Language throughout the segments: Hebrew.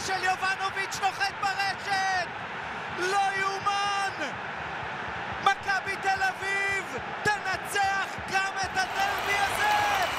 של יובנוביץ' נוחת ברשת! לא יאומן! מכבי תל אביב תנצח גם את הדרבי הזה!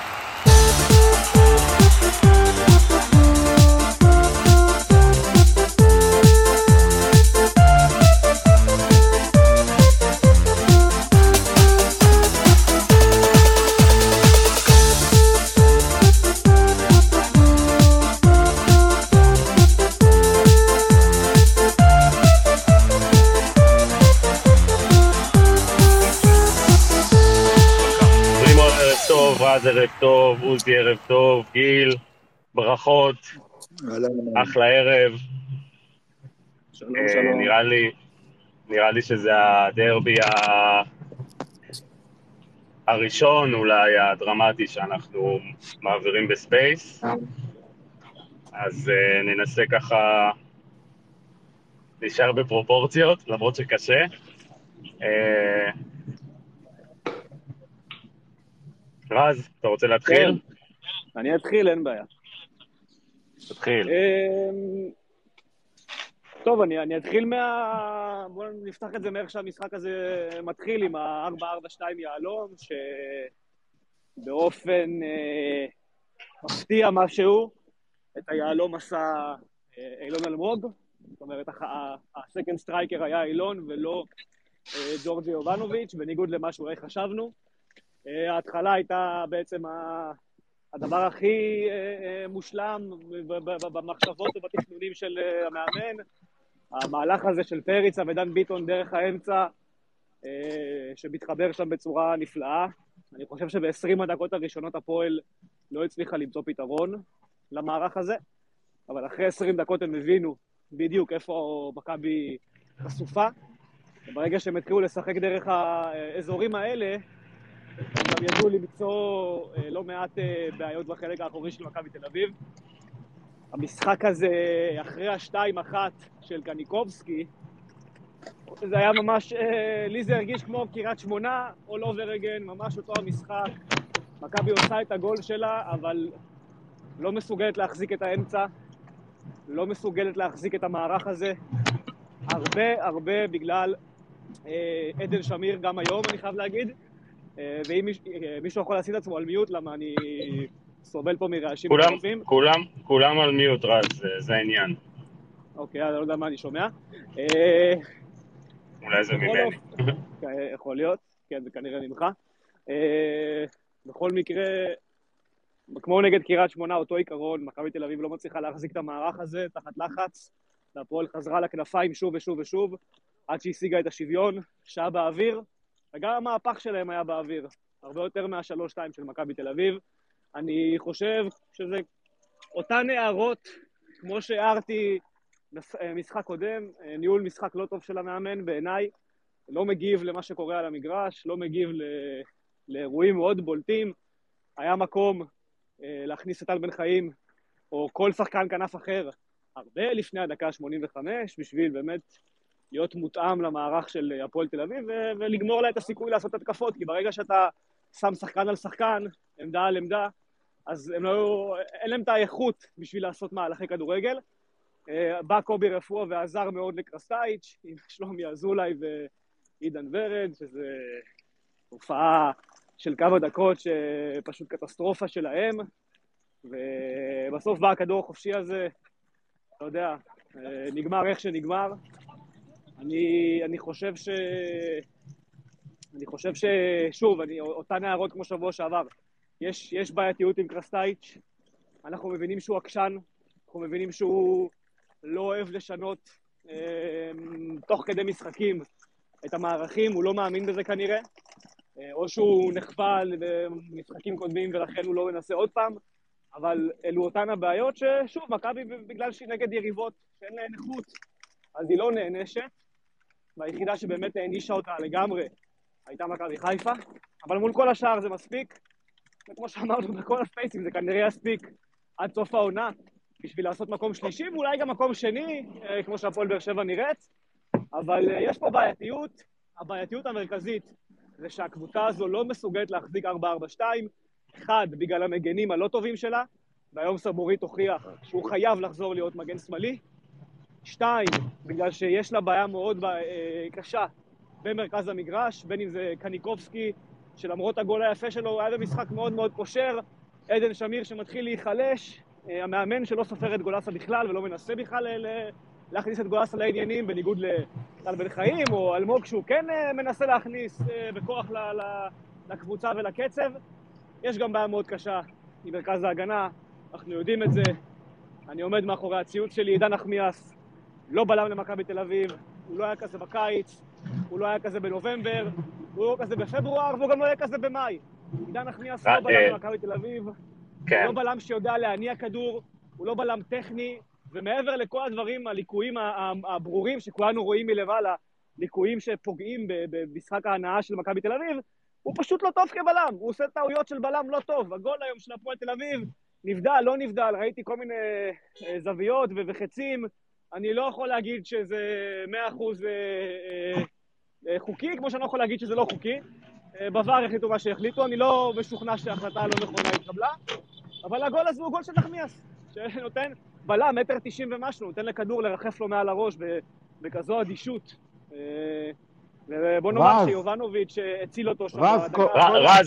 רז ערב טוב, עוזי ערב טוב, גיל, ברכות, אחלה ערב. שלום, שלום. נראה לי שזה הדרבי הראשון, אולי הדרמטי שאנחנו מעבירים בספייס. אז ננסה ככה להישאר בפרופורציות, למרות שקשה. רז, אתה רוצה להתחיל? כן, אני אתחיל, אין בעיה. תתחיל. טוב, אני אתחיל בואו נפתח את זה מאיך שהמשחק הזה מתחיל עם ה-4-4-2 יעלום, שבאופן מפתיע משהו, את היעלום עשה אילון אלמוג, זאת אומרת, הסקנד סטרייקר היה אילון ולא ג'ורג'י יובנוביץ', בניגוד למה שאולי חשבנו. ההתחלה הייתה בעצם הדבר הכי מושלם במחשבות ובתכנונים של המאמן. המהלך הזה של פריצה ודן ביטון דרך האמצע, שמתחבר שם בצורה נפלאה. אני חושב שב-20 הדקות הראשונות הפועל לא הצליחה למצוא פתרון למערך הזה, אבל אחרי 20 דקות הם הבינו בדיוק איפה מכבי חשופה. ברגע שהם התחילו לשחק דרך האזורים האלה, הם גם ידעו למצוא לא מעט בעיות בחלק האחורי של מכבי תל אביב. המשחק הזה, אחרי ה-2-1 של קניקובסקי, זה היה ממש, לי זה הרגיש כמו קריית שמונה, all over again, ממש אותו המשחק. מכבי עושה את הגול שלה, אבל לא מסוגלת להחזיק את האמצע, לא מסוגלת להחזיק את המערך הזה. הרבה בגלל עדן שמיר גם היום, אני חייב להגיד. ואם מישהו יכול להשיג את עצמו על מיוט, למה אני סובל פה מרעשים מטורפים? כולם על מיוט, רז, זה העניין. אוקיי, אני לא יודע מה אני שומע. אולי זה ממני. יכול להיות, כן, זה כנראה ממך. בכל מקרה, כמו נגד קריית שמונה, אותו עיקרון, מכבי תל אביב לא מצליחה להחזיק את המערך הזה תחת לחץ, והפועל חזרה לכנפיים שוב ושוב, עד שהשיגה את השוויון, שעה באוויר, וגם המהפך שלהם היה באוויר, הרבה יותר מה-3-2 של מכבי תל אביב. אני חושב שזה אותן הערות, כמו שהערתי משחק קודם, ניהול משחק לא טוב של המאמן בעיניי, לא מגיב למה שקורה על המגרש, לא מגיב לאירועים מאוד בולטים. היה מקום להכניס את טל בן חיים, או כל שחקן כנף אחר, הרבה לפני הדקה 85, בשביל באמת להיות מותאם למערך של הפועל תל אביב, ולגמור לה את הסיכוי לעשות התקפות, כי ברגע שאתה שם שחקן על שחקן, עמדה על עמדה, אז אין להם את האיכות בשביל לעשות מהלכי כדורגל. בא קובי רפואה ועזר מאוד לקרסטייץ', עם שלומי אזולאי ועידן ורד, שזה הופעה של כמה דקות שפשוט קטסטרופה שלהם, ובסוף בא הכדור החופשי הזה, אתה יודע, נגמר איך שנגמר. אני חושב ששוב, אותן הערות כמו שבוע שעבר, יש בעייתיות עם קרסטייץ', אנחנו מבינים שהוא עקשן, אנחנו מבינים שהוא לא אוהב לשנות תוך כדי משחקים את המערכים, הוא לא מאמין בזה כנראה, או שהוא נחפה במשחקים קודמים ולכן הוא לא מנסה עוד פעם, אבל אלו אותן הבעיות ששוב, מכבי בגלל שהיא נגד יריבות שאין להן איכות, אז היא לא נענשת, והיחידה שבאמת הענישה אותה לגמרי הייתה מכבי חיפה, אבל מול כל השאר זה מספיק, וכמו שאמרנו בכל הספייסים זה כנראה יספיק עד סוף העונה, בשביל לעשות מקום שלישי, ואולי גם מקום שני, כמו שהפועל באר שבע נראית, אבל יש פה בעייתיות. הבעייתיות המרכזית זה שהקבוצה הזו לא מסוגלת להחזיק 4-4-2, אחד, בגלל המגנים הלא טובים שלה, והיום סבורית הוכיח שהוא חייב לחזור להיות מגן שמאלי. 2, בגלל שיש לה בעיה מאוד קשה במרכז המגרש, בין אם זה קניקובסקי, שלמרות הגול היפה שלו, היה במשחק מאוד מאוד קושר, עדן שמיר שמתחיל להיחלש, המאמן שלא סופר את גולסה בכלל ולא מנסה בכלל להכניס את גולסה לעניינים, בניגוד לטל בן חיים או אלמוג שהוא כן מנסה להכניס בכוח לקבוצה ולקצב. יש גם בעיה מאוד קשה עם מרכז ההגנה, אנחנו יודעים את זה. אני עומד מאחורי הציוץ שלי, עידן נחמיאס לא בלם למכבי תל אביב, הוא לא היה כזה בקיץ, הוא לא היה כזה בנובמבר, הוא לא כזה בפברואר, והוא גם לא היה כזה במאי. עידן נחמיאס לא בלם למכבי תל אביב, הוא לא בלם שיודע להניע כדור, הוא לא בלם טכני, ומעבר לכל הדברים, הליקויים הברורים שכולנו רואים מלמעלה, ליקויים שפוגעים במשחק ההנאה של מכבי תל אביב, הוא פשוט לא טוב כבלם, הוא עושה טעויות של בלם לא טוב. הגול היום של הפועל תל אביב נבדל, לא נבדל, ראיתי כל מיני זוויות וחצים, אני לא יכול להגיד שזה 100% חוקי, כמו שאני לא יכול להגיד שזה לא חוקי. בבר החליטו מה שהחליטו, אני לא משוכנע שההחלטה לא נכונה התקבלה, אבל הגול הזה הוא גול של נחמיאס, שנותן בלם 1.90 ומשהו, נותן לכדור לרחף לו מעל הראש בכזו אדישות. ובוא נאמר שיובנוביץ' הציל אותו שם. רז,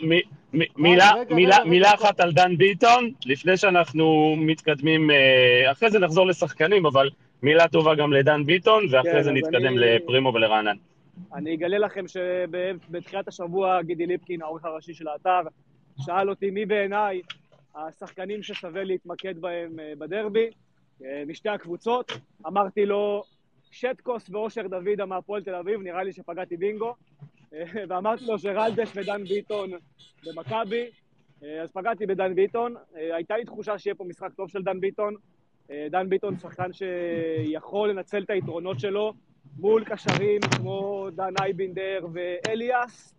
מילה אחת על דן ביטון, לפני שאנחנו מתקדמים, אחרי זה נחזור לשחקנים, אבל מילה טובה גם לדן ביטון, ואחרי זה נתקדם לפרימו ולרענן. אני אגלה לכם שבתחילת השבוע גידי ליפקין, העורך הראשי של האתר, שאל אותי מי בעיניי השחקנים ששווה להתמקד בהם בדרבי, משתי הקבוצות. אמרתי לו, שטקוס ואושר דוד מהפועל תל אביב, נראה לי שפגעתי בינגו, ואמרתי לו שרלדש ודן ביטון במכבי, אז פגעתי בדן ביטון. הייתה לי תחושה שיהיה פה משחק טוב של דן ביטון. דן ביטון שחקן שיכול לנצל את היתרונות שלו מול קשרים כמו דן אייבינדר ואליאס.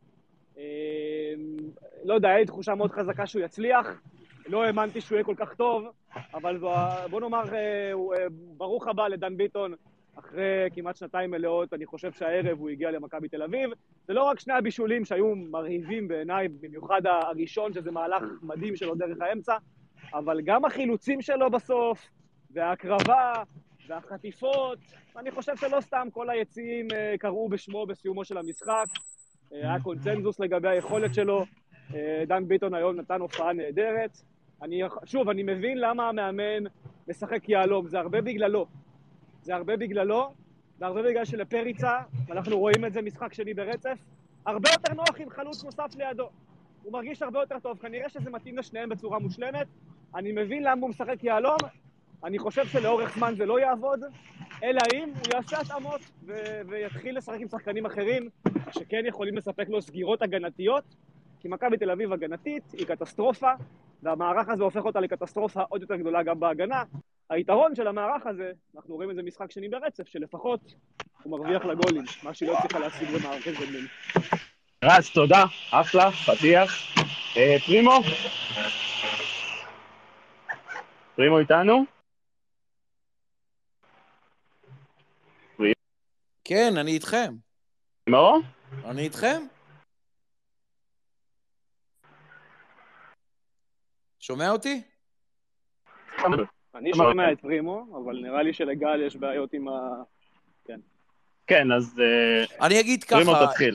לא יודע, היה לי תחושה מאוד חזקה שהוא יצליח, לא האמנתי שהוא יהיה כל כך טוב, אבל בוא נאמר, ברוך הבא לדן ביטון, אחרי כמעט שנתיים מלאות. אני חושב שהערב הוא הגיע למכבי תל אביב. זה לא רק שני הבישולים שהיו מרהיבים בעיניי, במיוחד הראשון, שזה מהלך מדהים שלו דרך האמצע, אבל גם החילוצים שלו בסוף, וההקרבה, והחטיפות. אני חושב שלא סתם כל היציעים קראו בשמו בסיומו של המשחק. היה קונצנזוס לגבי היכולת שלו. דן ביטון היום נתן הופעה נהדרת. שוב, אני מבין למה המאמן משחק יעלום, זה הרבה בגללו. והרבה בגלל שלפריצה, ואנחנו רואים את זה משחק שני ברצף, הרבה יותר נוח עם חלוץ נוסף לידו. הוא מרגיש הרבה יותר טוב, כנראה שזה מתאים לשניהם בצורה מושלמת. אני מבין למה הוא משחק יעלום, אני חושב שלאורך זמן זה לא יעבוד, אלא אם הוא יעשה התאמות ויתחיל לשחק עם שחקנים אחרים, שכן יכולים לספק לו סגירות הגנתיות, כי מכבי תל אביב הגנתית היא קטסטרופה, והמערך הזה הופך אותה לקטסטרופה עוד יותר גדולה גם בהגנה. היתרון של המערך הזה, אנחנו רואים את זה משחק שני ברצף, שלפחות הוא מרוויח לגולים, מה שהיא לא צריכה להשיג במערכת גדולים. רז, תודה, אחלה, פתיח. פרימו? פרימו איתנו? כן, אני איתכם. מאור? אני איתכם. שומע אותי? אני שומע את פרימו, אבל נראה לי שלגל יש בעיות עם כן. כן, אז אני אגיד ככה. פרימו תתחיל.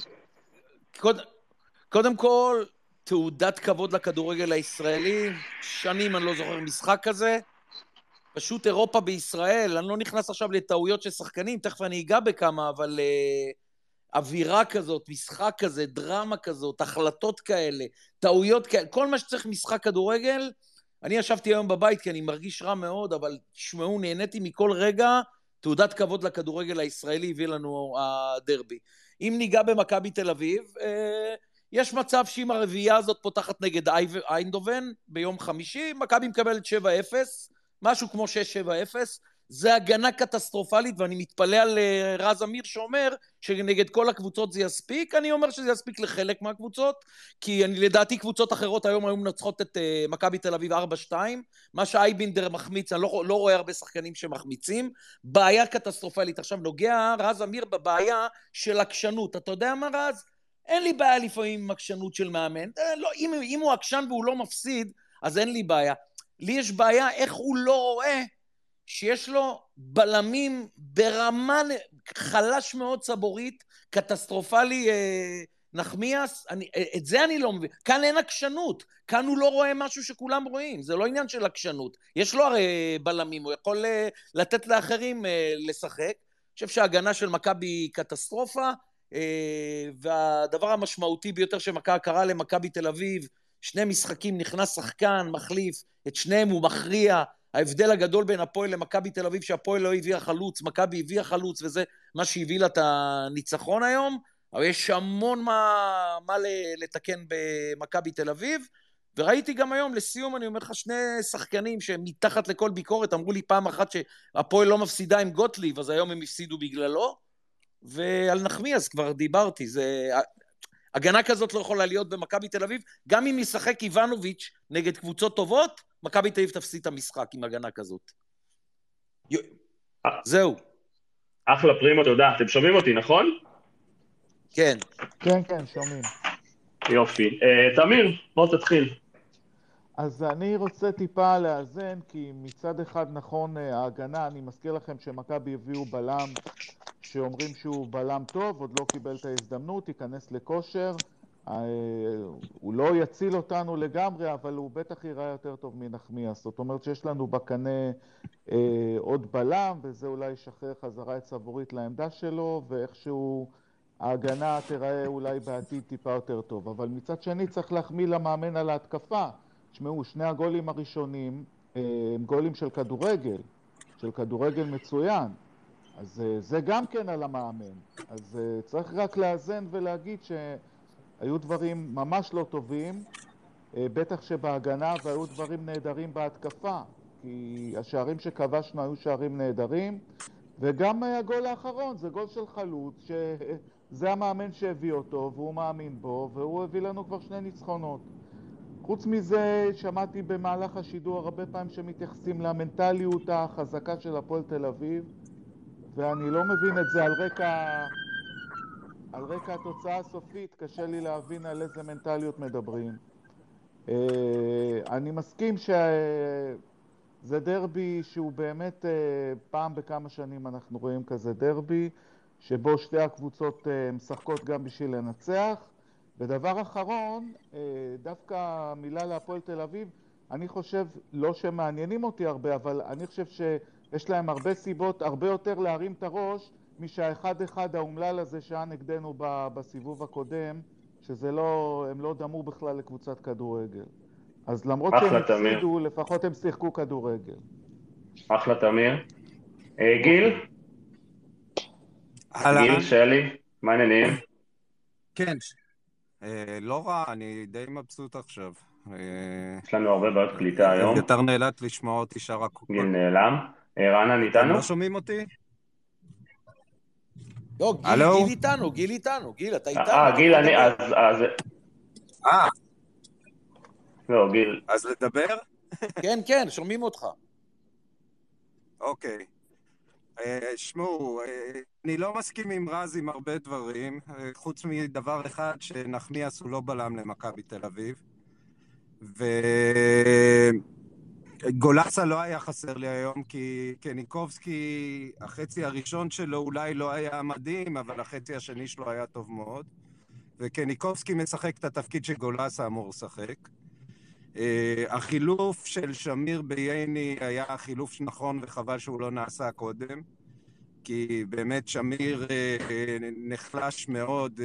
קודם כל, תעודת כבוד לכדורגל הישראלי. שנים אני לא זוכר משחק כזה. פשוט אירופה בישראל. אני לא נכנס עכשיו לטעויות של שחקנים, תכף אני אגע בכמה, אבל אווירה כזאת, משחק כזה, דרמה כזאת, החלטות כאלה, טעויות כאלה, כל מה שצריך משחק כדורגל. אני ישבתי היום בבית כי אני מרגיש רע מאוד, אבל תשמעו, נהניתי מכל רגע. תעודת כבוד לכדורגל הישראלי הביא לנו הדרבי. אם ניגע במכבי תל אביב, יש מצב שאם הרביעייה הזאת פותחת נגד איינדובן ביום חמישי, מכבי מקבלת 7-0, משהו כמו 6-7-0, זה הגנה קטסטרופלית, ואני מתפלא על רז אמיר שאומר שנגד כל הקבוצות זה יספיק. אני אומר שזה יספיק לחלק מהקבוצות, כי לדעתי קבוצות אחרות היום היו מנצחות את מכבי תל אביב 4-2, מה שאייבינדר מחמיץ, אני לא רואה הרבה שחקנים שמחמיצים, בעיה קטסטרופלית. עכשיו נוגע רז אמיר בבעיה של עקשנות. אתה יודע מה רז? אין לי בעיה לפעמים עם עקשנות של מאמן, לא, אם הוא עקשן והוא לא מפסיד, אז אין לי בעיה. לי יש בעיה איך הוא לא רואה שיש לו בלמים ברמה חלש מאוד צבורית, קטסטרופלי נחמיאס, את זה אני לא מבין. כאן אין עקשנות, כאן הוא לא רואה משהו שכולם רואים, זה לא עניין של עקשנות. יש לו הרי בלמים, הוא יכול לתת לאחרים לשחק. אני חושב שההגנה של מכבי היא קטסטרופה, והדבר המשמעותי ביותר שמכבי קרה למכבי תל אביב, 2 משחקים נכנס שחקן, מחליף, את שניהם הוא מכריע. ההבדל הגדול בין הפועל למכבי תל אביב, שהפועל לא הביאה חלוץ, מכבי הביאה חלוץ, וזה מה שהביא לה את הניצחון היום, אבל יש המון מה לתקן במכבי תל אביב, וראיתי גם היום, לסיום אני אומר לך, 2 שחקנים שהם מתחת לכל ביקורת, אמרו לי פעם אחת שהפועל לא מפסידה עם גוטליב, אז היום הם הפסידו בגללו, ועל נחמיאס כבר דיברתי, הגנה כזאת לא יכולה להיות במכבי תל אביב, גם אם ישחק איבנוביץ' נגד קבוצות טובות, מכבי תל אביב תפסיד את המשחק עם הגנה כזאת. זהו. אחלה פרימו, תודה. אתם שומעים אותי, נכון? כן. כן, כן, שומעים. יופי. תמיר, בוא תתחיל. אז אני רוצה טיפה לאזן, כי מצד אחד נכון ההגנה, אני מזכיר לכם שמכבי הביאו בלם שאומרים שהוא בלם טוב, עוד לא קיבל את ההזדמנות, ייכנס לכושר, הוא לא יציל אותנו לגמרי, אבל הוא בטח ייראה יותר טוב מנחמיאס. זאת אומרת שיש לנו בקנה עוד בלם, וזה אולי ישחרר חזרה את סבורית לעמדה שלו, ואיכשהו ההגנה תראה אולי בעתיד טיפה יותר טוב. אבל מצד שני צריך להחמיא למאמן על ההתקפה. תשמעו, 2 הגולים הראשונים הם גולים של כדורגל מצוין. אז זה גם כן על המאמן. אז צריך רק לאזן ולהגיד שהיו דברים ממש לא טובים, בטח שבהגנה, והיו דברים נהדרים בהתקפה, כי השערים שכבשנו היו שערים נהדרים, וגם הגול האחרון זה גול של חלוץ, שזה המאמן שהביא אותו, והוא מאמין בו, והוא הביא לנו כבר 2 ניצחונות. חוץ מזה, שמעתי במהלך השידור הרבה פעמים שמתייחסים למנטליות החזקה של הפועל תל אביב, ואני לא מבין את זה על רקע התוצאה הסופית, קשה לי להבין על איזה מנטליות מדברים. אני מסכים שזה דרבי שהוא באמת פעם בכמה שנים אנחנו רואים כזה דרבי, שבו 2 הקבוצות משחקות גם בשביל לנצח. ודבר אחרון, דווקא מילה להפועל תל אביב, אני חושב, לא שמעניינים אותי הרבה, אבל אני חושב שיש להם הרבה סיבות, הרבה יותר להרים את הראש, משה-1-1 האומלל הזה שהיה נגדנו בסיבוב הקודם, שזה לא, הם לא דמו בכלל לקבוצת כדורגל. אז למרות שהם הפסידו, לפחות הם שיחקו כדורגל. אחלה תמיר. גיל? גיל, שלי, מה העניינים? כן, לא רע, אני די מבסוט עכשיו. יש לנו הרבה בעיות קליטה היום. יותר נאלץ לשמוע אותי שאר הקופות. גיל נעלם. רענן איתנו? לא שומעים אותי? לא, גיל איתנו, גיל, אתה איתנו. גיל, אז... לא, גיל. אז לדבר? כן, שומעים אותך. אוקיי. שמעו, אני לא מסכים עם רז עם הרבה דברים, חוץ מדבר אחד שנחמיאס הוא לא בלם למכבי תל אביב, וגולסה לא היה חסר לי היום, כי קניקובסקי, החצי הראשון שלו אולי לא היה מדהים, אבל החצי השני שלו היה טוב מאוד, וקניקובסקי משחק את התפקיד שגולסה אמור לשחק. החילוף של שמיר בייני היה חילוף נכון וחבל שהוא לא נעשה קודם, כי באמת שמיר נחלש מאוד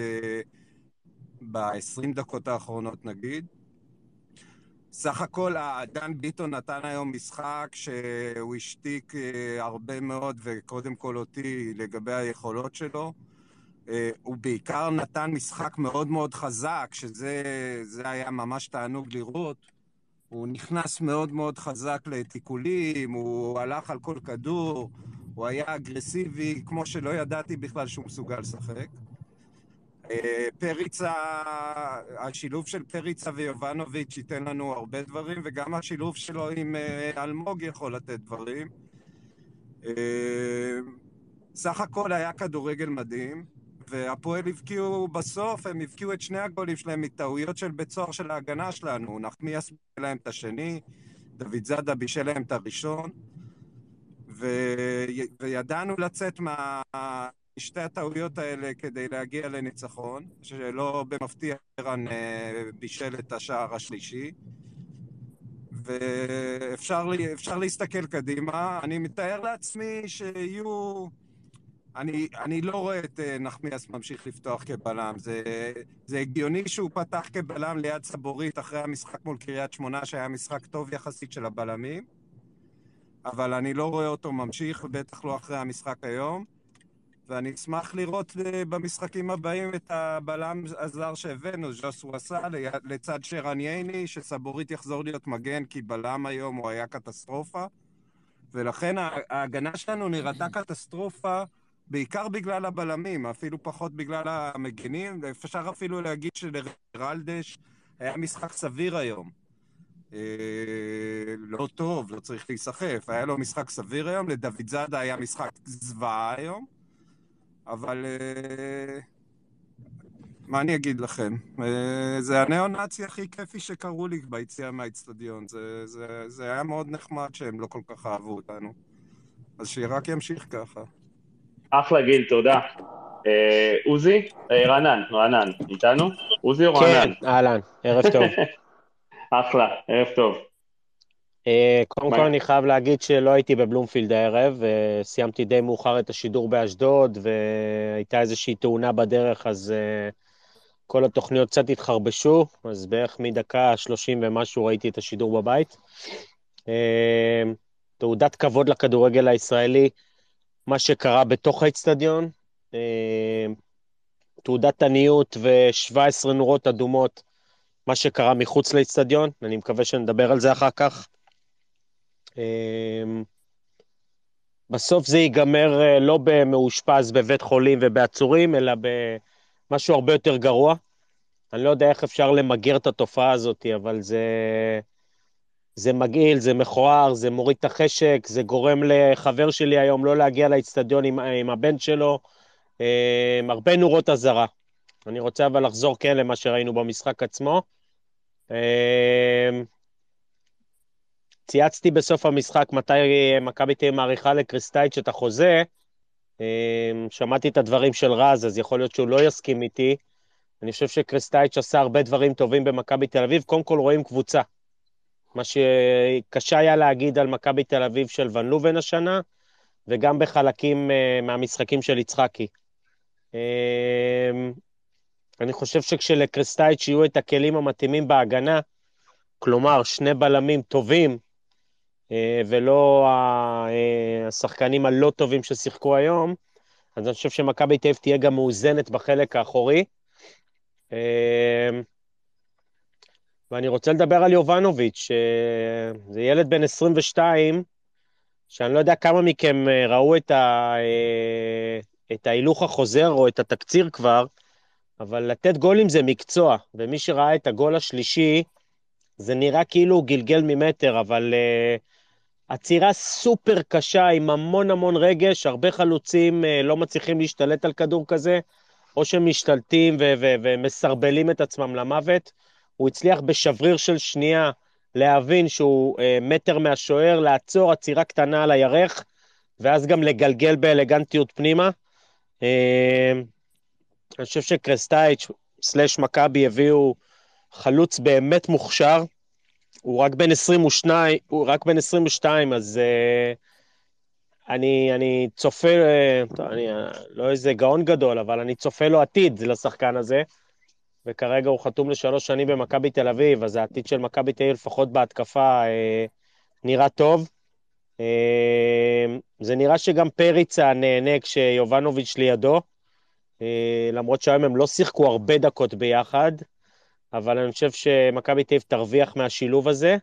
ב-20 דקות האחרונות נגיד. סך הכל דן ביטון נתן היום משחק שהוא השתיק הרבה מאוד וקודם כל אותי לגבי היכולות שלו. הוא בעיקר נתן משחק מאוד מאוד חזק, שזה היה ממש תענוג לראות. הוא נכנס מאוד מאוד חזק לתיקולים, הוא הלך על כל כדור, הוא היה אגרסיבי, כמו שלא ידעתי בכלל שהוא מסוגל לשחק. פריצה, השילוב של פריצה ויובנוביץ' ייתן לנו הרבה דברים, וגם השילוב שלו עם אלמוג יכול לתת דברים. סך הכל היה כדורגל מדהים, והפועל הבקיעו בסוף, הם הבקיעו את 2 הגולים שלהם מטעויות של בית סוהר של ההגנה שלנו. נחמיאס להם את השני, דוד זאדה בישל להם את הראשון, וידענו לצאת משתי הטעויות האלה כדי להגיע לניצחון, שלא במפתיע ערן בישל את השער השלישי, ואפשר להסתכל קדימה. אני מתאר לעצמי שיהיו... אני לא רואה את נחמיאס ממשיך לפתוח כבלם. זה הגיוני שהוא פתח כבלם ליד סבורית אחרי המשחק מול קריית שמונה, שהיה משחק טוב יחסית של הבלמים, אבל אני לא רואה אותו ממשיך, בטח לא אחרי המשחק היום, ואני אשמח לראות במשחקים הבאים את הבלם הזר שהבאנו, ז'וסווה סע, לצד שרן ייני, שסבורית יחזור להיות מגן, כי בלם היום הוא היה קטסטרופה, ולכן ההגנה שלנו נראתה קטסטרופה, בעיקר בגלל הבלמים, אפילו פחות בגלל המגנים. אפשר אפילו להגיד שלרלדש היה משחק סביר היום. לא טוב, לא צריך להיסחף. היה לו משחק סביר היום, לדוד זאדה היה משחק זוועה היום, אבל מה אני אגיד לכם? זה הנאו-נאצי הכי כיפי שקראו לי ביציאה מהאצטדיון. זה היה מאוד נחמד שהם לא כל כך אהבו אותנו. אז שרק ימשיך ככה. אחלה גיל, תודה. עוזי? רענן, איתנו? עוזי או רענן? כן, אהלן, ערב טוב. אחלה, ערב טוב. קודם כל אני חייב להגיד שלא הייתי בבלומפילד הערב, סיימתי די מאוחר את השידור באשדוד, והייתה איזושהי תאונה בדרך, אז כל התוכניות קצת התחרבשו, אז בערך מדקה 30 ומשהו ראיתי את השידור בבית. תעודת כבוד לכדורגל הישראלי, מה שקרה בתוך האצטדיון, תעודת עניות ו17 נורות אדומות, מה שקרה מחוץ לאצטדיון, אני מקווה שנדבר על זה אחר כך. בסוף זה ייגמר לא במאושפז בבית חולים ובעצורים, אלא במשהו הרבה יותר גרוע. אני לא יודע איך אפשר למגר את התופעה הזאת, אבל זה מגעיל, זה מכוער, זה מוריד את החשק, זה גורם לחבר שלי היום לא להגיע לאצטדיון עם הבן שלו, הרבה נורות אזהרה. אני רוצה אבל לחזור כן למה שראינו במשחק עצמו. צייצתי בסוף המשחק מתי מכבי תהיה מעריכה לקריסטייץ' את החוזה, שמעתי את הדברים של רז, אז יכול להיות שהוא לא יסכים איתי. אני חושב שקריסטייץ' עשה הרבה דברים טובים במכבי תל אביב. קודם כל רואים קבוצה, מה שקשה היה להגיד על מכבי תל אביב של ון לובן השנה, וגם בחלקים מהמשחקים של יצחקי. אני חושב שכשלקריסטייץ' יהיו את הכלים המתאימים בהגנה, כלומר שני בלמים טובים, ולא השחקנים הלא טובים ששיחקו היום, אז אני חושב שמכבי תל אביב תהיה גם מאוזנת בחלק האחורי. ואני רוצה לדבר על יובנוביץ', זה ילד בן 22, שאני לא יודע כמה מכם ראו את ההילוך החוזר או את התקציר כבר, אבל לתת גולים זה מקצוע, ומי שראה את הגול השלישי, זה נראה כאילו הוא גלגל ממטר, אבל עצירה סופר קשה עם המון המון רגש, הרבה חלוצים לא מצליחים להשתלט על כדור כזה, או שהם משתלטים ומסרבלים את עצמם למוות. הוא הצליח בשבריר של שנייה להבין שהוא מטר מהשוער, לעצור עצירה קטנה על הירך, ואז גם לגלגל באלגנטיות פנימה. אני חושב שקריסטייץ' סלש מכבי הביאו חלוץ באמת מוכשר, הוא רק בן 22, אז אני צופה, אני לא איזה גאון גדול, אבל אני צופה לו עתיד לשחקן הזה, וכרגע הוא חתום ל3 שנים במכבי תל אביב, אז העתיד של מכבי תל אביב לפחות בהתקפה נראה טוב. זה נראה שגם פריצה נהנה כשיובנוביץ' לידו, למרות שהיום הם לא שיחקו הרבה דקות ביחד, אבל אני חושב שמכבי תל אביב תרוויח מהשילוב הזה,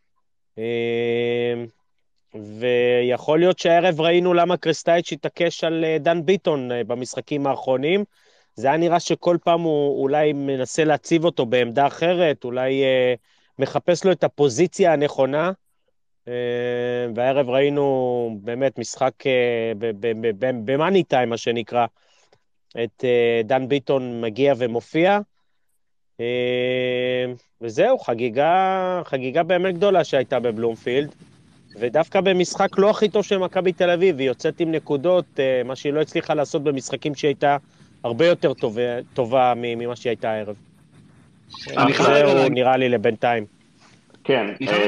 ויכול להיות שהערב ראינו למה קריסטייץ' התעקש על דן ביטון במשחקים האחרונים. זה היה נראה שכל פעם הוא אולי מנסה להציב אותו בעמדה אחרת, אולי מחפש לו את הפוזיציה הנכונה, והערב ראינו באמת משחק במאני טיים, מה שנקרא, את דן ביטון מגיע ומופיע. וזהו, חגיגה באמת גדולה שהייתה בבלומפילד, ודווקא במשחק לא הכי טוב של מכבי תל אביב, היא יוצאת עם נקודות, מה שהיא לא הצליחה לעשות במשחקים שהיא הייתה הרבה יותר טובה ממה שהיא הייתה הערב. זהו נראה לי לבינתיים. כן,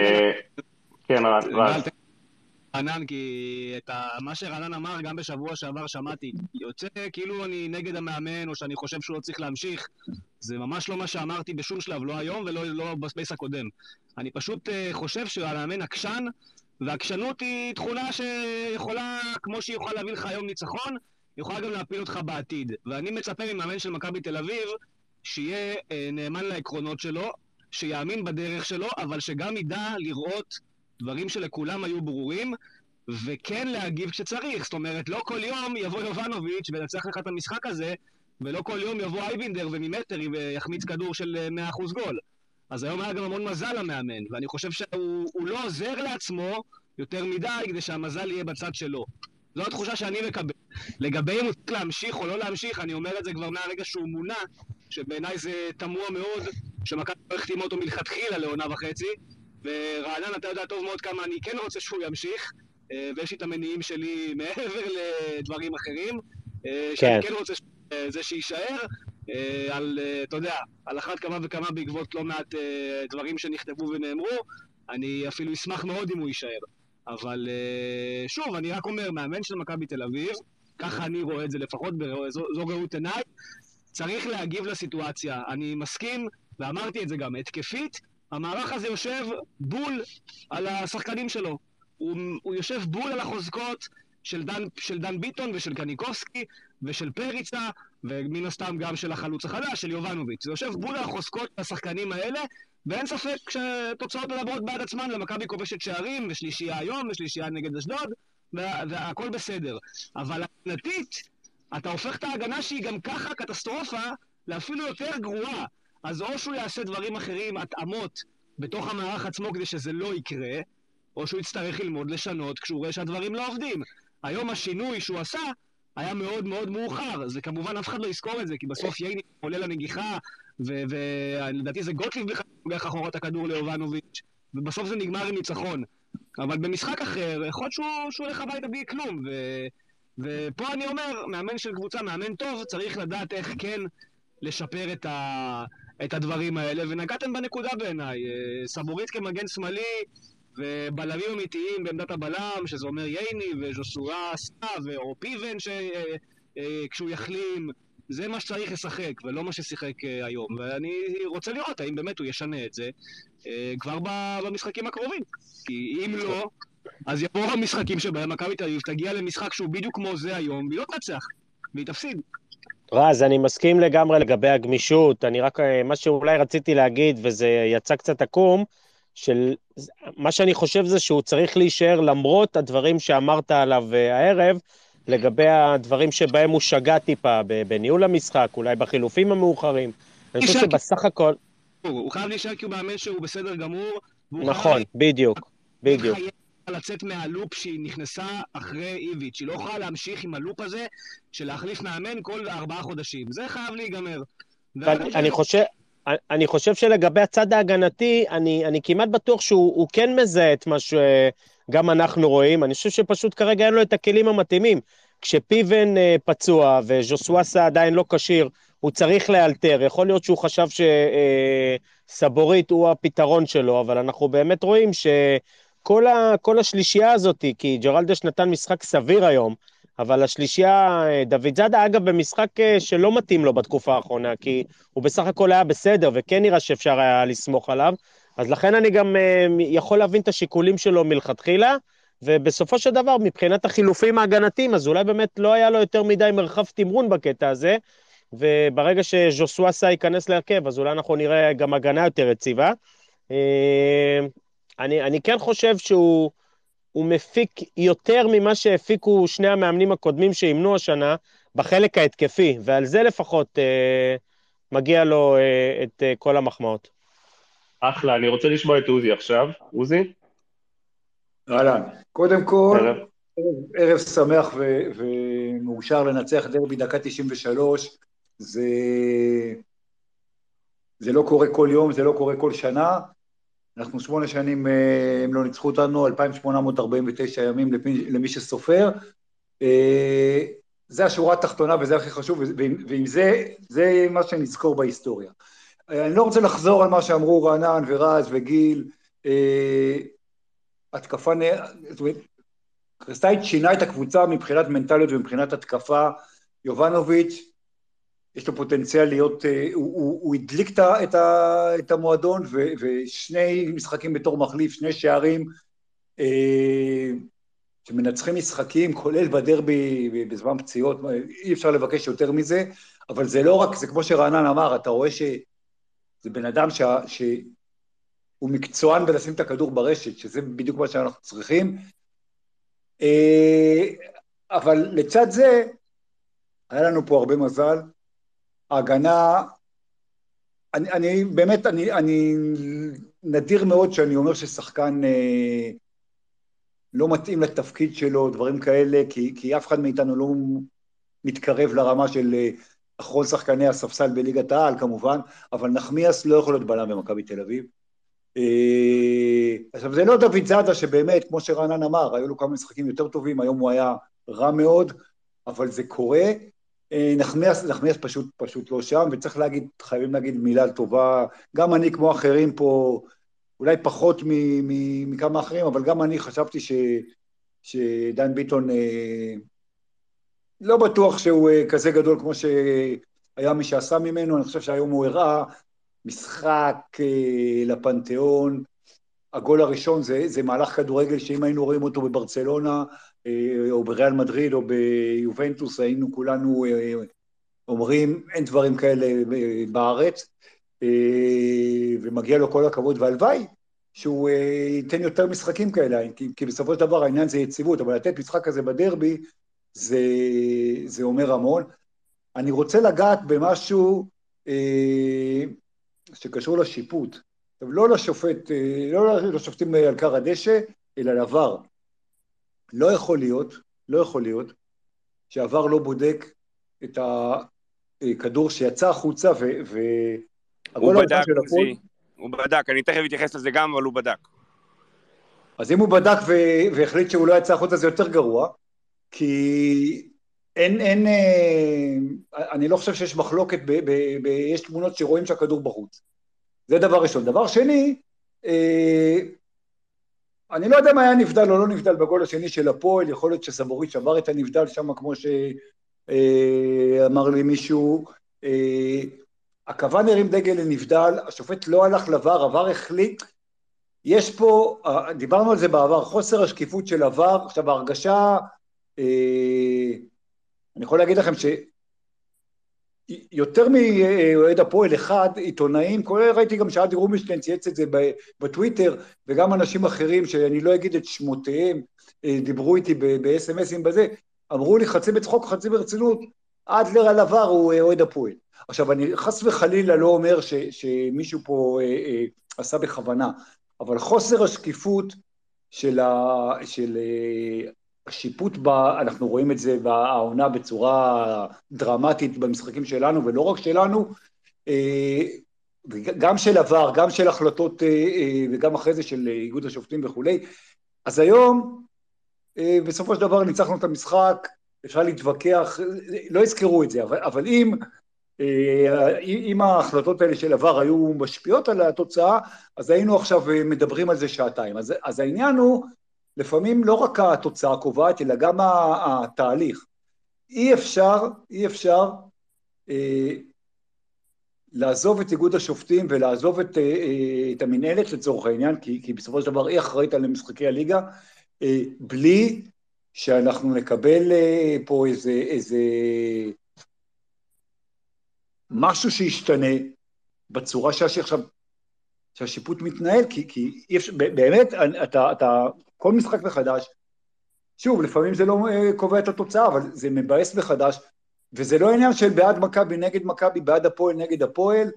כן, רז. רענן, כי מה שרענן אמר גם בשבוע שעבר שמעתי, יוצא כאילו אני נגד המאמן או שאני חושב שהוא לא צריך להמשיך, זה ממש לא מה שאמרתי בשום שלב, לא היום ולא בספייס הקודם. אני פשוט חושב שהמאמן עקשן, והעקשנות היא תכונה שיכולה, כמו שהיא יכולה להביא לך היום ניצחון, יכולה גם להפיל אותך בעתיד. ואני מצפה ממאמן של מכבי תל אביב שיהיה נאמן לעקרונות שלו, שיאמין בדרך שלו, אבל שגם ידע לראות דברים שלכולם היו ברורים, וכן להגיב כשצריך. זאת אומרת, לא כל יום יבוא יובנוביץ' ונצח לך את המשחק הזה, ולא כל יום יבוא אייבינדר וממטרי ויחמיץ כדור של 100% גול. אז היום היה גם המון מזל למאמן, ואני חושב שהוא לא עוזר לעצמו יותר מדי כדי שהמזל יהיה בצד שלו. זו התחושה שאני מקבל. לגבי אם הוא צריך להמשיך או לא להמשיך, אני אומר את זה כבר מהרגע שהוא מונה, שבעיניי זה תמוה מאוד, שמכבי לא החתימה אותו מלכתחילה לעונה וחצי, ורענן, אתה יודע טוב מאוד כמה אני כן רוצה שהוא ימשיך, ויש לי את המניעים שלי מעבר לדברים אחרים, שאני כן רוצה זה שיישאר, אתה יודע, על אחת כמה וכמה בעקבות לא מעט דברים שנכתבו ונאמרו, אני אפילו אשמח מאוד אם הוא יישאר. אבל שוב, אני רק אומר, מאמן של מכבי תל אביב, ככה אני רואה את זה לפחות, זו ראות עיניי, צריך להגיב לסיטואציה. אני מסכים, ואמרתי את זה גם, התקפית, המערך הזה יושב בול על השחקנים שלו. הוא יושב בול על החוזקות של דן ביטון ושל קניקובסקי ושל פריצה, ומן הסתם גם של החלוץ החדש, של יובנוביץ'. זה יושב בול על החוזקות של השחקנים האלה, ואין ספק שתוצאות מדברות בעד עצמן, למכבי כובשת שערים, ושלישייה היום, ושלישייה נגד אשדוד, והכל בסדר. אבל הגנתית, אתה הופך את ההגנה שהיא גם ככה קטסטרופה, לאפילו יותר גרועה. אז או שהוא יעשה דברים אחרים, התאמות, בתוך המערך עצמו כדי שזה לא יקרה, או שהוא יצטרך ללמוד לשנות כשהוא רואה שהדברים לא עובדים. היום השינוי שהוא עשה היה מאוד מאוד מאוחר. זה כמובן אף אחד לא יזכור את זה, כי בסוף ייני עולה לנגיחה, ולדעתי זה גוטליב בכלל הולך אחורה את הכדור ליובנוביץ', ובסוף זה נגמר עם ניצחון. אבל במשחק אחר, יכול להיות שהוא הולך הביתה בלי כלום, ופה אני אומר, מאמן של קבוצה, מאמן טוב, צריך לדעת איך כן לשפר את הדברים האלה, ונגעתם בנקודה בעיניי. סבורית כמגן שמאלי, ובלמים אמיתיים בעמדת הבלם, שזה אומר ייני וז'וסורה סתיו, או פיבן כשהוא יחלים, זה מה שצריך לשחק, ולא מה ששיחק היום. ואני רוצה לראות האם באמת הוא ישנה את זה כבר במשחקים הקרובים. כי אם לא, אז יבואו המשחקים שבהם מכבי תל אביב תגיע למשחק שהוא בדיוק כמו זה היום, והיא לא תנצח, והיא תפסיד. רז, אני מסכים לגמרי לגבי הגמישות, אני רק, מה שאולי רציתי להגיד, וזה יצא קצת עקום, מה שאני חושב זה שהוא צריך להישאר למרות הדברים שאמרת עליו הערב, לגבי הדברים שבהם הוא שגע טיפה, בניהול המשחק, אולי בחילופים המאוחרים. אני חושב שבסך הכל... הוא חייב להישאר כי הוא מאמן שהוא בסדר גמור. נכון, בדיוק. לצאת מהלופ שהיא נכנסה אחרי איביץ'. היא לא יכולה להמשיך עם הלופ הזה של להחליף מאמן כל 4 חודשים. זה חייב להיגמר. אני חושב שלגבי הצד ההגנתי, אני כמעט בטוח שהוא כן מזהה את מה שגם אנחנו רואים. אני חושב שפשוט כרגע אין לו את הכלים המתאימים. כשפיבן פצוע וז'וסואסה עדיין לא כשיר, הוא צריך לאלתר. יכול להיות שהוא חשב שסבורית הוא הפתרון שלו, אבל אנחנו באמת רואים כל השלישייה הזאת, כי ג'רלדש נתן משחק סביר היום, אבל השלישייה, דוד זאדה, אגב, במשחק שלא מתאים לו בתקופה האחרונה, כי הוא בסך הכל היה בסדר, וכן נראה שאפשר היה לסמוך עליו, אז לכן אני גם יכול להבין את השיקולים שלו מלכתחילה, ובסופו של דבר, מבחינת החילופים ההגנתיים, אז אולי באמת לא היה לו יותר מדי מרחב תמרון בקטע הזה, וברגע שז'וסואסה ייכנס להרכב, אז אולי אנחנו נראה גם הגנה יותר יציבה. אני כן חושב שהוא מפיק יותר ממה שהפיקו שני המאמנים הקודמים שאימנו השנה בחלק ההתקפי, ועל זה לפחות מגיע לו את כל המחמאות. אחלה, אני רוצה לשמוע את עוזי עכשיו. עוזי? אהלן, קודם כל, ערב שמח ומאושר לנצח דרבי דקה 93, זה זה לא קורה כל יום, זה לא קורה כל שנה. אנחנו 8 שנים, הם לא ניצחו אותנו, 2,849 ימים למי שסופר. זה השורה התחתונה וזה הכי חשוב, ועם זה מה שנזכור בהיסטוריה. אני לא רוצה לחזור על מה שאמרו רענן ורז וגיל, התקפה, זאת אומרת, קרסטייץ' שינה את הקבוצה מבחינת מנטליות ומבחינת התקפה. יובנוביץ' יש לו פוטנציאל להיות, הוא הדליק את המועדון, ושני משחקים בתור מחליף, 2 שערים, שמנצחים משחקים, כולל בדרבי בזמן פציעות, אי אפשר לבקש יותר מזה, אבל זה לא רק, זה כמו שרענן אמר, אתה רואה שזה בן אדם שהוא מקצוען בלשים את הכדור ברשת, שזה בדיוק מה שאנחנו צריכים, אבל לצד זה, היה לנו פה הרבה מזל, ההגנה, אני באמת, אני נדיר מאוד שאני אומר ששחקן לא מתאים לתפקיד שלו, דברים כאלה, כי אף אחד מאיתנו לא מתקרב לרמה של אחרון שחקני הספסל בליגת העל, כמובן, אבל נחמיאס לא יכול להיות בלם במכבי תל אביב. עכשיו, זה לא דוד זאדה שבאמת, כמו שרענן אמר, היו לו כמה משחקים יותר טובים, היום הוא היה רע מאוד, אבל זה קורה. נחמיאס פשוט לא שם, וצריך להגיד, חייבים להגיד מילה טובה, גם אני כמו אחרים פה, אולי פחות מכמה אחרים, אבל גם אני חשבתי שדן ביטון לא בטוח שהוא כזה גדול כמו שהיה מי שעשה ממנו, אני חושב שהיום הוא הראה משחק לפנתיאון, הגול הראשון זה מהלך כדורגל שאם היינו רואים אותו בברצלונה, או בריאל מדריד, או ביובנטוס, היינו כולנו אומרים, אין דברים כאלה בארץ, ומגיע לו כל הכבוד, והלוואי שהוא ייתן יותר משחקים כאלה, כי בסופו של דבר העניין זה יציבות, אבל לתת משחק כזה בדרבי, זה אומר המון. אני רוצה לגעת במשהו שקשור לשיפוט, לא לשופט, לא לשופטים על קר הדשא, אלא לעבר. לא יכול להיות שעבר לא בודק את הכדור שיצא החוצה הוא בדק, הוא בדק, אני תכף אתייחס לזה גם, אבל הוא בדק. אז אם הוא בדק והחליט שהוא לא יצא החוצה, זה יותר גרוע, כי אני לא חושב שיש מחלוקת, יש תמונות שרואים שהכדור בחוץ. זה דבר ראשון. דבר שני, אני לא יודע מה היה נבדל או לא נבדל בגול השני של הפועל, יכול להיות שסבוריץ' עבר את הנבדל שם, כמו שאמר לי מישהו, הכוון הרים דגל לנבדל, השופט לא הלך לבר, עבר החליט, יש פה, דיברנו על זה בעבר, חוסר השקיפות של עבר, עכשיו ההרגשה, אני יכול להגיד לכם שיותר מאוהד הפועל אחד, עיתונאים, כולל ראיתי גם שעדי רובינשטיין צייץ את זה בטוויטר, וגם אנשים אחרים שאני לא אגיד את שמותיהם, דיברו איתי ב-SMSים בזה, אמרו לי חצי בצחוק, חצי ברצינות, אדלר על עבר הוא אוהד הפועל. עכשיו אני חס וחלילה לא אומר שמישהו פה עשה בכוונה, אבל חוסר השקיפות של השיפוט אנחנו רואים את זה בעונה בצורה דרמטית במשחקים שלנו, ולא רק שלנו, גם של עבר, גם של החלטות, וגם אחרי זה של איגוד השופטים וכו'. אז היום, בסופו של דבר ניצחנו את המשחק, אפשר להתווכח, לא הזכרו את זה, אבל אם ההחלטות האלה של עבר היו משפיעות על התוצאה, אז היינו עכשיו מדברים על זה שעתיים. אז העניין הוא, לפעמים לא רק התוצאה קובעת, אלא גם התהליך. אי אפשר לעזוב את איגוד השופטים ולעזוב את המנהלת לצורך העניין, כי בסופו של דבר היא אחראית על משחקי הליגה, בלי שאנחנו נקבל פה איזה משהו שישתנה בצורה שהשיפוט מתנהל, כי באמת אתה כל משחק מחדש, שוב, לפעמים זה לא קובע את התוצאה, אבל זה מבאס מחדש, וזה לא עניין של בעד מכבי נגד מכבי, בעד הפועל נגד הפועל,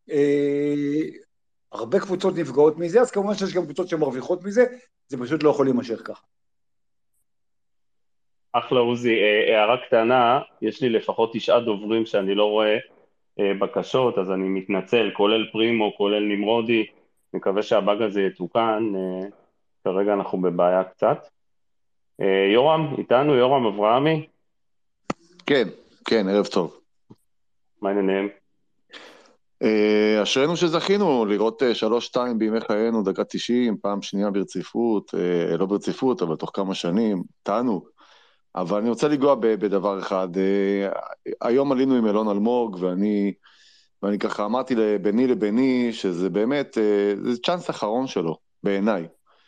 הרבה קבוצות נפגעות מזה, אז כמובן שיש גם קבוצות שמרוויחות מזה, זה פשוט לא יכול להימשך ככה. אחלה עוזי, הערה קטנה, יש לי לפחות 9 דוברים שאני לא רואה, בקשות, אז אני מתנצל, כולל פרימו, כולל נמרודי, מקווה שהבאג הזה יתוקן, כרגע אנחנו בבעיה קצת. יורם, איתנו, יורם אברהמי? כן, כן, ערב טוב. מה העניינים? אשרינו שזכינו לראות 3-2 בימי חיינו, דקה 90, פעם שנייה ברציפות, לא ברציפות, אבל תוך כמה שנים, תענוג. אבל אני רוצה לגוע בדבר אחד. היום עלינו עם אילון אלמוג, ואני ככה אמרתי ביני לביני, שזה באמת, זה צ'אנס אחרון שלו, בעיניי.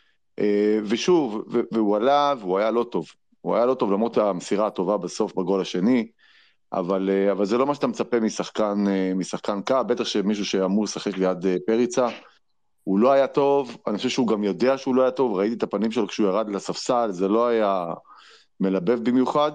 ושוב, והוא עלה, והוא היה לא טוב. הוא היה לא טוב למרות המסירה הטובה בסוף בגול השני, אבל זה לא מה שאתה מצפה משחקן קה, בטח שמישהו שאמור לשחק ליד פריצה. הוא לא היה טוב, אני חושב שהוא גם יודע שהוא לא היה טוב, ראיתי את הפנים שלו כשהוא ירד לספסל, זה לא היה מלבב במיוחד,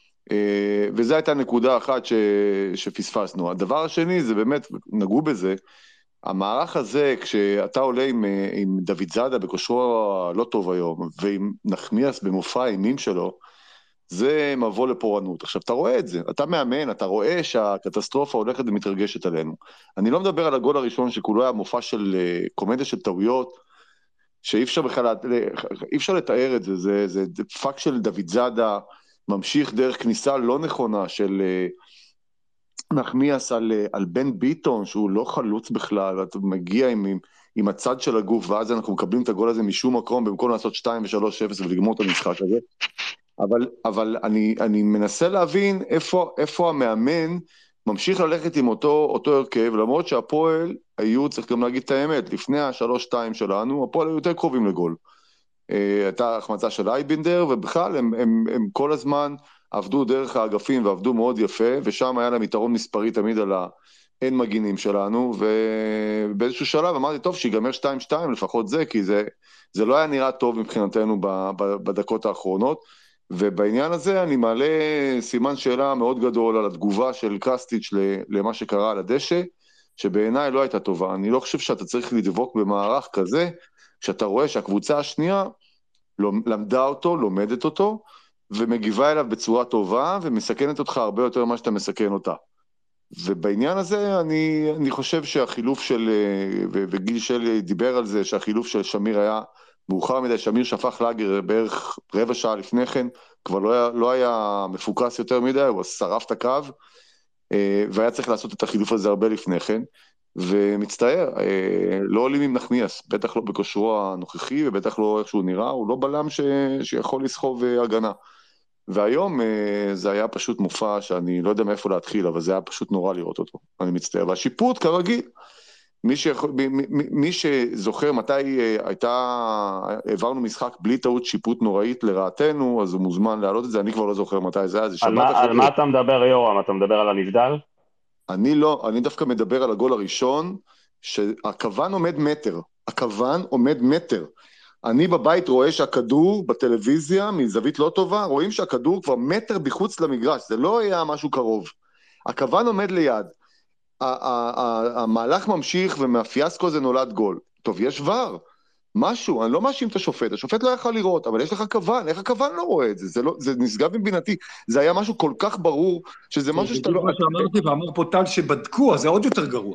וזו הייתה נקודה אחת שפספסנו. הדבר השני, זה באמת, נגעו בזה, המערך הזה, כשאתה עולה עם דוד זאדה בכושרו לא טוב היום, ועם נחמיאס במופע האימים שלו, זה מבוא לפורענות. עכשיו, אתה רואה את זה, אתה מאמן, אתה רואה שהקטסטרופה הולכת ומתרגשת עלינו. אני לא מדבר על הגול הראשון, שכולו היה מופע של קומדיה של טעויות, שאי אפשר בכלל, אי אפשר לתאר את זה, זה פאק של דוד זאדה, ממשיך דרך כניסה לא נכונה של נחמיאס על בן ביטון, שהוא לא חלוץ בכלל, אתה מגיע עם הצד של הגוף, ואז אנחנו מקבלים את הגול הזה משום מקום, במקום לעשות 2-3-0 ולגמור את המשחק הזה. אבל אני מנסה להבין איפה המאמן ממשיך ללכת עם אותו הרכב, למרות שהפועל היו, צריך גם להגיד את האמת, לפני ה-3-2 שלנו, הפועל היו יותר קרובים לגול. הייתה החמצה של אייבינדר, ובכלל הם כל הזמן עבדו דרך האגפים ועבדו מאוד יפה, ושם היה להם יתרון מספרי תמיד על האין מגינים שלנו, ובאיזשהו שלב אמרתי, טוב, שיגמר 2-2 לפחות זה, כי זה לא היה נראה טוב מבחינתנו בדקות האחרונות, ובעניין הזה אני מעלה סימן שאלה מאוד גדול על התגובה של קרסטיץ' למה שקרה על הדשא, שבעיניי לא הייתה טובה. אני לא חושב שאתה צריך לדבוק במערך כזה, כשאתה רואה שהקבוצה השנייה למדה אותו, לומדת אותו, ומגיבה אליו בצורה טובה, ומסכנת אותך הרבה יותר ממה שאתה מסכן אותה. ובעניין הזה אני חושב שהחילוף של, וגיל שלי דיבר על זה, שהחילוף של שמיר היה מאוחר מדי, שמיר שפך לאגר בערך רבע שעה לפני כן, כבר לא היה מפוקס יותר מדי, הוא שרף את הקו, והיה צריך לעשות את החילוף הזה הרבה לפני כן, ומצטער, לא עולים עם נחמיאס, בטח לא בכושרו הנוכחי, ובטח לא איך שהוא נראה, הוא לא בלם שיכול לסחוב הגנה. והיום זה היה פשוט מופע שאני לא יודע מאיפה להתחיל, אבל זה היה פשוט נורא לראות אותו, אני מצטער. והשיפוט כרגיל, מי שזוכר מתי העברנו משחק בלי טעות שיפוט נוראית לרעתנו, אז הוא מוזמן להעלות את זה, אני כבר לא זוכר מתי זה היה. על מה אתה מדבר יורם? אתה מדבר על הנבדל? אני דווקא מדבר על הגול הראשון, שהכוון עומד מטר, הכוון עומד מטר. אני בבית רואה שהכדור בטלוויזיה, מזווית לא טובה, רואים שהכדור כבר מטר בחוץ למגרש, זה לא היה משהו קרוב. הכוון עומד ליד. המהלך ממשיך ומהפיאסקו זה נולד גול. טוב, יש ור, משהו, אני לא מאשים את השופט לא יכול לראות, אבל יש לך כוון, איך הכוון לא רואה את זה? זה נשגב מבינתי, זה היה משהו כל כך ברור, שזה משהו שאתה לא... זה מה שאמרתי, ואמר פה טל שבדקו, אז זה עוד יותר גרוע.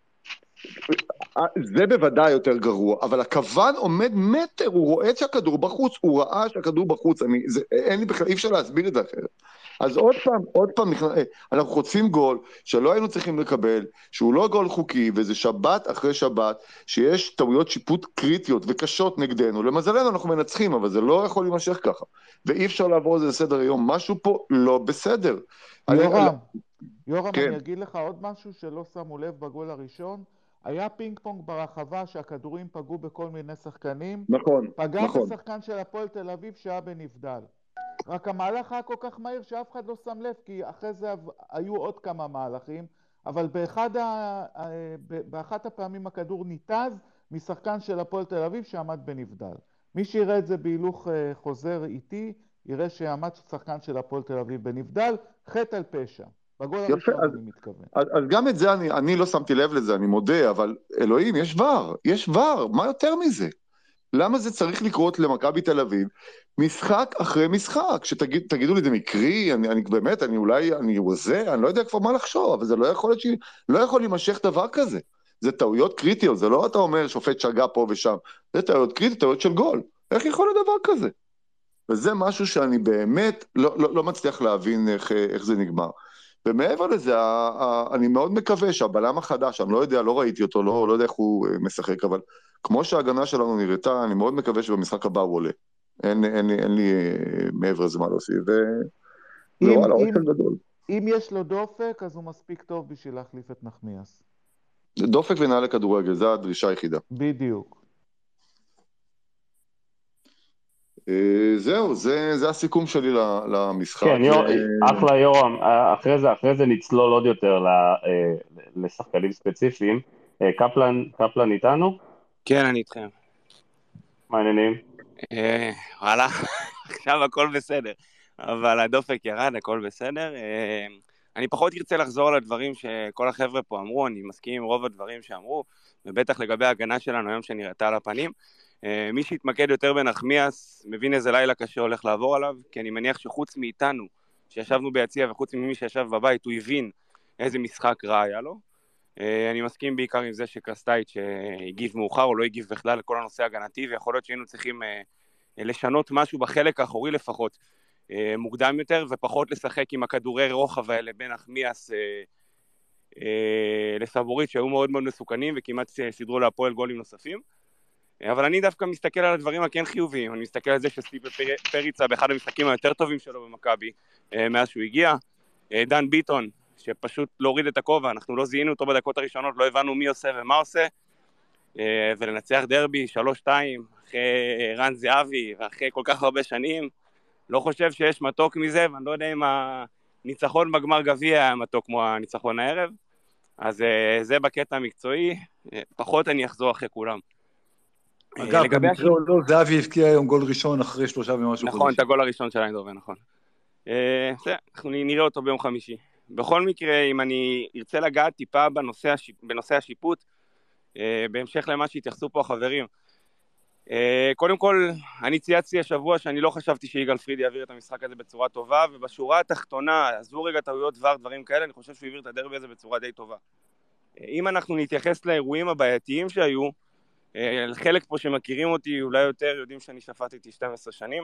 זה בוודאי יותר גרוע, אבל הכוון עומד מטר, הוא רואה שהכדור בחוץ, הוא ראה שהכדור בחוץ, אין לי בכלל, אי אפשר להסביר את זה אחרת. אז עוד פעם, אנחנו חוטפים גול שלא היינו צריכים לקבל, שהוא לא גול חוקי, וזה שבת אחרי שבת, שיש טעויות שיפוט קריטיות וקשות נגדנו. למזלנו אנחנו מנצחים, אבל זה לא יכול להימשך ככה. ואי אפשר לעבור את זה לסדר היום. משהו פה לא בסדר. יורם, אני אגיד לך עוד משהו שלא שמו לב בגול הראשון. היה פינג פונג ברחבה שהכדורים פגעו בכל מיני שחקנים. נכון. פגע בשחקן של הפועל תל אביב שהיה בנבדל. רק המהלך היה כל כך מהיר שאף אחד לא שם לב, כי אחרי זה היו עוד כמה מהלכים, אבל באחת הפעמים הכדור ניתז משחקן של הפועל תל אביב שעמד בנבדל. מי שיראה את זה בהילוך חוזר איתי, יראה שעמד שחקן של הפועל תל אביב בנבדל, חטא על פשע. בגול הראשון אני מתכוון. אז גם את זה אני לא שמתי לב לזה, אני מודה, אבל אלוהים, יש ור, מה יותר מזה? למה זה צריך לקרות למכבי תל אביב? משחק אחרי משחק, שתגידו לי, זה מקרי, אני באמת, אני לא יודע כבר מה לחשוב, אבל זה לא יכול להימשך דבר כזה. זה טעויות קריטיות, זה לא אתה אומר שופט שגה פה ושם, זה טעויות קריטיות, טעויות של גול. איך יכול להיות דבר כזה? וזה משהו שאני באמת לא מצליח להבין איך זה נגמר. ומעבר לזה, אני מאוד מקווה שהבלם החדש, אני לא יודע, לא ראיתי אותו, לא יודע איך הוא משחק, אבל כמו שההגנה שלנו נראתה, אני מאוד מקווה שבמשחק הבא הוא עולה. אין לי מעבר לזה מה להוסיף, ווואלה, עוד של גדול. אם יש לו דופק, אז הוא מספיק טוב בשביל להחליף את נחמיאס. דופק ונעל לכדורגל, זו הדרישה היחידה. בדיוק. זהו, זה הסיכום שלי למשחק. כן, אחלה יורם, אחרי זה נצלול עוד יותר לשחקנים ספציפיים. קפלן איתנו? כן, אני איתכם. מה העניינים? וואלה, עכשיו הכל בסדר, אבל הדופק ירד, הכל בסדר. אני פחות ארצה לחזור על הדברים שכל החבר'ה פה אמרו, אני מסכים עם רוב הדברים שאמרו, ובטח לגבי ההגנה שלנו היום שנראתה על הפנים. מי שהתמקד יותר בנחמיאס, מבין איזה לילה קשה הולך לעבור עליו, כי אני מניח שחוץ מאיתנו, שישבנו ביציע וחוץ ממי שישב בבית, הוא הבין איזה משחק רע היה לו. אני מסכים בעיקר עם זה שקרסטייץ' שהגיב מאוחר או לא הגיב בכלל לכל הנושא הגנתי, ויכול להיות שהיינו צריכים לשנות משהו בחלק האחורי לפחות, מוקדם יותר, ופחות לשחק עם הכדורי רוחב האלה בין נחמיאס לסבורית, שהיו מאוד מאוד מסוכנים, וכמעט סדרו להפועל גולים נוספים. אבל אני דווקא מסתכל על הדברים הכן חיוביים, אני מסתכל על זה שסטיב פריצה באחד המשחקים היותר טובים שלו במכבי, מאז שהוא הגיע, דן ביטון, שפשוט להוריד את הכובע, אנחנו לא זיהינו אותו בדקות הראשונות, לא הבנו מי עושה ומה עושה, ולנצח דרבי 3-2, אחרי רן זהבי, ואחרי כל כך הרבה שנים, לא חושב שיש מתוק מזה, ואני לא יודע אם הניצחון בגמר גביע היה מתוק כמו הניצחון הערב, אז זה בקטע המקצועי, פחות אני אחזור אחרי כולם. אגב, במקרה או לא, זהבי הבקיע היום גול ראשון אחרי 3 ומשהו חודשים. נכון, את הגול הראשון של איינדהובן, נכון. אנחנו נראה אותו ביום חמישי. בכל מקרה, אם אני ארצה לגעת טיפה בנושא השיפוט, בהמשך למה שהתייחסו פה החברים, קודם כל, אני צייצתי השבוע שאני לא חשבתי שיגאל פריד יעביר את המשחק הזה בצורה טובה, ובשורה התחתונה, עזבו רגע טעויות דבר, דברים כאלה, אני חושב שהוא העביר את הדרבי הזה בצורה די טובה. אם אנחנו נתייחס לאירועים הבעייתיים שהיו, חלק פה שמכירים אותי אולי יותר יודעים שאני שפטתי 12 שנים,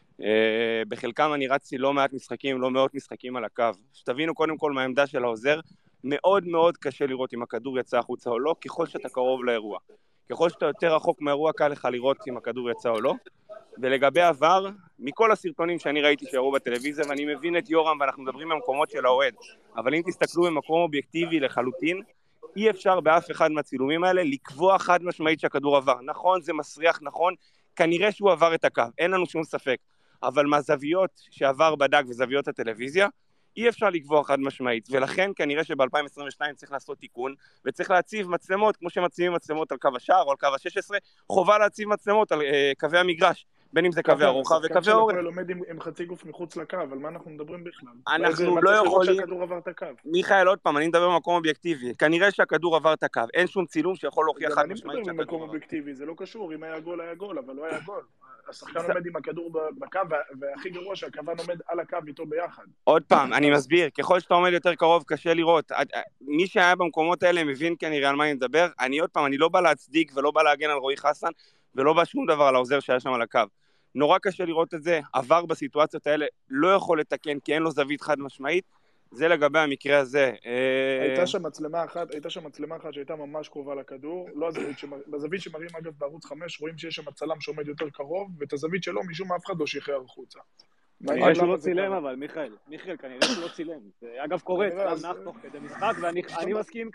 בחלקם אני רצתי לא מעט משחקים, לא מאות משחקים על הקו. שתבינו קודם כל מהעמדה של העוזר, מאוד מאוד קשה לראות אם הכדור יצא החוצה או לא, ככל שאתה קרוב לאירוע. ככל שאתה יותר רחוק מהאירוע, קל לך לראות אם הכדור יצא או לא. ולגבי עבר, מכל הסרטונים שאני ראיתי שהראו בטלוויזיה, ואני מבין את יורם ואנחנו מדברים במקומות של האוהד, אבל אם תסתכלו במקום אובייקטיבי לחלוטין, אי אפשר באף אחד מהצילומים האלה לקבוע חד משמעית שהכדור עבר. נכון, זה מסריח, נכון, כנראה שהוא עבר את הקו, אין לנו שום ספק. אבל מהזוויות שעבר בדק וזוויות הטלוויזיה, אי אפשר לקבוע חד משמעית. ולכן כנראה שב-2022 צריך לעשות תיקון, וצריך להציב מצלמות, כמו שמציבים מצלמות על קו השער או על קו ה-16, חובה להציב מצלמות על קווי המגרש. בין אם זה קווי הרוחב וקווי האורך. הפועל עומד עם חצי גוף מחוץ לקו, על מה אנחנו מדברים בכלל? אנחנו לא יכולים... שהכדור עבר את הקו. מיכאל, עוד פעם, אני מדבר במקום אובייקטיבי. כנראה שהכדור עבר את הקו. אין שום צילום שיכול להוכיח חד משמעית שהכדור עבר. אני מדבר במקום אובייקטיבי, זה לא קשור. אם היה גול, היה גול, אבל לא היה גול. השחקן עומד עם הכדור בקו, והכי גרוע שהכוון עומד על הקו איתו ביחד. עוד פעם, אני מסביר, ככל שאתה עומד יותר קרוב, קשה לראות. מי שהיה במקומות האלה מבין כנראה על מה אני מדבר. עוד פעם, אני לא בא להצדיק ולא בא להגן על רועי חסן, ולא בא שום דבר על העוזר שהיה שם על הקו. נורא קשה לראות את זה, עבר בסיטואציות האלה לא יכול לתקן, כי אין לו זווית חד משמעית, זה לגבי המקרה הזה. הייתה שם מצלמה אחת שהייתה ממש קרובה לכדור, לא הזווית, בזווית שמראים אגב בערוץ 5, רואים שיש שם צלם שעומד יותר קרוב, ואת הזווית שלו משום אף אחד לא שחרר החוצה. כנראה שהוא לא צילם אבל, מיכאל, כנראה שהוא לא צילם. אגב קורה, צלם נח תוך כדי משחק, ואני מסכים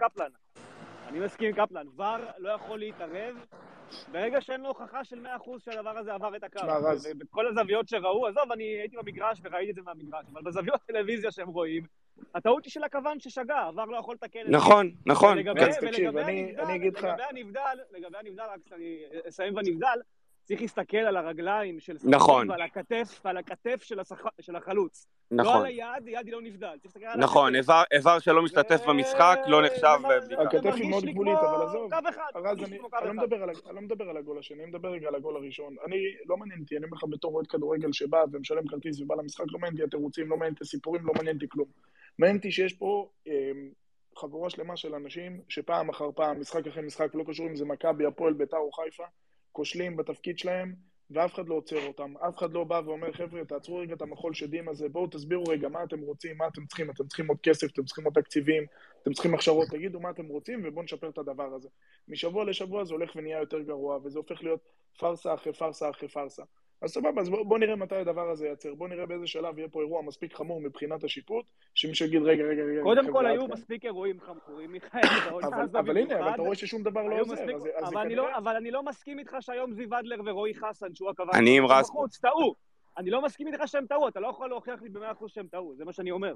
עם קפלן. ור לא יכול להתערב, ברגע שאין לו הוכחה של 100% שהדבר הזה עבר את הקו. בכל הזוויות שראו, עזוב, אני הייתי במגרש וראיתי את זה מהמגרש, אבל בזוויות טלוויזיה שהם רואים, הטעות היא של הכוון ששגע, עבר לא יכול לתקן את זה. נכון. ולגבי הנבדל, רק שאני אסיים בנבדל, צריך להסתכל על הרגליים של שחקן נכון. ועל הכתף של החלוץ. נכון. לא על היד, יד היא לא נבדל. צריך להסתכל על נכון, הכתף. איבר שלא משתתף במשחק לא נחשב בבדיקה. הכתף היא מאוד גבולית, אבל עזוב. קו אחד. ארז, אני לא מדבר על הגול השני, אני מדבר רגע על הגול הראשון. אני לא מעניין אותי, אני אומר לך בתור אוהד כדורגל שבא ומשלם כרטיס ובא למשחק, לא מעניין אותי התירוצים, לא מעניין אותי הסיפורים, לא מעניין אותי כלום. מעניין אותי שיש פה חבורה שלמה של אנשים שפעם אחר פעם, משחק אחרי משחק, לא קשור אם זה מכבי, הפועל, בית"ר או חיפה, כושלים בתפקיד שלהם, ואף אחד לא עוצר אותם. אף אחד לא בא ואומר, חבר'ה, תעצרו רגע את המחול שדים הזה, בואו תסבירו רגע מה אתם רוצים, מה אתם צריכים, אתם צריכים עוד כסף, אתם צריכים עוד תקציבים, אתם צריכים הכשרות, תגידו מה אתם רוצים, ובואו נשפר את הדבר הזה. משבוע לשבוע זה הולך ונהיה יותר גרוע, וזה הופך להיות פרסה אחרי פרסה אחרי פרסה. אז סבבה, אז בואו נראה מתי הדבר הזה ייצר, בואו נראה באיזה שלב יהיה פה אירוע מספיק חמור מבחינת השיפוט, שמישהו יגיד רגע, קודם כל היו מספיק אירועים חמורים, מיכאל, אבל הנה, אבל אתה רואה ששום דבר לא עוזר, אבל אני לא מסכים איתך שהיום זיו אדלר ורועי חסן, שהוא הכוון, אני עם רס. טעו. אני לא מסכים איתך שהם טעו, אתה לא יכול להוכיח לי ב100% שהם טעו, זה מה שאני אומר.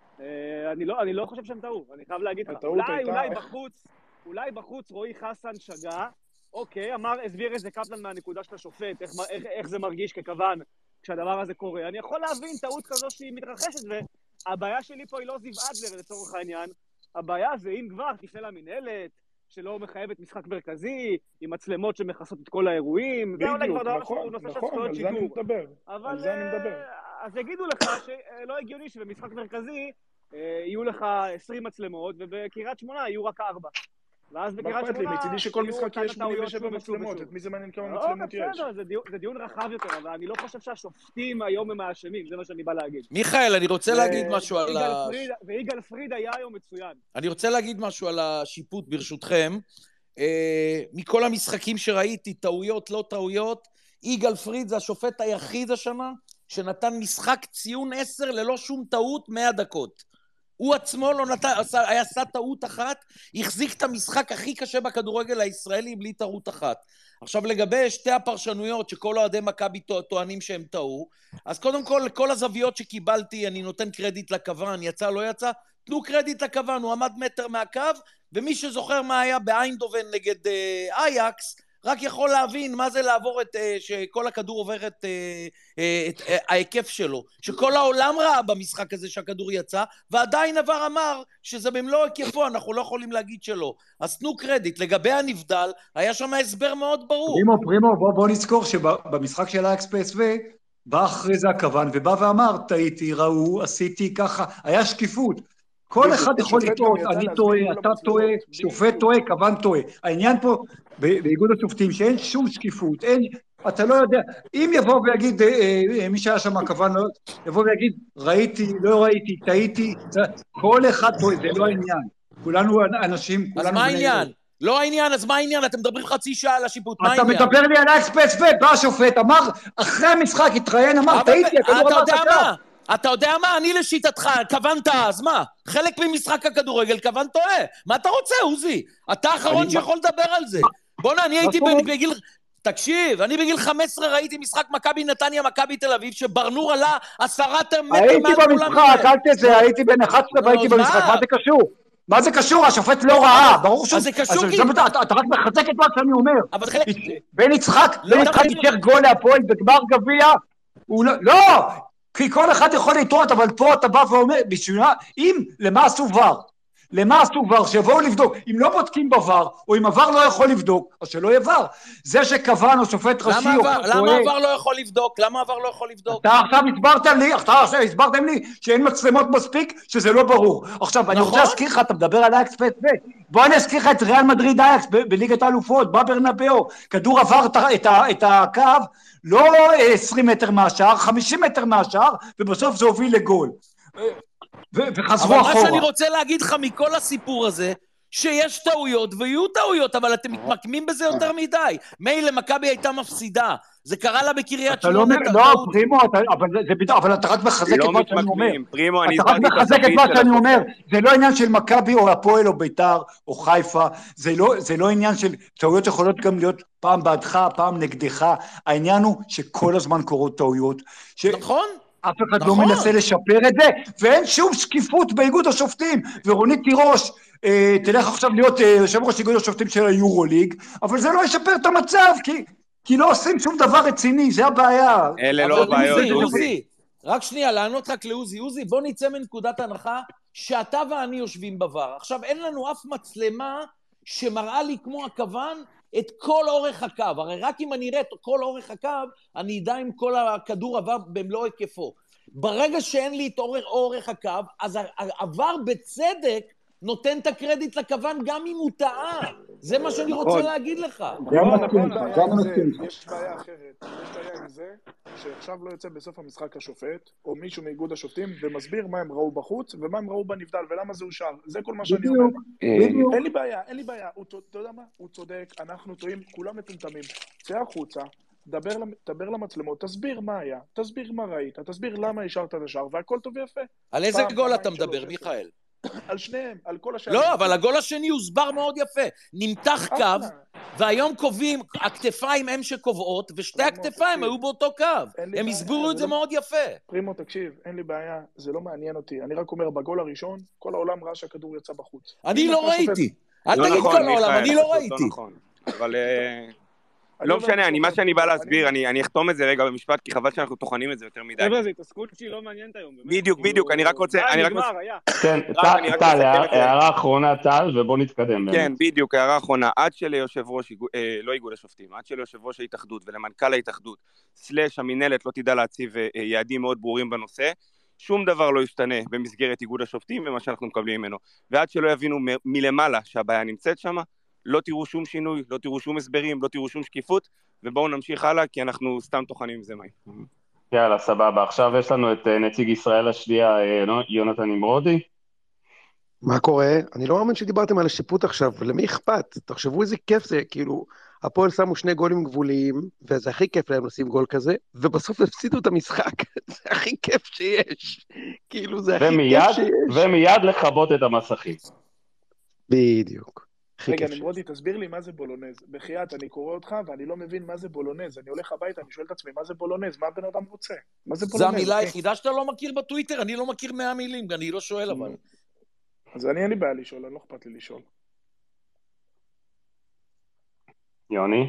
אני לא חושב שהם טעו, אני חייב להגיד לך. אולי בחוץ רועי חסן שגה, אוקיי, הסביר איזה קפלן מהנקודה של השופט, איך זה מרגיש ככוון כשהדבר הזה קורה. אני יכול להבין טעות כזו שהיא מתרחשת, והבעיה שלי פה היא לא זיו אדלר לצורך העניין, הבעיה זה אם כבר תפנה למנהלת, שלא מחייבת משחק מרכזי, עם מצלמות שמכסות את כל האירועים, זה אולי כבר דבר שהוא נושא של זכויות שידור. על זה אני מדבר. אז יגידו לך שלא הגיוני שבמשחק מרכזי יהיו לך 20 מצלמות, ובקריית שמונה יהיו רק 4. ואז בקריית שמונה... מצידי שכל משחק יש 87 מצלמות, את מי זה מעניין כמה מצלמות יש? בסדר, זה דיון רחב יותר, אבל אני לא חושב שהשופטים היום הם האשמים, זה מה שאני בא להגיד. מיכאל, אני רוצה להגיד משהו על ויגאל פריד היה היום מצוין. אני רוצה להגיד משהו על השיפוט, ברשותכם. מכל המשחקים שראיתי, טעויות, לא טעויות, יגאל פריד זה השופט היחיד השנה, שנתן משחק ציון 10 ללא שום טעות 100 דקות. הוא עצמו לא נתן, היה עשה טעות אחת, החזיק את המשחק הכי קשה בכדורגל הישראלי בלי טעות אחת. עכשיו לגבי שתי הפרשנויות שכל אוהדי מכבי טוענים שהם טעו, אז קודם כל, כל הזוויות שקיבלתי, אני נותן קרדיט לכוון, יצא לא יצא, תנו קרדיט לכוון, הוא עמד מטר מהקו, ומי שזוכר מה היה באיינדובן נגד אייקס, רק יכול להבין מה זה לעבור שכל הכדור עובר את ההיקף שלו, שכל העולם ראה במשחק הזה שהכדור יצא, ועדיין עבר אמר שזה במלוא היקפו, אנחנו לא יכולים להגיד שלא. אז תנו קרדיט, לגבי הנבדל, היה שם הסבר מאוד ברור. פרימו, בוא נזכור שבמשחק של אייקס PSV, בא אחרי זה הכוון, ובא ואמר, טעיתי, ראו, עשיתי ככה, היה שקיפות. כל אחד יכול לטעות, אני טועה, אתה טועה, שופט טועה, כוון טועה. העניין פה באיגוד השופטים שאין שום שקיפות, אתה לא יודע, אם יבוא ויגיד, מי שהיה שם כוון, יבוא ויגיד, ראיתי, לא ראיתי, טעיתי, כל אחד טועה, זה לא העניין. כולנו אנשים, כולנו... אז מה העניין? לא העניין, אז מה העניין? אתם מדברים חצי שעה על השיפוט, מה העניין? אתה מדבר לי על אייקס PSV, בא השופט, אמר, אחרי המשחק התראיין, אמר, טעיתי, הכדור אמר תקע. אתה יודע מה? אני לשיטתך, כוונת, אז מה? חלק ממשחק הכדורגל כוון טועה. מה אתה רוצה, עוזי? אתה האחרון שיכול לדבר על זה. בוא'נה, אני הייתי בגיל... תקשיב, אני בגיל 15 ראיתי משחק מכבי נתניה, מכבי תל אביב, שברנור עלה 10 מטר... הייתי במשחק, אל תזה, הייתי בן 11 והייתי במשחק, מה זה קשור? מה זה קשור? השופט לא ראה, ברור שהוא... אז זה קשור כי... אתה רק מחזק את מה שאני אומר. בן יצחק אישר גול להפועל בגמר גביע, לא! כי כל אחד יכול לטעות, אבל פה אתה בא ואומר, אם למה עשו ור? למה עשו ור? שיבואו לבדוק. אם לא בודקים בוור, או אם הוור לא יכול לבדוק, או שלא יהיה ור. זה שכוון או שופט ראשי... למה הוור לא יכול לבדוק? למה הוור לא יכול לבדוק? אתה עכשיו הסברתם לי שאין מצלמות מספיק, שזה לא ברור. עכשיו, אני רוצה להזכיר לך, אתה מדבר על אייקס PSV. בוא אני אזכיר לך את ריאל מדריד אייקס בליגת האלופות, בברנבאו. כדור עבר את הקו, לא 20 מטר מהשער, 50 מטר מהשער, ובסוף זה הוביל לגול. וחזרו אחורה. אבל מה שאני רוצה להגיד לך מכל הסיפור הזה, שיש טעויות ויהיו טעויות, אבל אתם מתמקמים בזה יותר מדי. מילא מכבי הייתה מפסידה, זה קרה לה בקריית שמונה. לא, פרימו, אבל אתה רק מחזק את מה שאני אומר. אתה רק מחזק את מה שאני אומר. זה לא עניין של מכבי או הפועל או ביתר או חיפה, זה לא עניין של טעויות יכולות גם להיות פעם בעדך, פעם נגדך. העניין הוא שכל הזמן קורות טעויות. נכון? אף אחד לא מנסה לשפר את זה, ואין שום שקיפות באיגוד השופטים, ורונית תירוש, תלך עכשיו להיות יושב ראש איגוד השופטים של היורוליג, אבל זה לא ישפר את המצב, כי כי לא עושים שום דבר רציני, זה הבעיה. אלה לא הבעיות, עוזי, רק שנייה, לענות רק לעוזי. עוזי, בוא נצא מנקודת הנחה שאתה ואני יושבים בבר. עכשיו, אין לנו אף מצלמה שמראה לי כמו הכוון את כל אורך הקו. הרי רק אם אני אראה את כל אורך הקו, אני אדע אם כל הכדור עבר במלוא היקפו. ברגע שאין לי את אורך הקו, אז העבר בצדק נותן את הקרדיט לכוון גם אם הוא טעה. זה מה שאני רוצה להגיד לך. יש בעיה אחרת. יש בעיה עם זה שעכשיו לא יוצא בסוף המשחק השופט, או מישהו מאיגוד השופטים, ומסביר מה הם ראו בחוץ ומה הם ראו בנבדל ולמה זה אושר. זה כל מה שאני אומר. אין לי בעיה. אתה יודע מה? הוא צודק, אנחנו טועים, כולם מטומטמים. צא החוצה. דבר למצלמות, תסביר מה היה, תסביר מה ראית, תסביר למה השארת את השער, והכל טוב ויפה. על איזה גול אתה מדבר, מיכאל? על שניהם, על כל השערים. לא, אבל הגול השני הוסבר מאוד יפה. נמתח קו, והיום קובעים, הכתפיים הם שקובעות, ושתי הכתפיים היו באותו קו. הם הסבירו את זה מאוד יפה. פרימו, תקשיב, אין לי בעיה, זה לא מעניין אותי. אני רק אומר, בגול הראשון, כל העולם ראה שהכדור יצא בחוץ. אני לא ראיתי. אל תגיד כל העולם, אני לא ראיתי. אבל לא משנה, מה שאני בא להסביר, אני אחתום את זה רגע במשפט, כי חבל שאנחנו טוחנים את זה יותר מדי. חבר'ה, זה התעסקות שהיא לא מעניינת היום. בדיוק, אני רק רוצה... כן, טל, הערה אחרונה, טל, ובוא נתקדם. כן, בדיוק, הערה אחרונה. עד שליושב ראש, לא איגוד השופטים, עד שליושב ראש ההתאחדות ולמנכ"ל ההתאחדות, סלש המנהלת לא תדע להציב יעדים מאוד ברורים בנושא, שום דבר לא ישתנה במסגרת איגוד השופטים ומה שאנחנו מקבלים ממנו. ועד שלא יבינו מלמעלה שהבעיה נמצאת שם, לא תראו שום שינוי, לא תראו שום הסברים, לא תראו שום שקיפות, ובואו נמשיך הלאה, כי אנחנו סתם טוחנים עם זה מים. יאללה, סבבה. עכשיו יש לנו את נציג ישראל השנייה, יונתן נמרודי. מה קורה? אני לא מאמין שדיברתם על השיפוט עכשיו, למי אכפת? תחשבו איזה כיף זה, כאילו, הפועל שמו 2 גולים גבוליים, וזה הכי כיף להם לשים גול כזה, ובסוף הפסידו את המשחק, זה הכי כיף שיש. כאילו, זה הכי כיף שיש. ומיד לחבות את המסכים. בדיוק. רגע, נמרודי, תסביר לי מה זה בולונז. בחייאת, אני קורא אותך ואני לא מבין מה זה בולונז. אני הולך הביתה, אני שואל את עצמי, מה זה בולונז? מה הבן אדם רוצה? מה זה בולונז? זה המילה היחידה שאתה לא מכיר בטוויטר, אני לא מכיר 100 מילים, אני לא שואל אבל. אז אין לי בעיה לשאול, אני לא אכפת לי לשאול. יוני?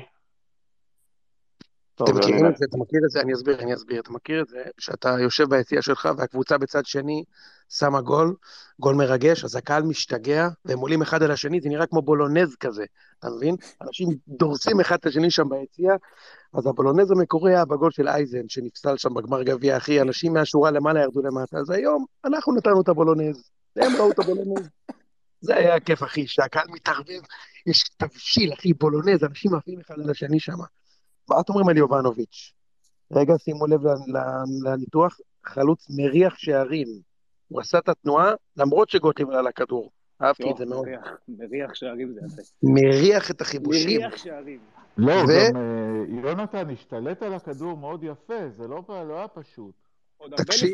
אתם מכירים את זה, אתה מכיר את זה, אני אסביר, אתה מכיר את זה, שאתה יושב ביציע שלך והקבוצה בצד שני שמה גול מרגש, אז הקהל משתגע, והם עולים אחד על השני, זה נראה כמו בולונז כזה, אתה מבין? אנשים דורסים אחד את השני שם ביציע, אז הבולונז המקורי היה בגול של אייזן, שנפסל שם בגמר גביע, אחי, אנשים מהשורה למעלה ירדו למטה, אז היום אנחנו נתנו את הבולונז, הם ראו את הבולונז, זה היה הכיף, אחי, שהקהל מתערבב, יש תבשיל, אחי, בולונז, אנשים עפים אחד על השני שם. מה אתם אומרים על יובנוביץ'? רגע, שימו לב לניתוח, חלוץ מריח שערים. הוא עשה את התנועה, למרות שגוטליב עלה לכדור. אהבתי את זה מאוד. מריח שערים זה יפה. מריח את החיבושים. מריח שערים. לא, גם יונתן השתלט על הכדור מאוד יפה, זה לא היה פשוט. עוד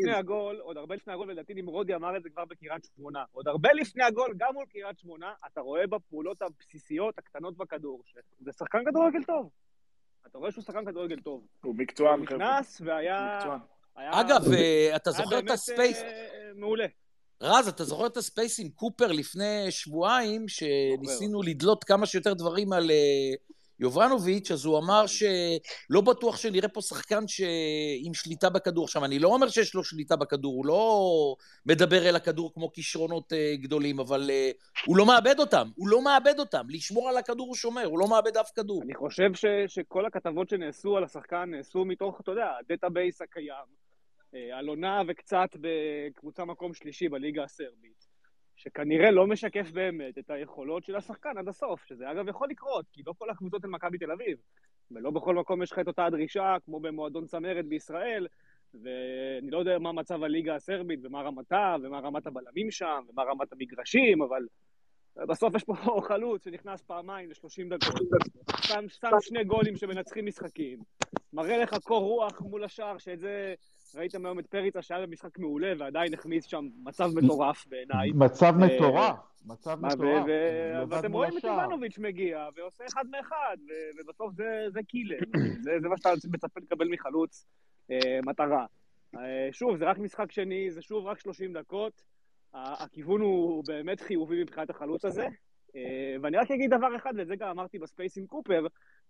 הרבה לפני הגול, ולדעתי נמרודי אמר את זה כבר בקריית שמונה. עוד הרבה לפני הגול, גם מול קריית שמונה, אתה רואה בפעולות הבסיסיות, הקטנות בכדור, זה שחקן כדורגל טוב. אתה רואה שהוא שחקן כדורגל טוב. הוא מקצוען. הוא נכנס והיה... אגב, אתה זוכר את הספייס... מעולה. רז, אתה זוכר את הספייס עם קופר לפני שבועיים, שניסינו לדלות כמה שיותר דברים על יובנוביץ', אז הוא אמר שלא בטוח שנראה פה שחקן עם שליטה בכדור. עכשיו, אני לא אומר שיש לו שליטה בכדור, הוא לא מדבר אל הכדור כמו כישרונות גדולים, אבל הוא לא מאבד אותם, לשמור על הכדור הוא שומר, הוא לא מאבד אף כדור. אני חושב שכל הכתבות שנעשו על השחקן נעשו מתוך, אתה יודע, הדאטאבייס הקיים, על עונה וקצת בקבוצה מקום שלישי בליגה הסרבית. שכנראה לא משקף באמת את היכולות של השחקן עד הסוף, שזה אגב יכול לקרות, כי לא כל הקבוצות הן מכבי תל אביב, ולא בכל מקום יש לך את אותה הדרישה, כמו במועדון צמרת בישראל, ואני לא יודע מה מצב הליגה הסרבית, ומה רמתה, ומה רמת הבלמים שם, ומה רמת המגרשים, אבל בסוף יש פה חלוץ שנכנס פעמיים ל-30 דקות, שם 2 גולים שמנצחים משחקים, מראה לך קור רוח מול השאר, שאת זה... ראיתם היום את פריצה שהיה במשחק מעולה, ועדיין הכניס שם מצב מטורף בעיניי. מצב מטורף. ואתם רואים את יובנוביץ' מגיע, ועושה 1 מאחד, ובסוף זה קילר. זה מה שאתה מצפה לקבל מחלוץ, מטרה. שוב, זה רק משחק שני, זה שוב רק 30 דקות. הכיוון הוא באמת חיובי מבחינת החלוץ הזה. ואני רק אגיד דבר אחד, ואת זה גם אמרתי בספייס עם קופר,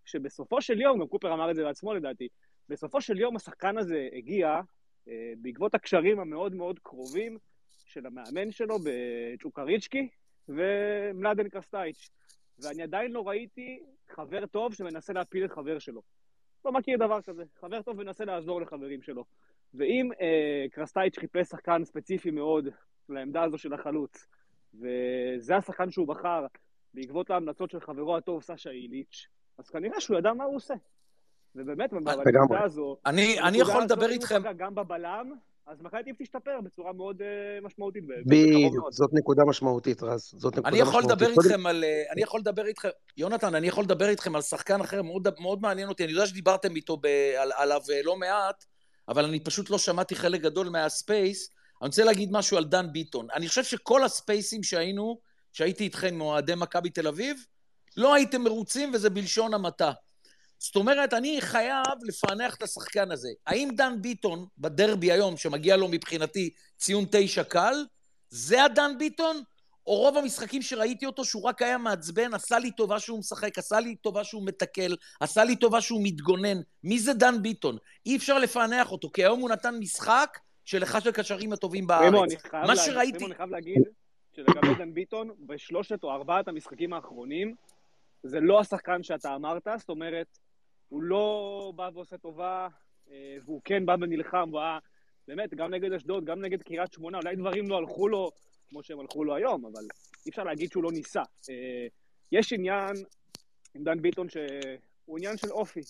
שבסופו של יום, גם קופר אמר את זה בעצמו לדעתי, בסופו של יום השחקן הזה הגיע בעקבות הקשרים המאוד מאוד קרובים של המאמן שלו בצ'וקריצ'קי ומלאדן קרסטייץ'. ואני עדיין לא ראיתי חבר טוב שמנסה להפיל את חבר שלו. לא מכיר דבר כזה. חבר טוב מנסה לעזור לחברים שלו. ואם קרסטייץ' חיפש שחקן ספציפי מאוד לעמדה הזו של החלוץ, וזה השחקן שהוא בחר בעקבות ההמלצות של חברו הטוב סשה איליץ', אז כנראה שהוא ידע מה הוא עושה. ובאמת, בנקודה הזו, אני יכול לדבר איתכם גם בבלם, אז מכבי טיב תשתפר בצורה מאוד משמעותית. בדיוק, זאת נקודה משמעותית, רז. אני יכול לדבר איתכם, יונתן, אני יכול לדבר איתכם על שחקן אחר, מאוד מעניין אותי, אני יודע שדיברתם איתו עליו לא מעט, אבל אני פשוט לא שמעתי חלק גדול מהספייס. אני רוצה להגיד משהו על דן ביטון. אני חושב שכל הספייסים שהייתי איתכם מועדי מכבי תל אביב, לא הייתם מרוצים, וזה בלשון המעטה. זאת אומרת, אני חייב לפענח את השחקן הזה. האם דן ביטון בדרבי היום, שמגיע לו מבחינתי ציון 9 קל, זה הדן ביטון? או רוב המשחקים שראיתי אותו, שהוא רק היה מעצבן, עשה לי טובה שהוא משחק, עשה לי טובה שהוא מתקל, עשה לי טובה שהוא מתגונן. מי זה דן ביטון? אי אפשר לפענח אותו, כי היום הוא נתן משחק של אחד של הקשרים הטובים בארץ. מה שראיתי... אני חייב להגיד שלגבי דן ביטון, בשלושת או ארבעת המשחקים האחרונים, זה לא השחקן שאתה אמרת, זאת אומרת, הוא לא בא ועושה טובה, והוא כן בא ונלחם, באמת, גם נגד אשדוד, גם נגד קריית שמונה, אולי דברים לא הלכו לו כמו שהם הלכו לו היום, אבל אי אפשר להגיד שהוא לא ניסה. יש עניין עם דן ביטון שהוא עניין של אופי,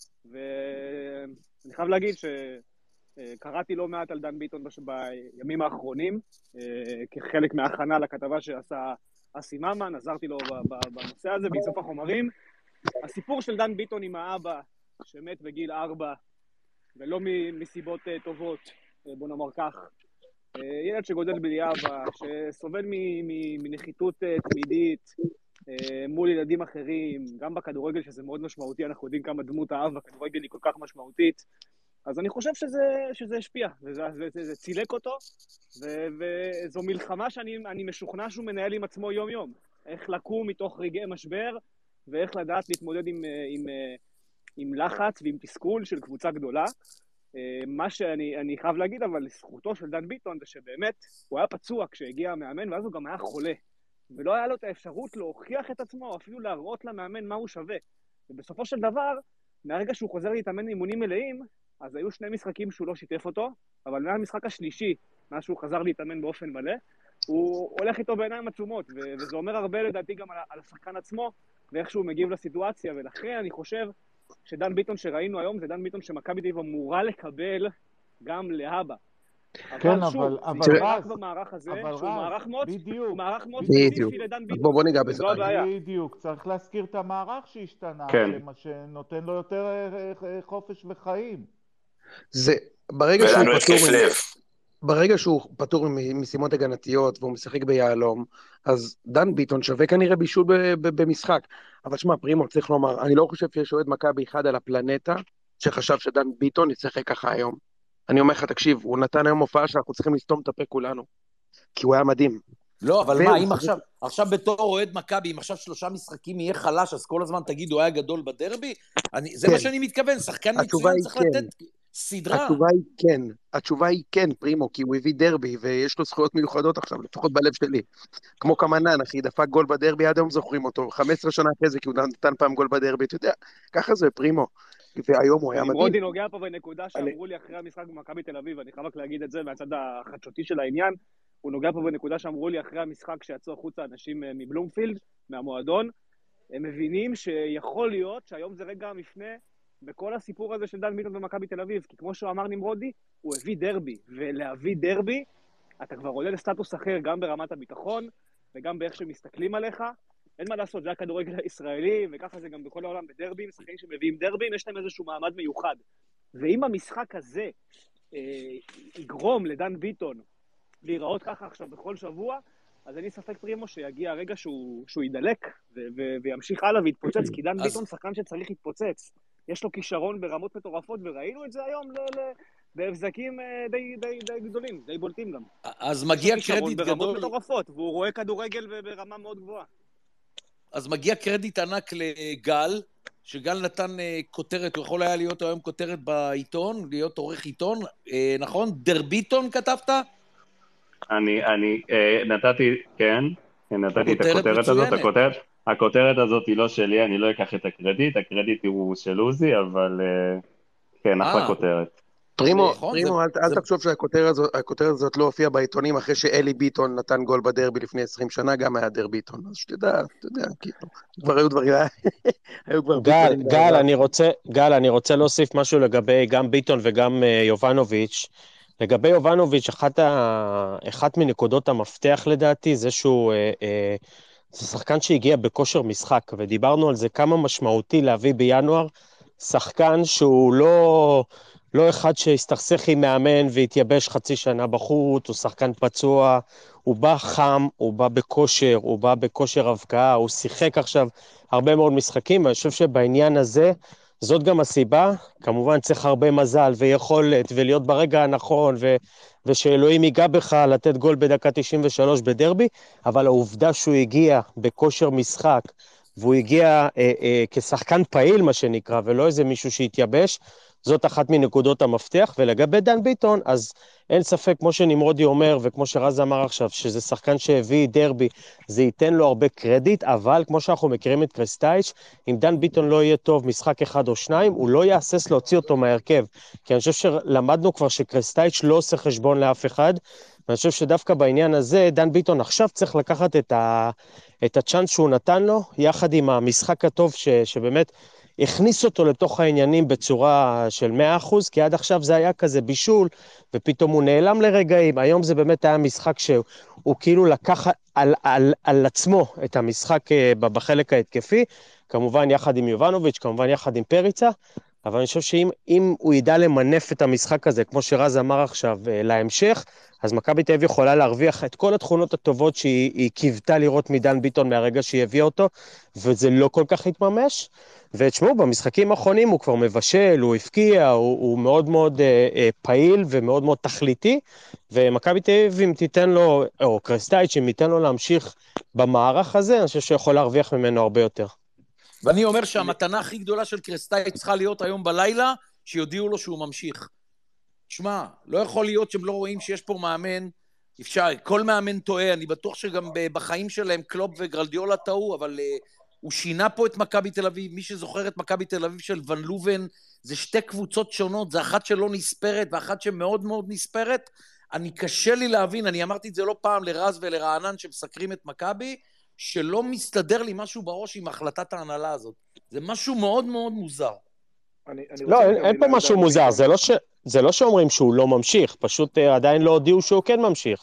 ואני חייב להגיד שקראתי לא מעט על דן ביטון בימים האחרונים, כחלק מההכנה לכתבה שעשה אסי ממן, עזרתי לו בנושא הזה, באיסוף החומרים. הסיפור של דן ביטון עם האבא, שמת בגיל 4, ולא מסיבות טובות, בוא נאמר כך. ילד שגודל בלי אבא, שסובל מנחיתות תמידית, מול ילדים אחרים, גם בכדורגל שזה מאוד משמעותי, אנחנו יודעים כמה דמות האב בכדורגל היא כל כך משמעותית, אז אני חושב שזה השפיע, וזה צילק אותו, וזו מלחמה שאני משוכנע שהוא מנהל עם עצמו יום-יום. איך לקום מתוך רגעי משבר, ואיך לדעת להתמודד עם לחץ ועם תסכול של קבוצה גדולה. מה שאני חייב להגיד, אבל לזכותו של דן ביטון, זה שבאמת הוא היה פצוע כשהגיע המאמן, ואז הוא גם היה חולה. ולא היה לו את האפשרות להוכיח את עצמו, אפילו להראות למאמן מה הוא שווה. ובסופו של דבר, מהרגע שהוא חוזר להתאמן אימונים מלאים, אז היו 2 משחקים שהוא לא שיתף אותו, אבל מהמשחק השלישי, מה שהוא חזר להתאמן באופן מלא, הוא הולך איתו בעיניים עצומות, וזה אומר הרבה לדעתי גם על השחקן עצמו, ואיך שהוא מגיב לסיטואציה, ולכן אני חושב שדן ביטון שראינו היום, זה דן ביטון שמכבי תל אביב אמורה לקבל גם להבא. כן, אבל אבל זה רק במערך הזה, שהוא מערך מאוד ספציפי לדן ביטון. בוא ניגע בזה. בדיוק, צריך להזכיר את המערך שהשתנה, שנותן לו יותר חופש וחיים. זה, ברגע שהוא פטור ממשימות הגנתיות, והוא משחק ביעלום, אז דן ביטון שווה כנראה בישול במשחק. אבל שמע, פרימו, צריך לומר, אני לא חושב שיש אוהד מכבי אחד על הפלנטה, שחשב שדן ביטון ישחק ככה היום. אני אומר לך, תקשיב, הוא נתן היום הופעה שאנחנו צריכים לסתום את הפה כולנו, כי הוא היה מדהים. לא, אבל מה, אם עכשיו בתור אוהד מכבי, אם עכשיו 3 משחקים יהיה חלש, אז כל הזמן תגיד, הוא היה גדול בדרבי? זה מה שאני מתכוון, שחקן מצוין צריך לתת סדרה. התשובה היא כן, פרימו, כי הוא הביא דרבי, ויש לו זכויות מיוחדות עכשיו, לפחות בלב שלי. כמו קמנן, אחי, דפק גול בדרבי, עד היום זוכרים אותו, 15 שנה אחרי זה, כי הוא נתן פעם גול בדרבי, אתה יודע, ככה זה, פרימו. והיום הוא היה מדהים. רודי נוגע פה בנקודה שאמרו לי אחרי המשחק במכבי תל אביב, אני חייב רק להגיד את זה מהצד החדשותי של העניין, הוא נוגע פה בנקודה שאמרו לי אחרי המשחק שיצאו החוצה אנשים מבלומפילד, מהמועדון, הם מבינים שיכול להיות שהיום זה רגע המפנה בכל הסיפור הזה של דן ביטון במכבי תל אביב, כי כמו שהוא אמר נמרודי, הוא הביא דרבי, ולהביא דרבי, אתה כבר עולה לסטטוס אחר גם ברמת הביטחון, וגם באיך שמסתכלים עליך, אין מה לעשות, זה הכדורגל הישראלי, וככה זה גם בכל העולם בדרבים, שחקנים שמביאים דרבים, יש להם איזשהו מעמד מיוחד. ואם המשחק הזה יגרום לדן ביטון להיראות ככה עכשיו בכל שבוע, אז אני ספק פרימו שיגיע הרגע שהוא ידלק וימשיך הלאה ויתפוצץ, כי דן ביטון שחקן שצריך להתפוצץ. יש לו כישרון ברמות מטורפות, וראינו את זה היום בהבזקים די גדולים, די בולטים גם. אז מגיע קרדיט גדול. ברמות מטורפות, והוא רואה כדורגל ברמה מאוד גבוהה. אז מגיע קרדיט ענק לגל, שגל נתן כותרת, הוא יכול היה להיות היום כותרת בעיתון, להיות עורך עיתון, נכון? דרביטון כתבת? אני נתתי, כן, נתתי את כותרת הכותרת הזאת, מצוינת. הכותרת הזאת היא לא שלי, אני לא אקח את הקרדיט הוא של עוזי, אבל כן, אחלה כותרת. פרימו, נכון, אל תחשוב שהכותרת הזאת לא הופיעה בעיתונים אחרי שאלי ביטון נתן גול בדרבי לפני 20 שנה, גם היה דרביטון, אז שתדע, כאילו, כבר היו דברים, היו כבר ביטונים. גל, אני רוצה להוסיף משהו לגבי גם ביטון וגם יובנוביץ'. לגבי יובנוביץ', אחת מנקודות המפתח לדעתי, זה שהוא, זה שחקן שהגיע בכושר משחק, ודיברנו על זה כמה משמעותי להביא בינואר, שחקן שהוא לא אחד שהסתכסך עם מאמן והתייבש חצי שנה בחוץ, הוא שחקן פצוע, הוא בא חם, הוא בא בכושר, הוא בא בכושר הבקעה, הוא שיחק עכשיו הרבה מאוד משחקים, ואני חושב שבעניין הזה, זאת גם הסיבה, כמובן צריך הרבה מזל ויכולת ולהיות ברגע הנכון, ושאלוהים ייגע בך לתת גול בדקה 93 בדרבי, אבל העובדה שהוא הגיע בכושר משחק, והוא הגיע כשחקן פעיל מה שנקרא, ולא איזה מישהו שהתייבש, זאת אחת מנקודות המפתח, ולגבי דן ביטון, אז אין ספק, כמו שנמרודי אומר, וכמו שרז אמר עכשיו, שזה שחקן שהביא דרבי, זה ייתן לו הרבה קרדיט, אבל כמו שאנחנו מכירים את קרסטייץ', אם דן ביטון לא יהיה טוב משחק אחד או שניים, הוא לא יאסס להוציא אותו מהרכב, כי אני חושב שלמדנו כבר שקרסטייץ' לא עושה חשבון לאף אחד, ואני חושב שדווקא בעניין הזה, דן ביטון עכשיו צריך לקחת את הצ'אנס שהוא נתן לו, יחד עם המשחק הטוב שבאמת הכניס אותו לתוך העניינים בצורה של 100%, כי עד עכשיו זה היה כזה בישול, ופתאום הוא נעלם לרגעים, היום זה באמת היה משחק שהוא כאילו לקח על עצמו את המשחק בחלק ההתקפי, כמובן יחד עם יובנוביץ', כמובן יחד עם פריצה, אבל אני חושב שאם הוא ידע למנף את המשחק הזה, כמו שרז אמר עכשיו, להמשך, אז מכבי תל אביב יכולה להרוויח את כל התכונות הטובות שהיא קיוותה לראות מדן ביטון מהרגע שהיא הביאה אותו, וזה לא כל כך התממש. ותשמעו, במשחקים האחרונים הוא כבר מבשל, הוא הפקיע, הוא מאוד מאוד פעיל ומאוד מאוד תכליתי, ומכבי תל אביב אם תיתן לו, או קרסטייץ' אם ייתן לו להמשיך במערך הזה, אני חושב שיכול להרוויח ממנו הרבה יותר. ואני אומר שהמתנה הכי גדולה של קרסטייץ' צריכה להיות היום בלילה, שיודיעו לו שהוא ממשיך. תשמע, לא יכול להיות שהם לא רואים שיש פה מאמן, אפשר, כל מאמן טועה, אני בטוח שגם בחיים שלהם קלופ וגרלדיולה טעו, אבל הוא שינה פה את מכבי תל אביב, מי שזוכר את מכבי תל אביב של ון לובן, זה שתי קבוצות שונות, זה אחת שלא נספרת ואחת שמאוד מאוד נספרת, אני קשה לי להבין, אני אמרתי את זה לא פעם לרז ולרענן שמסקרים את מכבי, שלא מסתדר לי משהו בראש עם החלטת ההנהלה הזאת, זה משהו מאוד מאוד מוזר. לא, אין פה משהו מוזר, זה לא שאומרים שהוא לא ממשיך, פשוט עדיין לא הודיעו שהוא כן ממשיך.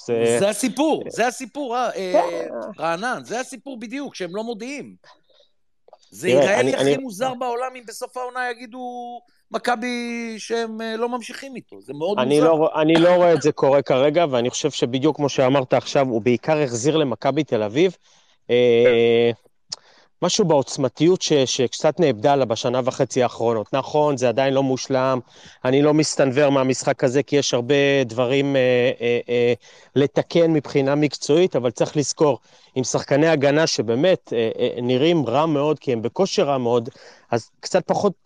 זה הסיפור, רענן, זה הסיפור בדיוק, שהם לא מודיעים. זה ייראה לי הכי מוזר בעולם אם בסוף העונה יגידו מכבי שהם לא ממשיכים איתו, זה מאוד מוזר. אני לא רואה את זה קורה כרגע, ואני חושב שבדיוק כמו שאמרת עכשיו, הוא בעיקר החזיר למכבי תל אביב, משהו בעוצמתיות שקצת נאבדה לה בשנה וחצי האחרונות. נכון, זה עדיין לא מושלם, אני לא מסתנבר מהמשחק הזה, כי יש הרבה דברים לתקן מבחינה מקצועית, אבל צריך לזכור, עם שחקני הגנה שבאמת נראים רע מאוד, כי הם בכושר רע מאוד, אז קצת פחות...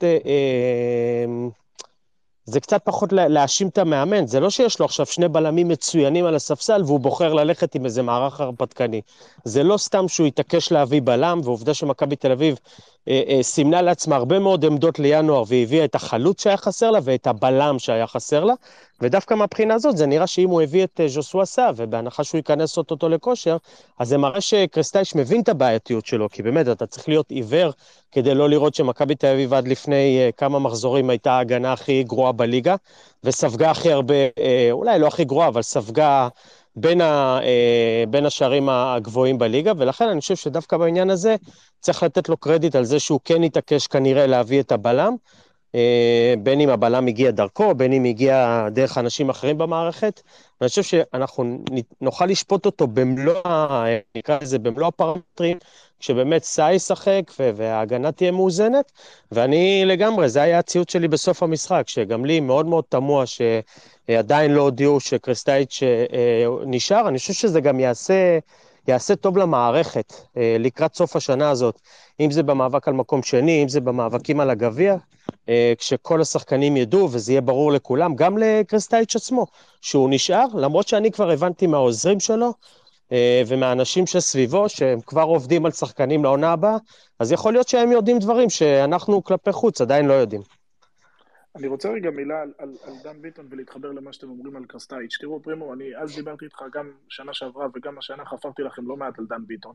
זה קצת פחות להאשים את המאמן, זה לא שיש לו עכשיו שני בלמים מצוינים על הספסל, והוא בוחר ללכת עם איזה מערך הרפתקני. זה לא סתם שהוא יתעקש להביא בלם, ועובדה שמכבי תל אביב סימנה לעצמה הרבה מאוד עמדות לינואר, והביאה את החלוץ שהיה חסר לה, ואת הבלם שהיה חסר לה, ודווקא מהבחינה הזאת, זה נראה שאם הוא הביא את ז'וסווה סא, ובהנחה שהוא ייכנס אותו לכושר, אז זה מראה שקרסטייץ' מבין את הבעייתיות שלו, כי באמת אתה צריך להיות עיוור, כדי לא לראות שמכבי תל אביב עד לפני כמה מחזורים הייתה ההגנה הכי גרועה בליגה, וספגה הכי הרבה, אולי לא הכי גרועה, אבל ספגה בין השערים הגבוהים בליגה, ולכן אני חושב שדווקא בעניין הזה, צריך לתת לו קרדיט על זה שהוא כן יתעקש כנראה להביא את הבלם, בין אם הבלם הגיע דרכו, בין אם הגיע דרך אנשים אחרים במערכת, ואני חושב שאנחנו נוכל לשפוט אותו נקרא לזה במלוא הפרמטרים, כשבאמת סא ישחק וההגנה תהיה מאוזנת, ואני לגמרי, זה היה הציוט שלי בסוף המשחק, שגם לי מאוד מאוד תמוה שעדיין לא הודיעו שקרסטייץ' נשאר, אני חושב שזה גם יעשה טוב למערכת לקראת סוף השנה הזאת, אם זה במאבק על מקום שני, אם זה במאבקים על הגביע, כשכל השחקנים ידעו וזה יהיה ברור לכולם, גם לקרסטייץ' עצמו, שהוא נשאר, למרות שאני כבר הבנתי מהעוזרים שלו, ומהאנשים שסביבו, שהם כבר עובדים על שחקנים לעונה הבאה, אז יכול להיות שהם יודעים דברים שאנחנו כלפי חוץ עדיין לא יודעים. אני רוצה רגע מילה על דן ביטון ולהתחבר למה שאתם אומרים על קרסטייץ'. תראו פרימו, אני אז דיברתי איתך גם שנה שעברה וגם השנה חפרתי לכם לא מעט על דן ביטון.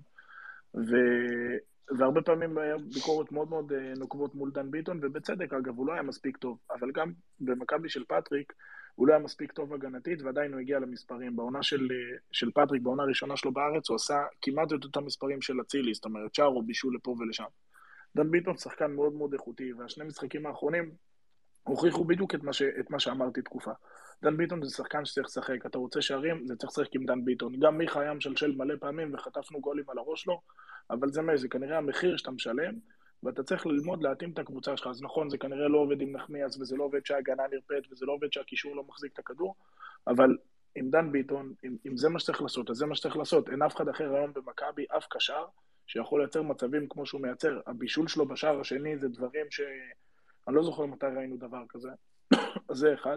והרבה פעמים היה ביקורת מאוד מאוד נוקבות מול דן ביטון, ובצדק אגב, הוא לא היה מספיק טוב, אבל גם במכבי של פטריק, הוא לא היה מספיק טוב הגנתית, ועדיין הוא הגיע למספרים. בעונה של פטריק, בעונה הראשונה שלו בארץ, הוא עשה כמעט את אותם מספרים של אצילי, זאת אומרת, שער או בישול לפה ולשם. דן ביטון שחקן מאוד מאוד איכותי, והשני משחקים האחרונים הוכיחו בדיוק את מה שאמרתי תקופה. דן ביטון זה שחקן שצריך לשחק, אתה רוצה שערים, זה צריך לשחק עם דן ביטון. גם מיכה היה משלשל מלא פעמים וחטפנו גולים על הראש לו, אבל זה כנראה המחיר שאתה משלם, ואתה צריך ללמוד להתאים את הקבוצה שלך. אז נכון, זה כנראה לא עובד עם נחמיאס, וזה לא עובד שההגנה נרפאת, וזה לא עובד שהקישור לא מחזיק את הכדור, אבל עם דן ביטון, אם זה מה שצריך לעשות, אז זה מה שצריך לעשות. אין אף אחד אחר היום במכבי, אף קשר, שיכול לייצר מצבים כמו שהוא מייצר. הבישול שלו בשער השני זה דברים אני לא זוכר מתי ראינו דבר כזה. אז זה אחד.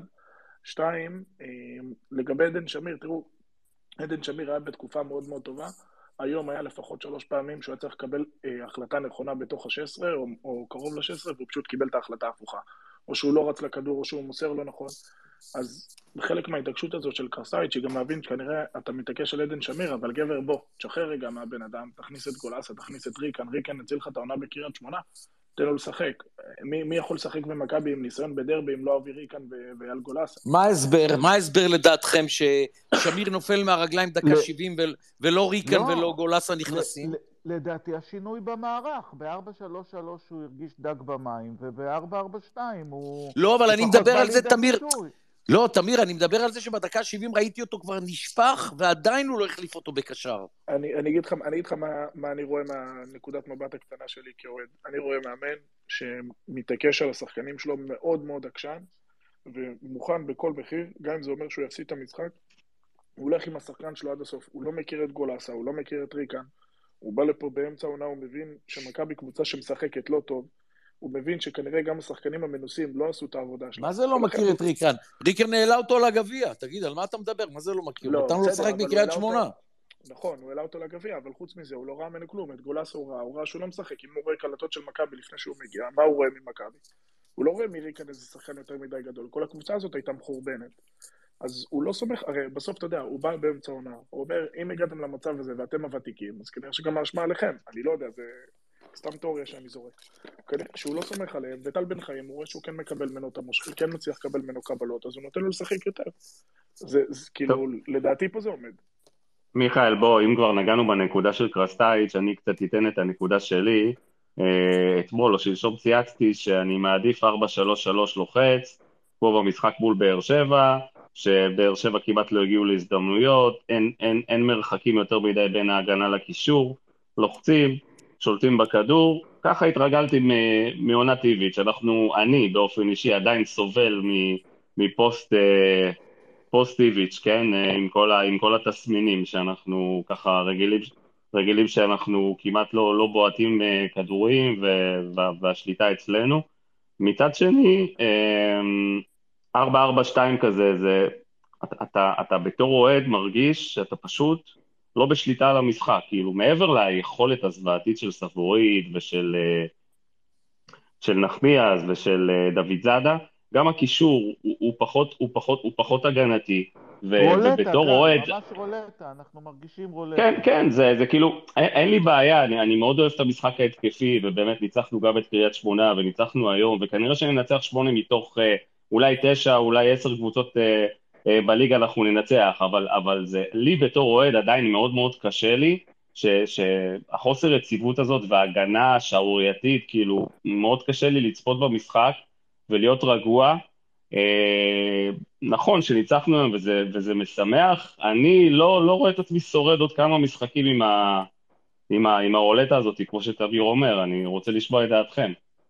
2, לגבי עדן שמיר, תראו, עדן שמיר היה בתקופה מאוד מאוד טובה, היום היה לפחות 3 פעמים שהוא היה צריך לקבל החלטה נכונה בתוך ה-16, או קרוב ל-16, והוא פשוט קיבל את ההחלטה ההפוכה. או שהוא לא רץ לכדור, או שהוא מוסר לא נכון. אז בחלק מההתעקשות הזאת של קרסייץ', שגם להבין שכנראה אתה מתעקש על עדן שמיר, אבל גבר בוא, תשחרר רגע מהבן אדם, תכניס את גולאסה, תכניס את ריקן הציל לך את העונה בקריית שמונה, תן לו לשחק. מי יכול לשחק במכבי עם ניסיון בדרבי, אם לא אבי ריקן ואייל גולאסה? מה ההסבר לדעתכם ששמיר נופל מהרגליים דקה 70 ולא ריקן ולא גולאסה נכנסים? לדעתי השינוי במערך, ב-4-3-3 הוא הרגיש דג במים, וב-4-4-2 הוא... לא, אבל אני מדבר על זה, תמיר. לא, תמיר, אני מדבר על זה שבדקה 70 ראיתי אותו כבר נשפח, ועדיין הוא לא החליף אותו בקשר. אני אגיד לך מה אני רואה מהנקודת מבט הקטנה שלי כאוהד. אני רואה מאמן שמתעקש על השחקנים שלו מאוד מאוד עקשן, ומוכן בכל מחיר, גם אם זה אומר שהוא יפסיד את המשחק, הוא הולך עם השחקן שלו עד הסוף. הוא לא מכיר את גולאסה, הוא לא מכיר את ריקן. הוא בא לפה באמצע העונה, הוא מבין שמכבי קבוצה שמשחקת לא טוב, הוא מבין שכנראה גם השחקנים המנוסים לא עשו את העבודה שלהם. מה זה לא מכיר את ריקן? ריקן נעלה אותו לגביע, תגיד, על מה אתה מדבר? מה זה לא מכיר? נתן לו לשחק בקריית שמונה. נכון, הוא העלה אותו לגביע, אבל חוץ מזה, הוא לא ראה ממנו כלום. את גולאסה הוא ראה שהוא לא משחק. אם הוא רואה קלטות של מכבי לפני שהוא מגיע, מה הוא רואה ממכבי? הוא לא רואה מריקן איזה שחקן יותר מדי גדול. כל הקבוצה הזאת הייתה מחורבנת. אז הוא לא סומך, הרי בסוף אתה יודע, הוא בא באמצע העונה, הוא אומר, אם הגעתם למצב הזה ואתם הוותיקים, אז כנראה שגם האשמה עליכם, אני לא יודע, זה סתם תיאוריה שאני זורק. כנראה שהוא לא סומך עליהם, וטל בן חיים, הוא רואה שהוא כן מקבל ממנו את המושכים, כן מצליח לקבל ממנו קבלות, אז הוא נותן לו לשחק יותר. זה כאילו, לדעתי פה זה עומד. מיכאל, בוא, אם כבר נגענו בנקודה של קרסטייץ', אני קצת אתן את הנקודה שלי. אתמול או שלשום צייצתי שאני מעדיף 4-3-3 לוחץ, פה במשחק מול באר שבע, שבאר שבע כמעט לא הגיעו להזדמנויות, אין מרחקים יותר מדי בין ההגנה לקישור, לוחצים, שולטים בכדור, ככה התרגלתי מעונה טבעית, אני באופן אישי עדיין סובל מפוסט טבעית, כן, עם כל התסמינים שאנחנו ככה רגילים שאנחנו כמעט לא בועטים כדורים והשליטה אצלנו. מצד שני, 4-4-2 כזה, אתה בתור אוהד מרגיש שאתה פשוט לא בשליטה על המשחק, כאילו מעבר ליכולת הזוועתית של סבורית ושל נחמיאס ושל דוד זאדה, גם הקישור הוא פחות הגנתי, ובתור אוהד... ממש רולטה, אנחנו מרגישים רולטה. כן, זה כאילו, אין לי בעיה, אני מאוד אוהב את המשחק ההתקפי, ובאמת ניצחנו גם את קריית שמונה, וניצחנו היום, וכנראה שננצח 8 מתוך אולי 9, אולי 10 קבוצות בליגה אנחנו ננצח, אבל זה לי בתור אוהד עדיין מאוד מאוד קשה לי, שהחוסר יציבות הזאת וההגנה השערורייתית, כאילו מאוד קשה לי לצפות במשחק ולהיות רגוע. נכון שניצחנו היום וזה משמח, אני לא רואה את עצמי שורד עוד כמה משחקים עם הרולטה הזאת, כמו שתמיר אומר, אני רוצה לשמוע את דעתכם.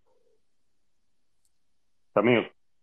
תמיר.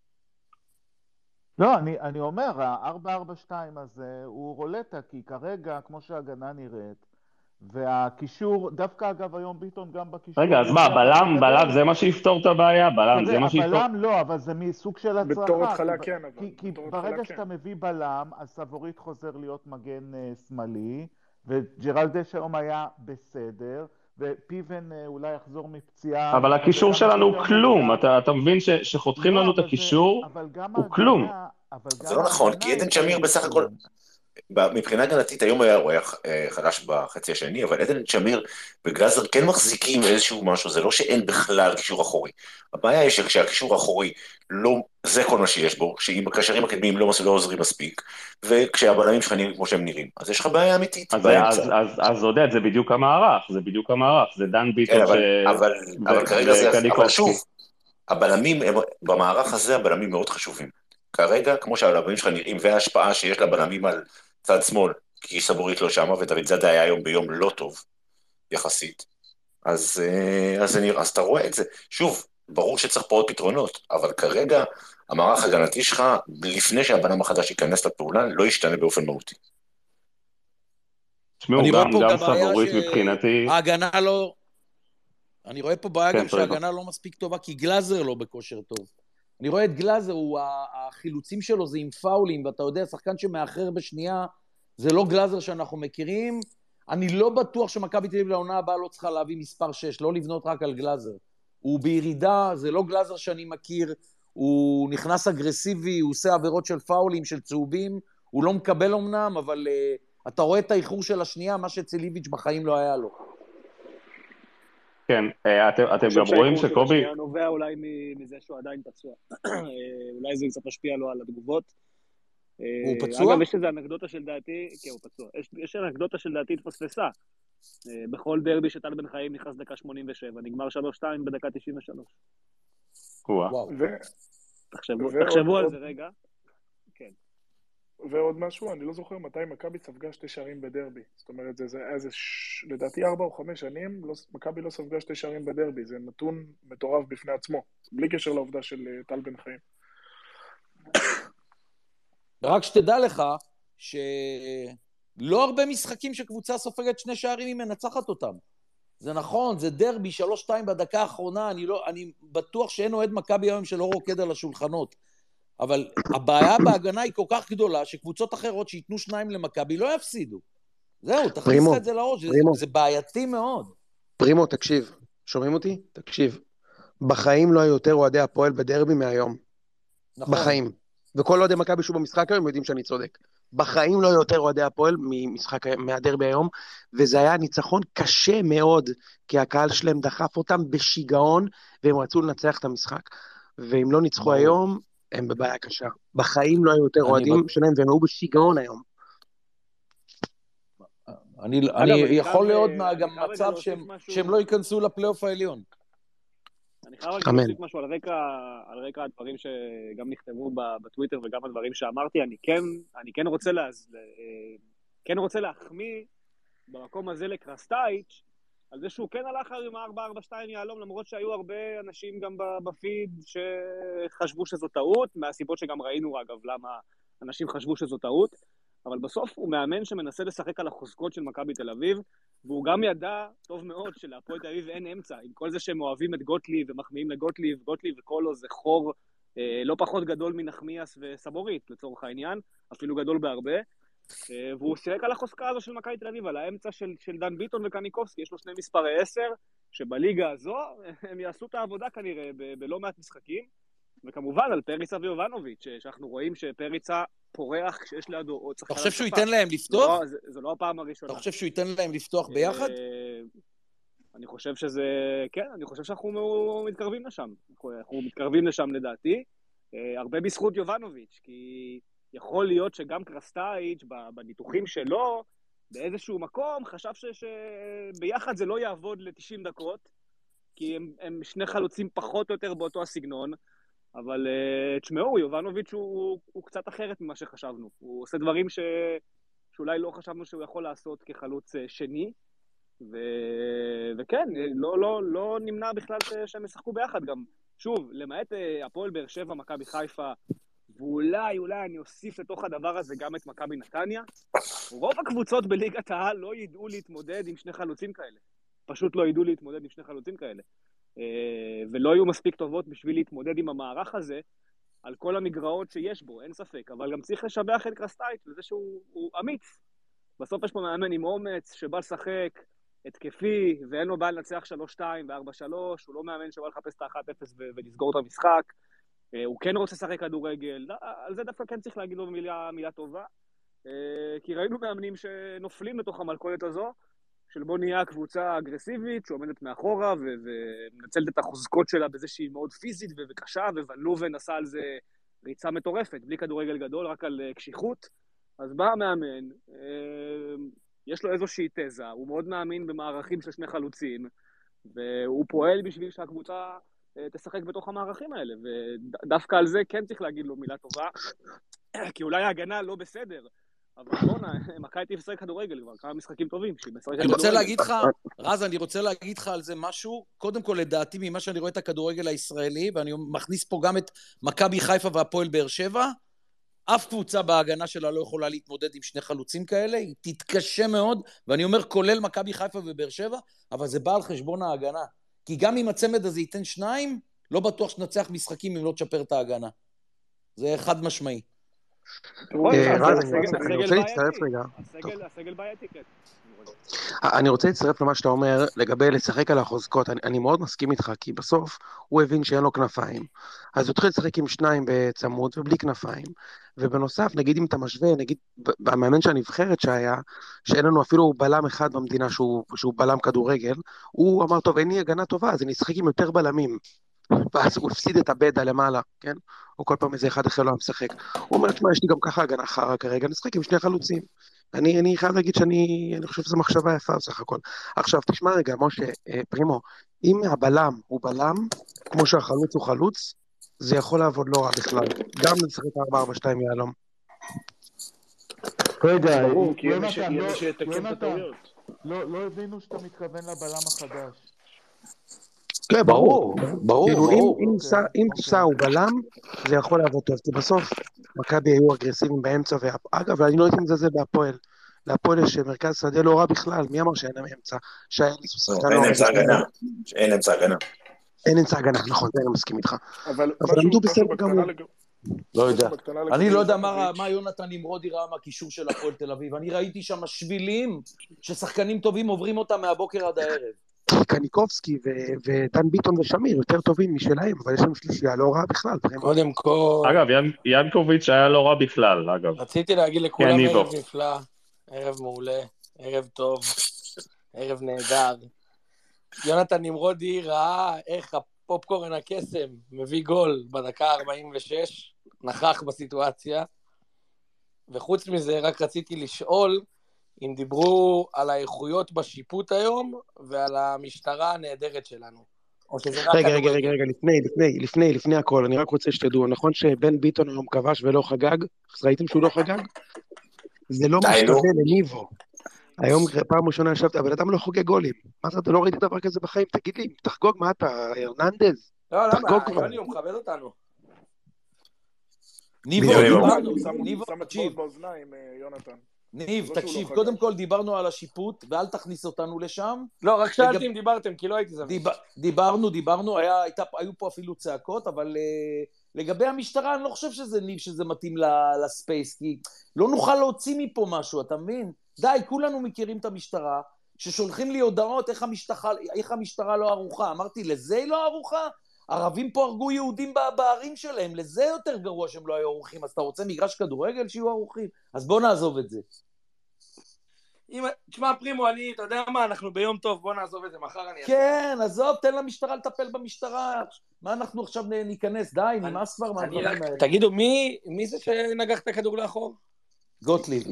לא, אני אומר, ה-4-4-2 הזה הוא רולטה, כי כרגע, כמו שההגנה נראית, והקישור, דווקא אגב היום ביטון גם בקישור... רגע, אז מה, בלם זה מה שיפתור את הבעיה? בלם זה מה שיפתור... הבלם לא, אבל זה מסוג של הצלחה. בתור התחלה כן, אבל... כי ברגע שאתה מביא בלם, אז סבורית חוזר להיות מגן שמאלי, וג'רלד דש היום היה בסדר, ופיבן אולי יחזור מפציעה... אבל הקישור שלנו הוא כלום, אתה מבין שחותכים לנו את הקישור, הוא כלום. זה לא נכון, כי עדן שמיר בסך הכל... מבחינה הגנתית היום הוא היה חלש בחצי השני, אבל עדן שמיר וגלאזר כן מחזיקים איזשהו משהו, זה לא שאין בכלל קישור אחורי. הבעיה היא שכשהקישור האחורי לא, זה כל מה שיש בו, שאם הקשרים הקדמיים לא עוזרים מספיק, וכשהבלמים שלך נראים כמו שהם נראים, אז יש לך בעיה אמיתית. אז עודד, זה בדיוק המערך, זה דן ביטון אבל כרגע זה, אבל שוב, הבלמים, במערך הזה הבלמים מאוד חשובים. כרגע, כמו שהבלמים שלך נראים, וההשפעה שיש לבלמים על צד שמאל, כי סבורית לא שמה, ודוד זאדה היה היום ביום לא טוב, יחסית. אז אתה רואה את זה. שוב, ברור שצריך פה עוד פתרונות, אבל כרגע, המערך הגנתי שלך, לפני שהבלם החדש ייכנס לפעולה, לא ישתנה באופן מהותי. תשמעו, גם סבורית מבחינתי... ההגנה לא... אני רואה פה בעיה גם שההגנה לא מספיק טובה, כי גלאזר לא בכושר טוב. אני רואה את גלאזר, החילוצים שלו זה עם פאולים, ואתה יודע, שחקן שמאחר בשנייה, זה לא גלאזר שאנחנו מכירים. אני לא בטוח שמכבי תל אביב לעונה הבאה לא צריכה להביא מספר 6, לא לבנות רק על גלאזר. הוא בירידה, זה לא גלאזר שאני מכיר, הוא נכנס אגרסיבי, הוא עושה עבירות של פאולים, של צהובים, הוא לא מקבל אמנם, אבל אתה רואה את האיחור של השנייה, מה שצליביץ' בחיים לא היה לו. כן, אתם גם רואים שקובי... אני נובע אולי מזה שהוא עדיין פצוע. אולי זה קצת משפיע לו על התגובות. הוא פצוע? אגב, יש איזו אנקדוטה של דעתי, כן, הוא פצוע. יש אנקדוטה של דעתי התפספסה. בכל דרבי שטל בן חיים נכנס דקה 87, נגמר 3-2 בדקה 93. וואו. תחשבו על זה רגע. כן. ועוד משהו, אני לא זוכר מתי מכבי ספגה 2 שערים בדרבי. זאת אומרת, זה היה לדעתי 4 או 5 שנים, מכבי לא ספגה 2 שערים בדרבי. זה נתון מטורף בפני עצמו, בלי קשר לעובדה של טל בן חיים. רק שתדע לך שלא הרבה משחקים שקבוצה סופגת 2 שערים היא מנצחת אותם. זה נכון, זה דרבי 3-2 בדקה האחרונה, אני בטוח שאין אוהד מכבי היום שלא רוקד על השולחנות. אבל הבעיה בהגנה היא כל כך גדולה, שקבוצות אחרות שיתנו 2 למכבי לא יפסידו. זהו, תכניס את זה לראש, זה בעייתי מאוד. פרימו, תקשיב, שומעים אותי? תקשיב. בחיים לא היו יותר אוהדי הפועל בדרבי מהיום. נכון. בחיים. וכל אוהדי מכבי שהוא במשחק היום יודעים שאני צודק. בחיים לא היו יותר אוהדי הפועל מהדרבי היום, וזה היה ניצחון קשה מאוד, כי הקהל שלהם דחף אותם בשיגעון, והם רצו לנצח את המשחק. ואם לא ניצחו היום, הם בבעיה קשה. בחיים לא היו יותר אוהדים שלהם, והם היו בשיגעון היום. אני יכול להיות גם מצב שהם לא ייכנסו לפלייאוף העליון. אני חייב רק להוסיף משהו על רקע הדברים שגם נכתבו בטוויטר וגם הדברים שאמרתי. אני כן רוצה להחמיא במקום הזה לקרסטייץ' על זה שהוא כן הלך עם 4-4-2 יעלום, למרות שהיו הרבה אנשים גם בפיד שחשבו שזו טעות, מהסיבות שגם ראינו אגב למה אנשים חשבו שזו טעות, אבל בסוף הוא מאמן שמנסה לשחק על החוזקות של מכבי תל אביב, והוא גם ידע טוב מאוד שלהפועל תל אביב אין אמצע, עם כל זה שהם אוהבים את גוטליב ומחמיאים לגוטליב, גוטליב וקולו זה חור לא פחות גדול מנחמיאס וסבורית לצורך העניין, אפילו גדול בהרבה, והוא שיחק על החוזקה הזו של מכבי תל אביב, על האמצע של דן ביטון וקניקובסקי, יש לו 2 מספרי 10, שבליגה הזו הם יעשו את העבודה כנראה בלא מעט משחקים, וכמובן על פריצה ויובנוביץ', שאנחנו רואים שפריצה פורח כשיש לידו עוד שחקן. אתה חושב שהוא ייתן להם לפתוח? זה לא הפעם הראשונה. אתה חושב שהוא ייתן להם לפתוח ביחד? אני חושב שזה, כן, אני חושב שאנחנו מתקרבים לשם. אנחנו מתקרבים לשם לדעתי, הרבה בזכות יובנוביץ', כי יכול להיות שגם קרסטייץ' בניתוחים שלו, באיזשהו מקום, חשב שביחד זה לא יעבוד ל-90 דקות, כי הם 2 חלוצים פחות או יותר באותו הסגנון, אבל תשמעו, יובנוביץ' הוא קצת אחרת ממה שחשבנו. הוא עושה דברים שאולי לא חשבנו שהוא יכול לעשות כחלוץ שני, וכן, לא נמנע בכלל שהם ישחקו ביחד גם. שוב, למעט הפועל באר שבע, מכבי חיפה ואולי אני אוסיף לתוך הדבר הזה גם את מכבי נתניה. רוב הקבוצות בליגת העל לא ידעו להתמודד עם שני חלוצים כאלה. פשוט לא ידעו להתמודד עם שני חלוצים כאלה. ולא היו מספיק טובות בשביל להתמודד עם המערך הזה, על כל המגרעות שיש בו, אין ספק. אבל גם צריך לשבח את קרסטייץ' לזה שהוא אמיץ. בסוף יש פה מאמן עם אומץ, שבא לשחק התקפי, ואין לו בעיה לנצח 3-2 ו-4-3, הוא לא מאמן שבא לחפש את ה-1-0 ולסגור את המשחק. הוא כן רוצה לשחק כדורגל, על זה דווקא כן צריך להגיד לו מילה טובה, כי ראינו מאמנים שנופלים לתוך המלכודת הזו, של בוא נהיה קבוצה אגרסיבית, שעומדת מאחורה, ומנצלת את החוזקות שלה בזה שהיא מאוד פיזית וקשה, ולובן עשה על זה ריצה מטורפת, בלי כדורגל גדול, רק על קשיחות. אז בא המאמן, יש לו איזושהי תזה, הוא מאוד מאמין במערכים של שני חלוצים, והוא פועל בשביל שהקבוצה תשחק בתוך המערכים האלה, ודווקא על זה כן צריך להגיד לו מילה טובה, כי אולי ההגנה לא בסדר, אבל בוא'נה, מכבי תשחק כדורגל כבר, כמה משחקים טובים. אני רוצה להגיד לך, רז, אני רוצה להגיד לך על זה משהו, קודם כל לדעתי ממה שאני רואה את הכדורגל הישראלי, ואני מכניס פה גם את מכבי חיפה והפועל באר שבע, אף קבוצה בהגנה שלה לא יכולה להתמודד עם שני חלוצים כאלה, היא תתקשה מאוד, ואני אומר כולל מכבי חיפה ובאר שבע, אבל זה בא על חשבון ההגנה. כי גם אם הצמד הזה ייתן שניים, לא בטוח שנצח משחקים אם לא תשפר את ההגנה. זה חד משמעי. אני רוצה להצטרף רגע. הסגל בעייתי, כן. אני רוצה להצטרף למה שאתה אומר לגבי לשחק על החוזקות. אני מאוד מסכים איתך, כי בסוף הוא הבין שאין לו כנפיים. אז הוא התחיל לשחק עם שניים בצמוד ובלי כנפיים. ובנוסף, נגיד אם אתה משווה, נגיד במאמן שהנבחרת שהיה, שאין לנו אפילו בלם אחד במדינה שהוא בלם כדורגל, הוא אמר, טוב, אין לי הגנה טובה, אז אני אשחק עם יותר בלמים. ואז הוא הפסיד את הבדה למעלה, כן? או כל פעם איזה אחד אחר לא משחק. הוא אומר, תשמע, יש לי גם ככה הגנה חרה כרגע, נשחק עם שני חלוצים. אני חייב להגיד שאני חושב שזו מחשבה יפה בסך הכל. עכשיו, תשמע רגע, משה, פרימו, אם הבלם הוא בלם, כמו שהחלוץ הוא חלוץ, זה יכול לעבוד לא רע בכלל. גם לשחק 4-4-2 יעלום. רגע, יונתן, לא הבינו שאתה מתכוון לבלם החדש. כן, ברור. אם סע הוא בלם, זה יכול לעבוד טוב. כי בסוף, מכבי היו אגרסיביים באמצע, ואגב, אני לא יודעת אם זה בהפועל. להפועל יש מרכז שדה לא רע בכלל, מי אמר שאין להם אמצע? אין אמצע הגנה. אין אמצע הגנה, נכון, אני מסכים איתך. אבל עמדו בסדר גמור. לא יודע. אני לא יודע מה יונתן נמרודי ראה מהקישור של הפועל תל אביב. אני ראיתי שם שבילים ששחקנים טובים עוברים אותם מהבוקר עד הערב. קניקובסקי ודן ביטון ושמיר יותר טובים משלהם, אבל יש לנו שלישייה לא רע בכלל. קודם כל... אגב, ינקוביץ' היה לא רע בכלל, אגב. רציתי להגיד לכולם ערב נפלא, ערב מעולה, ערב טוב, ערב נהדר. יונתן נמרודי ראה איך הפופקורן הקסם מביא גול בדקה 46, נכח בסיטואציה, וחוץ מזה רק רציתי לשאול, אם דיברו על האיכויות בשיפוט היום, ועל המשטרה הנהדרת שלנו. רגע, לפני הכל, אני רק רוצה שתדעו, נכון שבן ביטון היום כבש ולא חגג? ראיתם שהוא לא חגג? זה לא משתווה לניבו. היום פעם ראשונה ישבת, אבל אדם לא חוגג גולים. מה זה, אתה לא ראיתי דבר כזה בחיים? תגיד לי, תחגוג, מה אתה, הרננדז? לא, למה, יוני הוא מכבד אותנו. ניבו, תקשיב. באוזניים, יונתן. ניב, תקשיב, קודם כל דיברנו על השיפוט, ואל תכניס אותנו לשם. לא, רק שאלתי אם דיברתם, כי לא הייתי זמין. דיברנו, היו פה אפילו צעקות, אבל לגבי המשטרה, אני לא חושב שזה ניב, שזה מתאים לספייס, כי לא נוכל להוציא מפה משהו, אתה מבין? די, כולנו מכירים את המשטרה, ששולחים לי הודעות איך המשטרה לא ערוכה. אמרתי, לזה היא לא ערוכה? ערבים פה הרגו יהודים בערים שלהם, לזה יותר גרוע שהם לא היו ערוכים, אז אתה רוצה מגרש כדורגל שיהיו ערוכים? אז בוא נעזוב את זה. תשמע פרימו, אתה יודע מה, אנחנו ביום טוב, בוא נעזוב את זה, מחר אני... כן, עזוב, תן למשטרה לטפל במשטרה. מה אנחנו עכשיו ניכנס? די, נמאס כבר מהדברים האלה. תגידו, מי זה שנגח את הכדור לאחור? גוטליב.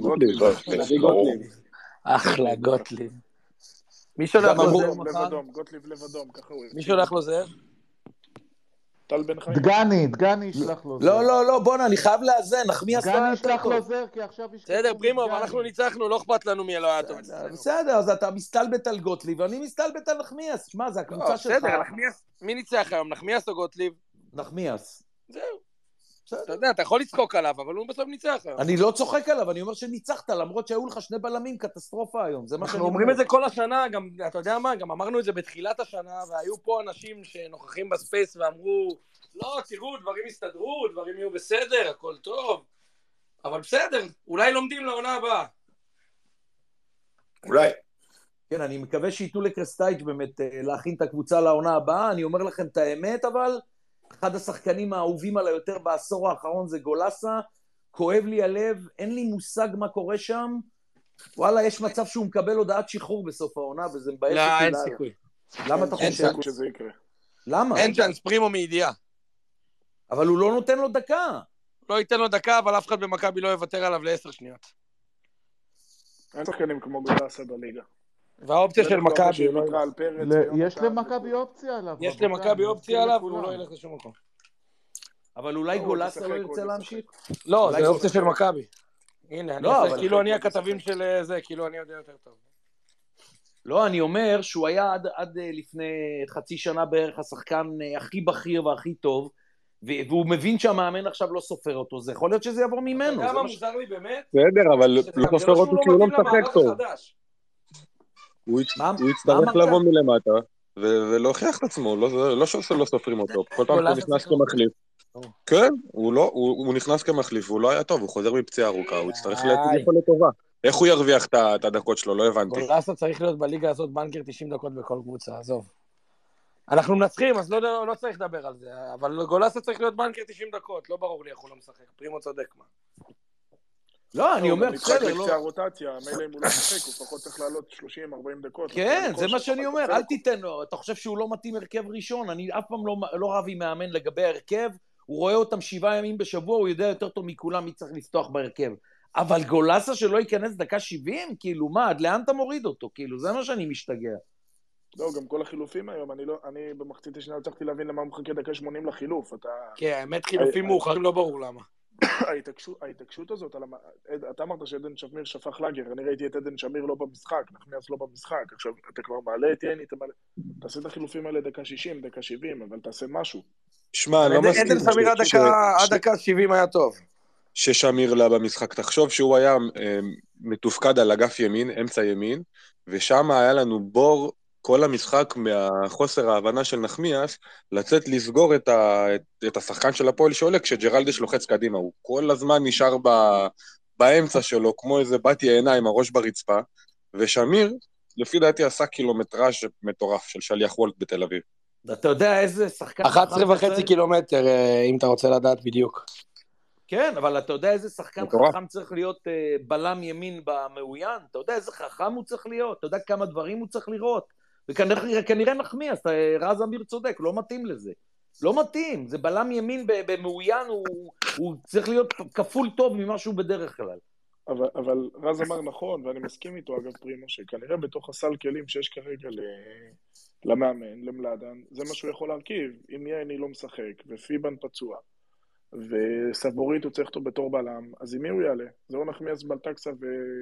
אחלה, גוטליב. מי שולח לו זהר מחר? גוטליב לבדום, ככה הוא... מי שולח לו זהר? טל בן חיים. דגני ישלח לו זר. לא, בוא'נה, אני חייב לאזן, נחמיאס לא דגני ישלח לו זר, כי עכשיו יש... בסדר, פרימו, אבל אנחנו ניצחנו, לא אכפת לנו מי לא היה טוב. בסדר, אז אתה מסתלבט על גוטליב, ואני מסתלבט על נחמיאס. שמע, זה הקבוצה שלך. בסדר, נחמיאס. מי ניצח היום, נחמיאס או גוטליב? נחמיאס. זהו. אתה יודע, אתה יכול לצחוק עליו, אבל הוא בסוף ניצח. אני לא צוחק עליו, אני אומר שניצחת, למרות שהיו לך שני בלמים קטסטרופה היום, זה מה שאני אנחנו אומרים את זה כל השנה, גם, אתה יודע מה, גם אמרנו את זה בתחילת השנה, והיו פה אנשים שנוכחים בספייס ואמרו, לא, תראו, דברים יסתדרו, דברים יהיו בסדר, הכל טוב, אבל בסדר, אולי לומדים לעונה הבאה. אולי. כן, אני מקווה שיתנו לקרסטייץ' באמת להכין את הקבוצה לעונה הבאה, אני אומר לכם את האמת, אבל אחד השחקנים האהובים עליי יותר בעשור האחרון זה גולסה, כואב לי הלב, אין לי מושג מה קורה שם, וואלה, יש מצב שהוא מקבל הודעת שחרור בסוף העונה, וזה מבאס אותי. לא, אין סיכוי. למה אתה חושב? אין סיכוי שזה יקרה. למה? אין צ'אנס, פרימו מידיעה. אבל הוא לא נותן לו דקה. לא ייתן לו דקה, אבל אף אחד במכבי לא יוותר עליו ל10 שניות. אין שחקנים כמו גולסה בליגה. והאופציה של מכבי... יש למכבי אופציה עליו. יש למכבי אופציה עליו, והוא לא ילך לשום מקום. אבל אולי גולסה לא ירצה להמשיך? לא, זה אופציה של מכבי. הנה, כאילו אני הכתבים של זה, כאילו אני יודע יותר טוב. לא, אני אומר שהוא היה עד לפני חצי שנה בערך השחקן הכי בכיר והכי טוב, והוא מבין שהמאמן עכשיו לא סופר אותו, זה יכול להיות שזה יעבור ממנו. אתה יודע מה מוזר לי באמת? בסדר, אבל לא סופר אותו כי הוא לא משחק טוב. הוא יצטרך לבוא מלמטה ולהוכיח את עצמו, לא שלא סופרים אותו. כל פעם שהוא נכנס כמחליף. כן, הוא נכנס כמחליף, והוא לא היה טוב, הוא חוזר מפציעה ארוכה, הוא יצטרך להציג פה לטובה. איך הוא ירוויח את הדקות שלו? לא הבנתי. גולסה צריך להיות בליגה הזאת בנקר 90 דקות בכל קבוצה, עזוב. אנחנו מנצחים, אז לא צריך לדבר על זה, אבל גולסה צריך להיות בנקר 90 דקות, לא ברור לי איך הוא לא משחק, פרימו צודק מה. לא, אני אומר, בסדר, לא. נתחק הרוטציה, מילא אם הוא לא משחק, הוא פחות צריך לעלות 30-40 דקות. כן, זה מה שאני אומר, אל תיתן לו, אתה חושב שהוא לא מתאים הרכב ראשון, אני אף פעם לא רב עם מאמן לגבי הרכב, הוא רואה אותם 7 ימים בשבוע, הוא יודע יותר טוב מכולם מי צריך לפתוח בהרכב. אבל גולסה שלא ייכנס דקה 70, כאילו מה, עד לאן אתה מוריד אותו? כאילו, זה מה שאני משתגע. לא, גם כל החילופים היום, אני במחצית השנייה הצלחתי להבין למה הוא מחכה דקה 80 לחילוף. כן, האמת חילופים מאוחרים לא ברור למה. ההתעקשות הזאת, אתה אמרת שעדן שמיר שפך לגר, אני ראיתי את עדן שמיר לא במשחק, נחמיאס לא במשחק, עכשיו אתה כבר מעלה את יני, תעשה את החילופים האלה דקה 60, דקה 70, אבל תעשה משהו. שמע, אני לא מסכים. עדן שמיר עד דקה 70 היה טוב. ששמיר לה במשחק, תחשוב שהוא היה מתופקד על אגף ימין, אמצע ימין, ושם היה לנו בור כל המשחק מהחוסר ההבנה של נחמיאס, לצאת לסגור את השחקן של הפועל שעולה, כשג'רלדש לוחץ קדימה, הוא כל הזמן נשאר באמצע שלו, כמו איזה בת יענה עם הראש ברצפה, ושמיר, לפי דעתי, עשה קילומטראז' מטורף של שליח וולט בתל אביב. אתה יודע איזה שחקן... 11.5 קילומטר, אם אתה רוצה לדעת בדיוק. כן, אבל אתה יודע איזה שחקן חכם צריך להיות בלם ימין במאוין? אתה יודע איזה חכם הוא צריך להיות? אתה יודע כמה דברים הוא צריך לראות? וכנראה נחמיאס, רז אמיר צודק, לא מתאים לזה. לא מתאים, זה בלם ימין במאוין, הוא צריך להיות כפול טוב ממה שהוא בדרך כלל. אבל רז אמר נכון, ואני מסכים איתו אגב פרימו, שכנראה בתוך הסל כלים שיש כרגע למאמן, למלאדן, זה מה שהוא יכול להרכיב. אם יני לא משחק, ופיבן פצוע, וסבורית הוא צריך אותו בתור בלם, אז עם מי הוא יעלה? זה או נחמיאס בלטקסה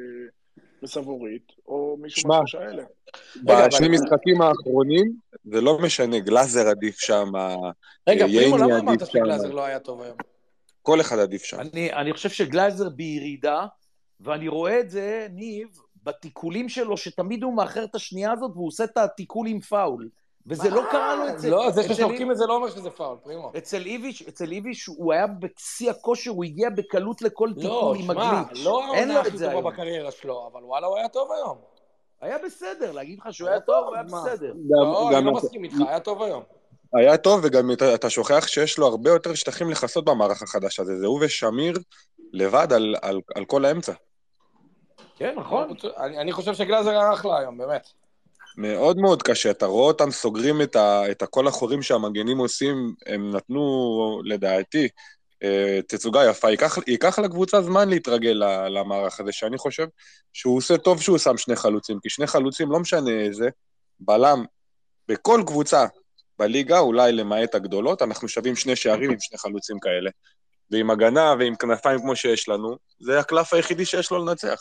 וסבורית, או מישהו מהשלושה האלה. בשני משחקים האחרונים, זה לא משנה, גלאזר עדיף שם, רגע, פרימו, למה אמרת שגלאזר לא היה טוב היום? כל אחד עדיף שם. אני חושב שגלאזר בירידה, ואני רואה את זה, ניב, בתיקולים שלו, שתמיד הוא מאחר את השנייה הזאת, והוא עושה את התיקול עם פאול. וזה לא קרה לו אצל... לא, זה ששורקים את זה לא אומר שזה פאול, פרימו. אצל איביש, הוא היה בשיא הכושר, הוא הגיע בקלות לכל תיקול עם הגליץ'. לא, העונה הכי טובה בקריירה שלו, אבל וואלה, הוא היה טוב היום. היה בסדר, להגיד לך שהוא היה טוב, הוא היה בסדר. לא, אני לא מסכים איתך, היה טוב היום. היה טוב, וגם אתה שוכח שיש לו הרבה יותר שטחים לחסות במערך החדש הזה, זה הוא ושמיר לבד על כל האמצע. כן, נכון. אני חושב שגלאזר היה אחלה היום, באמת. מאוד מאוד קשה, אתה רואה אותם סוגרים את כל החורים שהמגנים עושים, הם נתנו לדעתי תצוגה יפה, ייקח לקבוצה זמן להתרגל למערך הזה, שאני חושב שהוא עושה טוב שהוא שם שני חלוצים, כי שני חלוצים לא משנה איזה, בלם בכל קבוצה בליגה, אולי למעט הגדולות, אנחנו שווים שני שערים עם שני חלוצים כאלה, ועם הגנה ועם כנפיים כמו שיש לנו, זה הקלף היחידי שיש לו לנצח.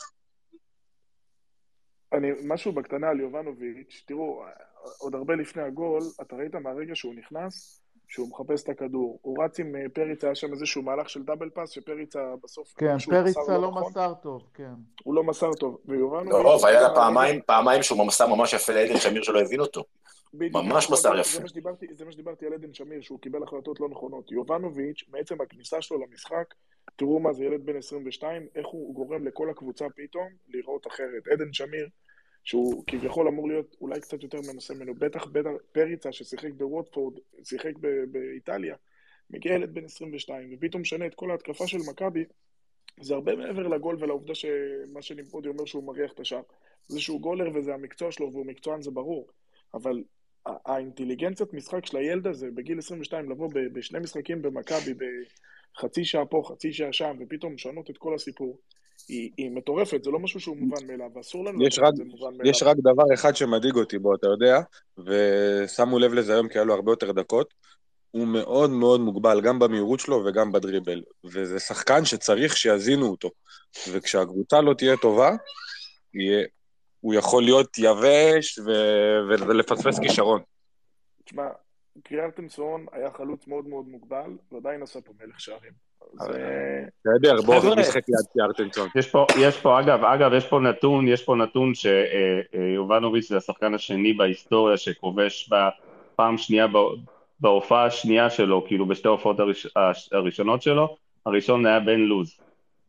משהו בקטנה על יובנוביץ', תראו, עוד הרבה לפני הגול, אתה ראית מהרגע שהוא נכנס, שהוא מחפש את הכדור, הוא רץ עם פריצה, היה שם איזשהו מהלך של דאבל פאס, שפריצה בסוף, כן, פריצה לא מסר טוב, כן. הוא לא מסר טוב, ויובנוביץ'... לא, והיה לה פעמיים שהוא מסר ממש יפה לעדן שמיר שלא הבין אותו. ממש מסר יפה. זה מה שדיברתי על עדן שמיר, שהוא קיבל החלטות לא נכונות. יובנוביץ', מעצם הכניסה שלו למשחק, תראו מה זה ילד בן 22, איך הוא גורם לכל הקבוצה פתאום לראות אחרת. עדן שמיר, שהוא כביכול אמור להיות אולי קצת יותר מנוסה ממנו, בטח פריצה ששיחק בווטפורד, שיחק באיטליה, מגיע ילד בן 22, ופתאום משנה את כל ההתקפה של מכבי, זה הרבה מעבר לגול ולעובדה שמה שנמרודי אומר שהוא מריח את השער. זה שהוא גולר וזה המקצוע שלו, והוא מקצוען זה ברור, אבל האינטליגנציית משחק של הילד הזה, בגיל 22, לבוא בשני משחקים במכבי, בחצי שעה פה, חצי שעה שם, ופתאום משנות את כל הסיפור, היא מטורפת, זה לא משהו שהוא מובן מאליו, ואסור לנו לתת את זה מובן מאליו. יש רק דבר אחד שמדאיג אותי בו, אתה יודע, ושמו לב לזה היום כי היה לו הרבה יותר דקות, הוא מאוד מאוד מוגבל, גם במהירות שלו וגם בדריבל, וזה שחקן שצריך שיזינו אותו, וכשהקבוצה לא תהיה טובה, הוא יכול להיות יבש ולפספס כישרון. תשמע, קריארטנסון היה חלוץ מאוד מאוד מוגבל, ועדיין עשה פה מלך שערים. בסדר, בוא, משחק ליד קריארטנסון. יש פה נתון שיובנוביץ' זה השחקן השני בהיסטוריה שכובש בפעם שנייה בהופעה השנייה שלו, כאילו בשתי ההופעות הראשונות שלו, הראשון היה בן לוז.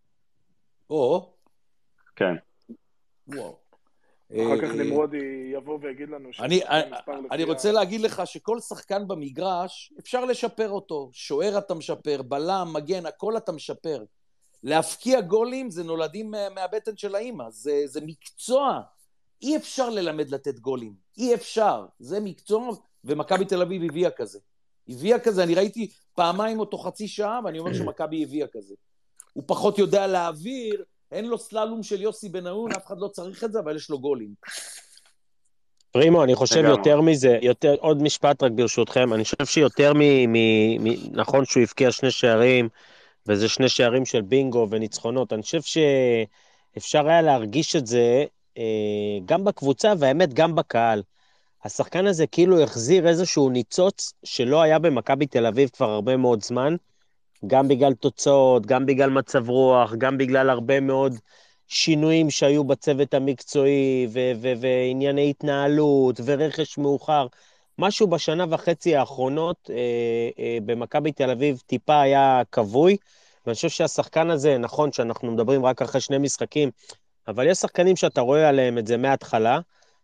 כן. וואו. אחר כך נמרודי יבוא ויגיד לנו אני רוצה להגיד לך שכל שחקן במגרש אפשר לשפר אותו, שוער אתה משפר, בלם, מגן, הכל אתה משפר. להפקיע גולים זה נולדים מהבטן של האמא, זה מקצוע, אי אפשר ללמד לתת גולים, אי אפשר, זה מקצוע, ומכבי תל אביב הביאה כזה, אני ראיתי פעמיים אותו חצי שעה, ואני אומר שמכבי הביאה כזה. הוא פחות יודע להעביר, אין לו סללום של יוסי בן-נון, אף אחד לא צריך את זה, אבל יש לו גולים. פרימו, אני חושב יותר מזה, עוד משפט רק ברשותכם, אני חושב שיותר נכון שהוא הבקיע 2 שערים, וזה 2 שערים של בינגו וניצחונות, אני חושב שאפשר היה להרגיש את זה גם בקבוצה, והאמת גם בקהל. השחקן הזה כאילו החזיר איזשהו ניצוץ שלא היה במכבי תל אביב כבר הרבה מאוד זמן, גם בגלל תוצאות, גם בגלל מצב רוח, גם בגלל הרבה מאוד שינויים שהיו בצוות המקצועי, וענייני התנהלות, ורכש מאוחר. משהו בשנה וחצי האחרונות, במכבי תל אביב טיפה היה קבוי, ואני חושב שהשחקן הזה, נכון שאנחנו מדברים רק אחרי 2 משחקים, אבל יש שחקנים שאתה רואה עליהם את זה מההתחלה,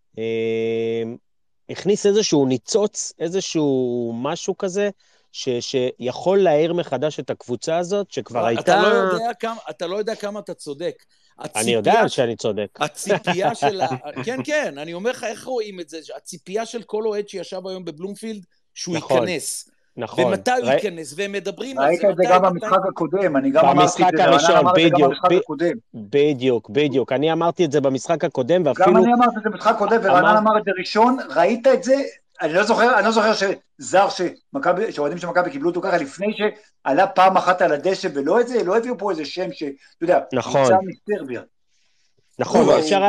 הכניס איזשהו ניצוץ, איזשהו משהו כזה, שיכול להעיר מחדש את הקבוצה הזאת, שכבר הייתה... אתה לא יודע כמה אתה צודק. אני יודע שאני צודק. הציפייה של... כן, אני אומר לך, איך רואים את זה? הציפייה של כל אוהד שישב היום בבלומפילד, שהוא ייכנס. נכון. ומתי הוא ייכנס, והם מדברים על זה. ראית את זה גם במשחק הקודם, אני גם אמרתי את זה, רענן אמר את זה גם במשחק הקודם. בדיוק, אני אמרתי את זה במשחק הקודם, ואפילו... גם אני אמרתי את זה במשחק הקודם, ורענן אמר את זה ראשון, ראית את זה? אני לא זוכר שזר שאוהדים של מכבי קיבלו אותו ככה, לפני שעלה פעם אחת על הדשא, ולא את זה, לא הביאו פה איזה שם שאתה יודע, נמצא מסרביה. נכון, אפשר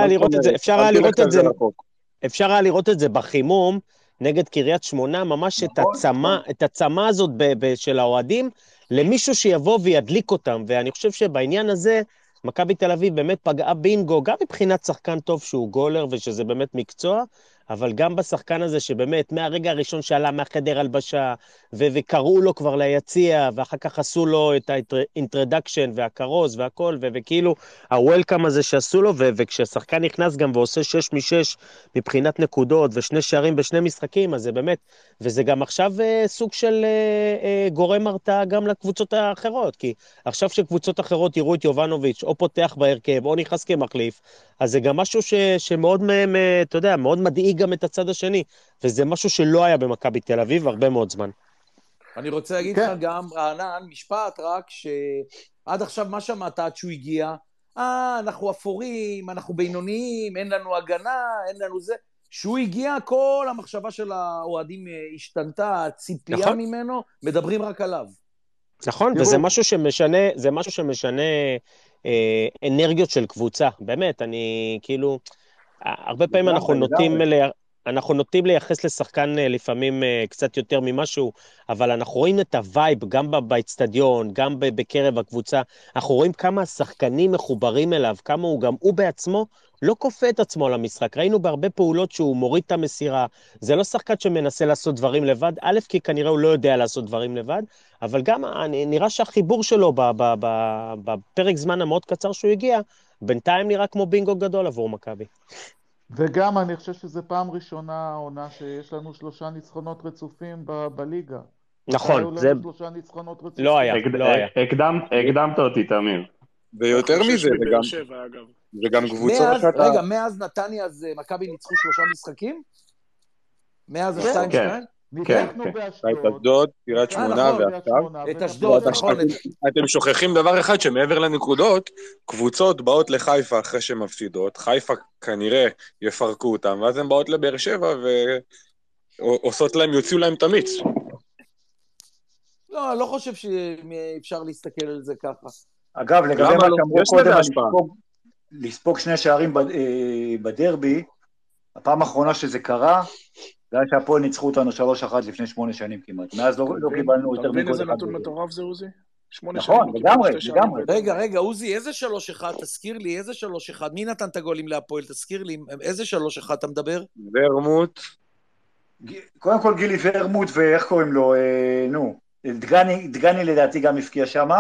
היה לראות את זה בחימום, נגד קריית שמונה, ממש את הצמה הזאת של האוהדים, למישהו שיבוא וידליק אותם, ואני חושב שבעניין הזה, מכבי תל אביב באמת פגעה בינגו, גם מבחינת שחקן טוב שהוא גולר, ושזה באמת מקצוע, אבל גם בשחקן הזה שבאמת מהרגע הראשון שעלה מהחדר הלבשה, וקראו לו כבר ליציע, ואחר כך עשו לו את האינטרדקשן והקרוס והכל, וכאילו הוולקאם הזה שעשו לו, וכשהשחקן נכנס גם ועושה 6 מ-6 מבחינת נקודות, ו2 שערים ב2 משחקים, אז זה באמת, וזה גם עכשיו סוג של גורם הרתעה גם לקבוצות האחרות, כי עכשיו שקבוצות אחרות יראו את יובנוביץ' או פותח בהרכב, או נכנס כמחליף, אז זה גם משהו שמאוד, אתה יודע, מאוד מדאיג גם את הצד השני, וזה משהו שלא היה במכבי תל אביב הרבה מאוד זמן. אני רוצה להגיד לך גם, רענן, משפט רק, שעד עכשיו מה שמעת עד שהוא הגיע, אנחנו אפורים, אנחנו בינוניים, אין לנו הגנה, אין לנו זה, שהוא הגיע, כל המחשבה של האוהדים השתנתה, הציפייה ממנו, מדברים רק עליו. נכון, וזה משהו שמשנה אנרגיות של קבוצה, באמת, אני כאילו, הרבה פעמים אנחנו נוטים אנחנו נוטים לייחס לשחקן לפעמים קצת יותר ממשהו, אבל אנחנו רואים את הווייב גם באצטדיון, גם בקרב הקבוצה, אנחנו רואים כמה השחקנים מחוברים אליו, כמה הוא בעצמו לא כופה את עצמו למשחק. ראינו בהרבה פעולות שהוא מוריד את המסירה, זה לא שחקן שמנסה לעשות דברים לבד, א', כי כנראה הוא לא יודע לעשות דברים לבד, אבל גם נראה שהחיבור שלו בפרק זמן המאוד קצר שהוא הגיע, בינתיים נראה כמו בינגו גדול עבור מכבי. וגם אני חושב שזה פעם ראשונה עונה שיש לנו 3 ניצחונות רצופים בליגה. נכון, זה 3 ניצחונות רצופים. לא היה. הקדמת אותי, תמיר. ויותר מזה, זה גם קבוצות שאתה... רגע, מאז נתניה אז מכבי ניצחו 3 משחקים? מאז 2-2? ניצחנו באשדוד, קריית שמונה ועכשיו. את אשדוד, נכון. אתם שוכחים דבר אחד, שמעבר לנקודות, קבוצות באות לחיפה אחרי שהן מפסידות, חיפה כנראה יפרקו אותם, ואז הן באות לבאר שבע ועושות להם, יוציאו להם תמיץ. לא, אני לא חושב שאפשר להסתכל על זה ככה. אגב, לגבי מה שאמרו קודם, לספוג 2 שערים בדרבי, הפעם האחרונה שזה קרה, זה היה שהפועל ניצחו אותנו 3-1 לפני 8 שנים כמעט. מאז לא קיבלנו יותר מבין איזה נתון מטורף זה, עוזי? 8 נכון, לגמרי. רגע, עוזי, איזה 3-1? תזכיר לי, איזה 3-1? מי נתן את הגולים להפועל? תזכיר לי, איזה 3-1 אתה מדבר? ורמוט. קודם כל גילי ורמוט, ואיך קוראים לו? דגני לדעתי גם הפקיע שמה.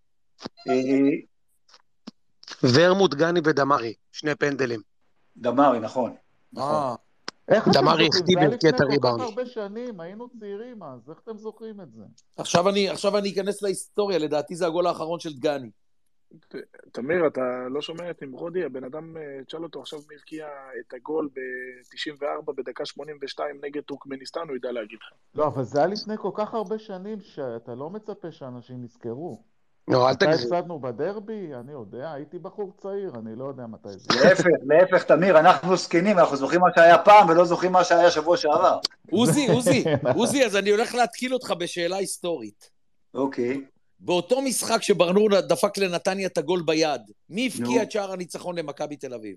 ורמוט, גני ודמרי, 2 פנדלים. דמרי, נכון. דמרי הכתיב את הריבאונד. כל כך הרבה שנים, היינו צעירים אז, איך אתם זוכרים את זה? עכשיו אני אכנס להיסטוריה, לדעתי זה הגול האחרון של דגני. תמיר, אתה לא שומע את נמרודי, הבן אדם, תשאל אותו, עכשיו מבקיע את הגול ב-94 בדקה 82 נגד טורקמניסטן, הוא ידע להגיד לך. לא, אבל זה היה לפני כל כך הרבה שנים שאתה לא מצפה שאנשים יזכרו. לא, אל תגזים. מתי הפסדנו בדרבי? אני יודע, הייתי בחור צעיר, אני לא יודע מתי זה. להפך, תמיר, אנחנו סקנים, אנחנו זוכרים מה שהיה פעם ולא זוכרים מה שהיה שבוע שעבר. עוזי, אז אני הולך להתקיל אותך בשאלה היסטורית. אוקיי. באותו משחק שברנור דפק לנתניה את הגול ביד, מי הפקיע את שער הניצחון למכבי תל אביב?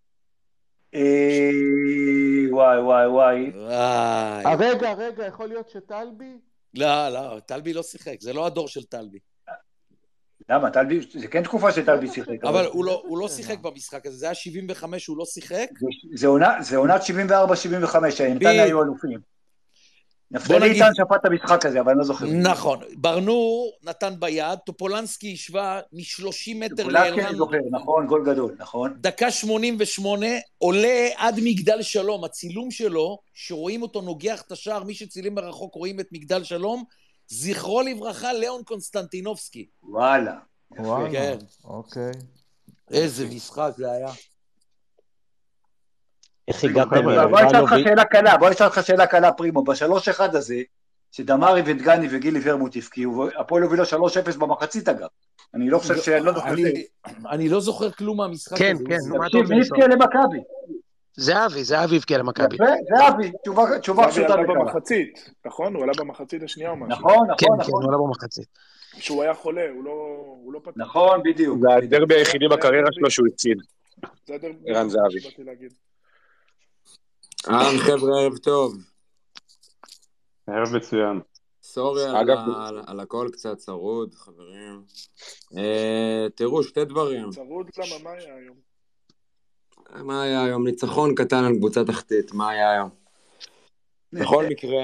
וואי. רגע, יכול להיות שטלבי? לא, טלבי לא שיחק, זה לא הדור של טלבי. למה? טלבי, זה כן תקופה שטלבי שיחק. אבל הוא לא שיחק במשחק הזה, זה היה 75, הוא לא שיחק. זה עונת 74-75, נתניה היו אלופים. נפתלי איתן שפט את המשחק הזה, אבל אני לא זוכר. נכון, ברנור נתן ביד, טופולנסקי השווה מ-30 מטר טופולנסקי אני זוכר, נכון, גול גדול, נכון. דקה 88, עולה עד מגדל שלום, הצילום שלו, שרואים אותו נוגח את השער, מי שצילם ברחוק רואים את מגדל שלום, זכרו לברכה, ליאון קונסטנטינובסקי. וואלה. כן. אוקיי. איזה משחק זה היה. איך הגעתם? בוא נשאל לך שאלה קלה, פרימו. ב-3-1 הזה, שדמרי ודגני וגילי ורמוט הפקיעו, הפועל הובילו 3-0 במחצית אגב. אני לא חושב שאני לא זוכר. אני לא זוכר כלום מהמשחק הזה. כן. מי הפקיע למכבי? זהבי הבקיע למכבי. זהבי, תשובה פשוטה עלה במחצית, נכון? הוא עלה במחצית השנייה או משהו. נכון. כן, הוא עלה במחצית. כשהוא היה חולה, הוא לא פתח. נכון, בדיוק. זה הדרבי היחידי בקריירה שלו שהוא הציל. ערן זהבי. חבר'ה, ערב טוב. ערב מצוין. סורי על הכל קצת צרוד, חברים. תראו, 2 דברים. צרוד למה? מה היה היום? מה היה היום? ניצחון קטן על קבוצה תחתית, מה היה היום? בכל מקרה,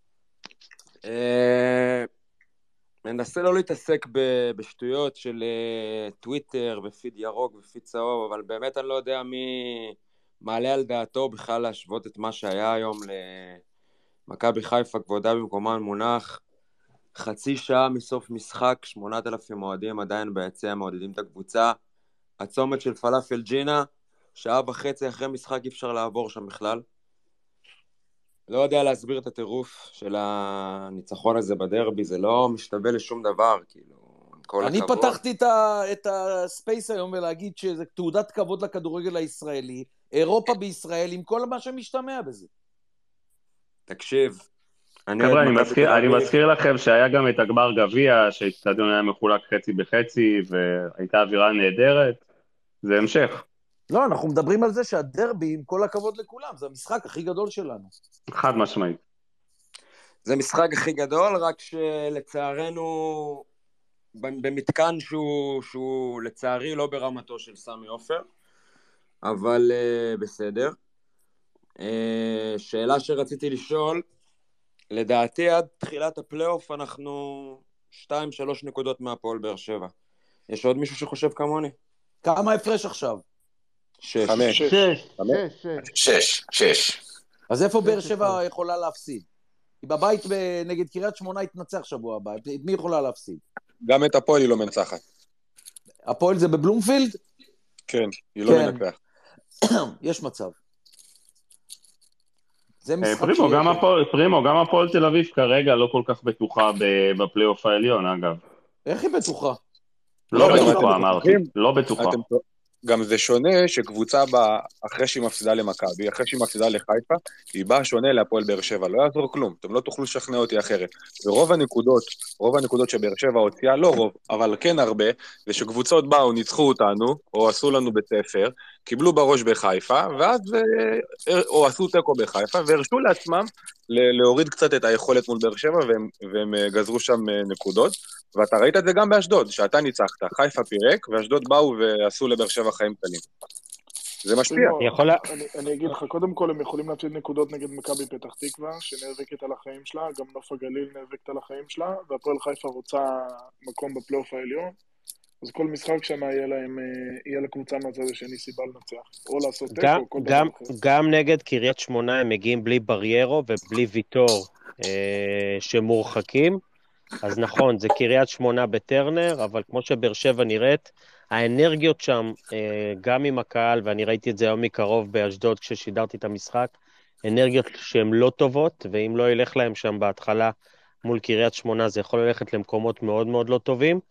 מנסה לא להתעסק בשטויות של טוויטר ופיד ירוק ופיד צהוב, אבל באמת אני לא יודע מי מעלה על דעתו בכלל להשוות את מה שהיה היום למכבי חיפה, כבודה במקומה מונח, חצי שעה מסוף משחק, 8,000 אוהדים עדיין ביציע מעודדים את הקבוצה, הצומת של פלאפל ג'ינה, 1.5 שעה אחרי משחק אי אפשר לעבור שם בכלל. לא יודע להסביר את הטירוף של הניצחון הזה בדרבי, זה לא משתווה לשום דבר, כאילו, כל אני הכבוד. פתחתי את הספייס היום ולהגיד שזה תעודת כבוד לכדורגל הישראלי, אירופה בישראל, עם כל מה שמשתמע בזה. תקשיב. חבר'ה, אני מזכיר לכם שהיה גם את הגמר גביע, שהאצטדיון היה מחולק חצי בחצי, והייתה אווירה נהדרת, זה המשך. לא, אנחנו מדברים על זה שהדרבי, עם כל הכבוד לכולם, זה המשחק הכי גדול שלנו. חד משמעית. זה משחק הכי גדול, רק שלצערנו, במתקן שהוא לצערי לא ברמתו של סמי עופר, אבל בסדר. שאלה שרציתי לשאול, לדעתי עד תחילת הפלייאוף אנחנו 2-3 נקודות מהפועל באר שבע. יש עוד מישהו שחושב כמוני? כמה הפרש עכשיו? 6. 6. אז איפה באר שבע יכולה להפסיד? היא בבית נגד קריית שמונה התנצח שבוע הבא. את מי יכולה להפסיד? גם את הפועל היא לא מנצחת. הפועל זה בבלומפילד? כן, היא לא מנצח. יש מצב. פרימו, גם הפועל תל אביב כרגע לא כל כך בטוחה בפלייאוף העליון, אגב. איך היא בטוחה? לא בטוחה, אמרתי. לא בטוחה. גם זה שונה שקבוצה באה אחרי שהיא מפסידה למכבי, אחרי שהיא מפסידה לחיפה, היא באה שונה להפועל באר שבע, לא יעזור כלום, אתם לא תוכלו לשכנע אותי אחרת. ורוב הנקודות שבאר שבע הוציאה, לא רוב, אבל כן הרבה, זה שקבוצות באו, ניצחו אותנו, או עשו לנו בית ספר, קיבלו בראש בחיפה, ואז, או עשו תיקו בחיפה, והרשו לעצמם להוריד קצת את היכולת מול באר שבע, והם גזרו שם נקודות, ואתה ראית את זה גם באשדוד, שאתה ניצחת, חיפה פירק, ואשדוד באו ועשו לבאר שבע חיים קטנים. זה משפיע. אני אגיד לך, קודם כל הם יכולים להפסיד נקודות נגד מכבי פתח תקווה, שנאבקת על החיים שלה, גם נוף הגליל נאבקת על החיים שלה, והפועל חיפה רוצה מקום בפלייאוף העליון, אז כל משחק שם יהיה לקבוצה מהצד השני סיבה לנצח, או לעשות תיקו, או כל דבר אחר. גם נגד קריית שמונה הם מגיעים בלי בריירו ובלי ויטור שמורחקים, אז נכון, זה קריית שמונה בטרנר, אבל כמו שבאר שבע נראית, האנרגיות שם, גם עם הקהל, ואני ראיתי את זה היום מקרוב באשדוד כששידרתי את המשחק, אנרגיות שהן לא טובות, ואם לא ילך להם שם בהתחלה מול קריית שמונה, זה יכול ללכת למקומות מאוד מאוד לא טובים.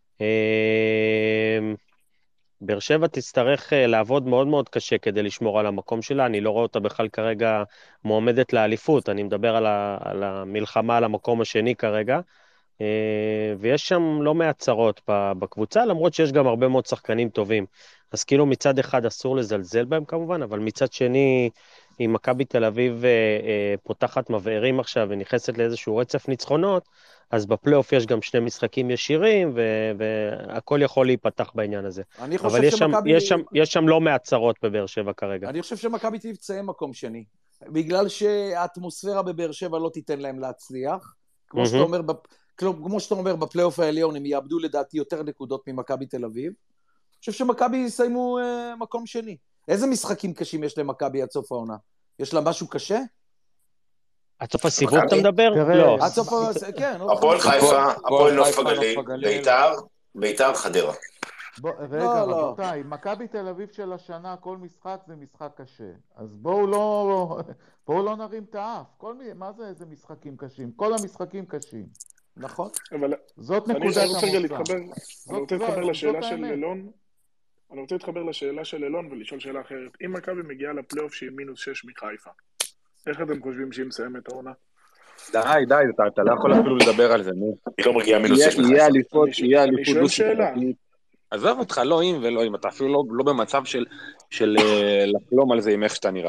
באר שבע תצטרך לעבוד מאוד מאוד קשה כדי לשמור על המקום שלה, אני לא רואה אותה בכלל כרגע מועמדת לאליפות, אני מדבר על המלחמה על המקום השני כרגע, ויש שם לא מעט צרות בקבוצה, למרות שיש גם הרבה מאוד שחקנים טובים. אז כאילו מצד אחד אסור לזלזל בהם כמובן, אבל מצד שני, אם מכבי תל אביב פותחת מבערים עכשיו ונכנסת לאיזשהו רצף ניצחונות, אז בפלייאוף יש גם 2 משחקים ישירים, והכל יכול להיפתח בעניין הזה. אבל יש שם לא מעט צרות בבאר שבע כרגע. אני חושב שמכבי תמצא מקום שני, בגלל שהאטמוספירה בבאר שבע לא תיתן להם להצליח, כמו שאתה אומר, בפלייאוף העליון הם יאבדו לדעתי יותר נקודות ממכבי תל אביב. אני חושב שמכבי יסיימו מקום שני. איזה משחקים קשים יש למכבי עד סוף העונה? יש לה משהו קשה? עד סוף הסיבוב אתה מדבר? לא. עד סוף, כן. הפועל חיפה, הפועל נוף הגליל, ביתר חדרה. רגע, רבותיי, מכבי תל אביב של השנה, כל משחק זה משחק קשה. אז בואו לא נרים את האף. מה זה איזה משחקים קשים? כל המשחקים קשים. נכון. זאת נקודת המוצא. אני רוצה להתחבר לשאלה של אלון. אני רוצה להתחבר לשאלה של אלון ולשאול שאלה אחרת. אם מכבי מגיעה לפלייאוף שהיא -6 מחיפה, איך אתם חושבים שהיא מסיימת העונה? די, אתה לא יכול אפילו לדבר על זה, נו. היא לא מגיעה -6 מחיפה. יהיה אליפות. אני שואל שאלה. עזוב אותך, לא אם ולא אם, אתה אפילו לא במצב של לחלום על זה עם איך שאתה נראה.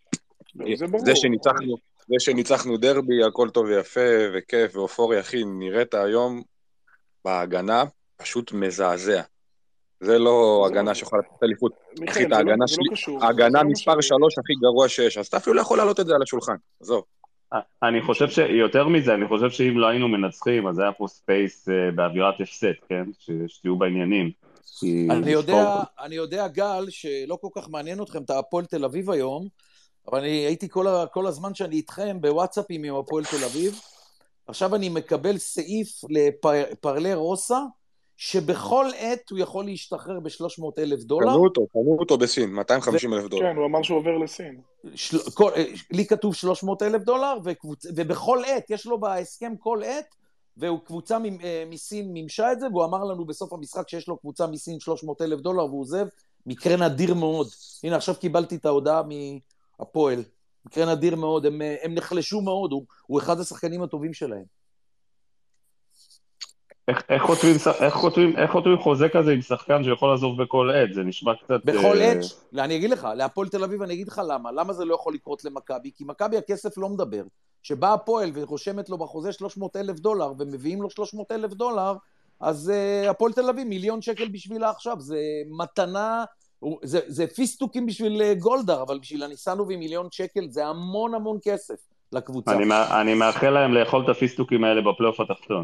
זה שניצחנו דרבי, הכל טוב ויפה וכיף ואופורי, אחי, נראית היום בהגנה פשוט מזעזע. זה לא הגנה שיכולה לתת אליפות. אחי, ההגנה מספר 3 הכי גרוע שיש, אז אתה אפילו לא יכול לעלות את זה על השולחן, עזוב. אני חושב שיותר מזה, אני חושב שאם לא היינו מנצחים, אז היה פה ספייס באווירת הפסד, כן? שתהיו בעניינים. אני יודע, גל, שלא כל כך מעניין אתכם את הפועל תל אביב היום, אבל אני הייתי כל הזמן שאני איתכם בוואטסאפים עם הפועל תל אביב, עכשיו אני מקבל סעיף לפרלה רוסה, שבכל עת הוא יכול להשתחרר $300,000. קנו אותו בסין, $250,000. כן, הוא אמר שהוא עובר לסין. לי כתוב $300,000, ובכל עת, יש לו בהסכם כל עת, וקבוצה מסין מימשה את זה, והוא אמר לנו בסוף המשחק שיש לו קבוצה מסין $300,000, והוא עוזב, מקרה נדיר מאוד. הנה, עכשיו קיבלתי את ההודעה מהפועל. מקרה נדיר מאוד, הם נחלשו מאוד, הוא אחד השחקנים הטובים שלהם. איך חותמים חוזה כזה עם שחקן שיכול לעזוב בכל עת? זה נשמע קצת... בכל עת, אני אגיד לך, להפועל תל אביב אני אגיד לך למה זה לא יכול לקרות למכבי, כי מכבי הכסף לא מדבר. שבא הפועל ורושמת לו בחוזה $300,000 ומביאים לו $300,000, אז הפועל תל אביב $1,000,000 בשבילה עכשיו, זה מתנה, זה פיסטוקים בשביל גולדהר, אבל בשביל הניסנובי $1,000,000 זה המון המון כסף לקבוצה. אני מאחל להם לאכול את הפיסטוקים האלה בפלייאוף התחתון.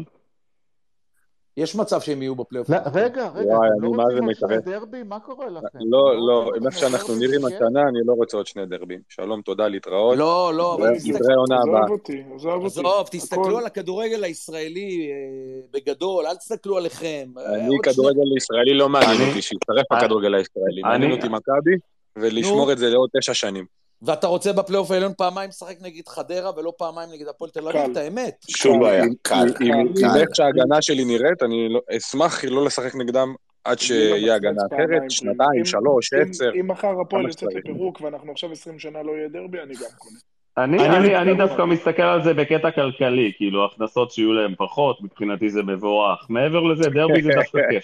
יש מצב שהם יהיו בפלייאוף. רגע, וואי, אתם אני לא מה זה רוצים עוד שני מקווה. דרבי? מה קורה לכם? לא, אם איך שאנחנו נראים השנה, אני לא רוצה עוד שני דרבים. שלום, תודה, להתראות. לא, אבל נתראה עונה הבאה. עזוב, תסתכלו על הכדורגל הישראלי בגדול, אל תסתכלו עליכם. אני כדורגל ישראלי לא מעניין אותי, שיצטרף הכדורגל הישראלי. מעניין אותי מכבי, ולשמור את זה לעוד 9 שנים. ואתה רוצה בפלייאוף העליון פעמיים לשחק נגד חדרה, ולא פעמיים נגד הפועל תל אביב, את האמת. שום בעיה, קל. אם איך שההגנה שלי נראית, אני אשמח לא לשחק נגדם עד שיהיה הגנה אחרת, 2, 3, 10. אם מחר הפועל יוצאת לפירוק, ואנחנו עכשיו 20 שנה לא יהיה דרבי, אני גם קונה. אני דווקא מסתכל על זה בקטע כלכלי, כאילו הכנסות שיהיו להם פחות, מבחינתי זה מבורך. מעבר לזה, דרבי זה דווקא כיף.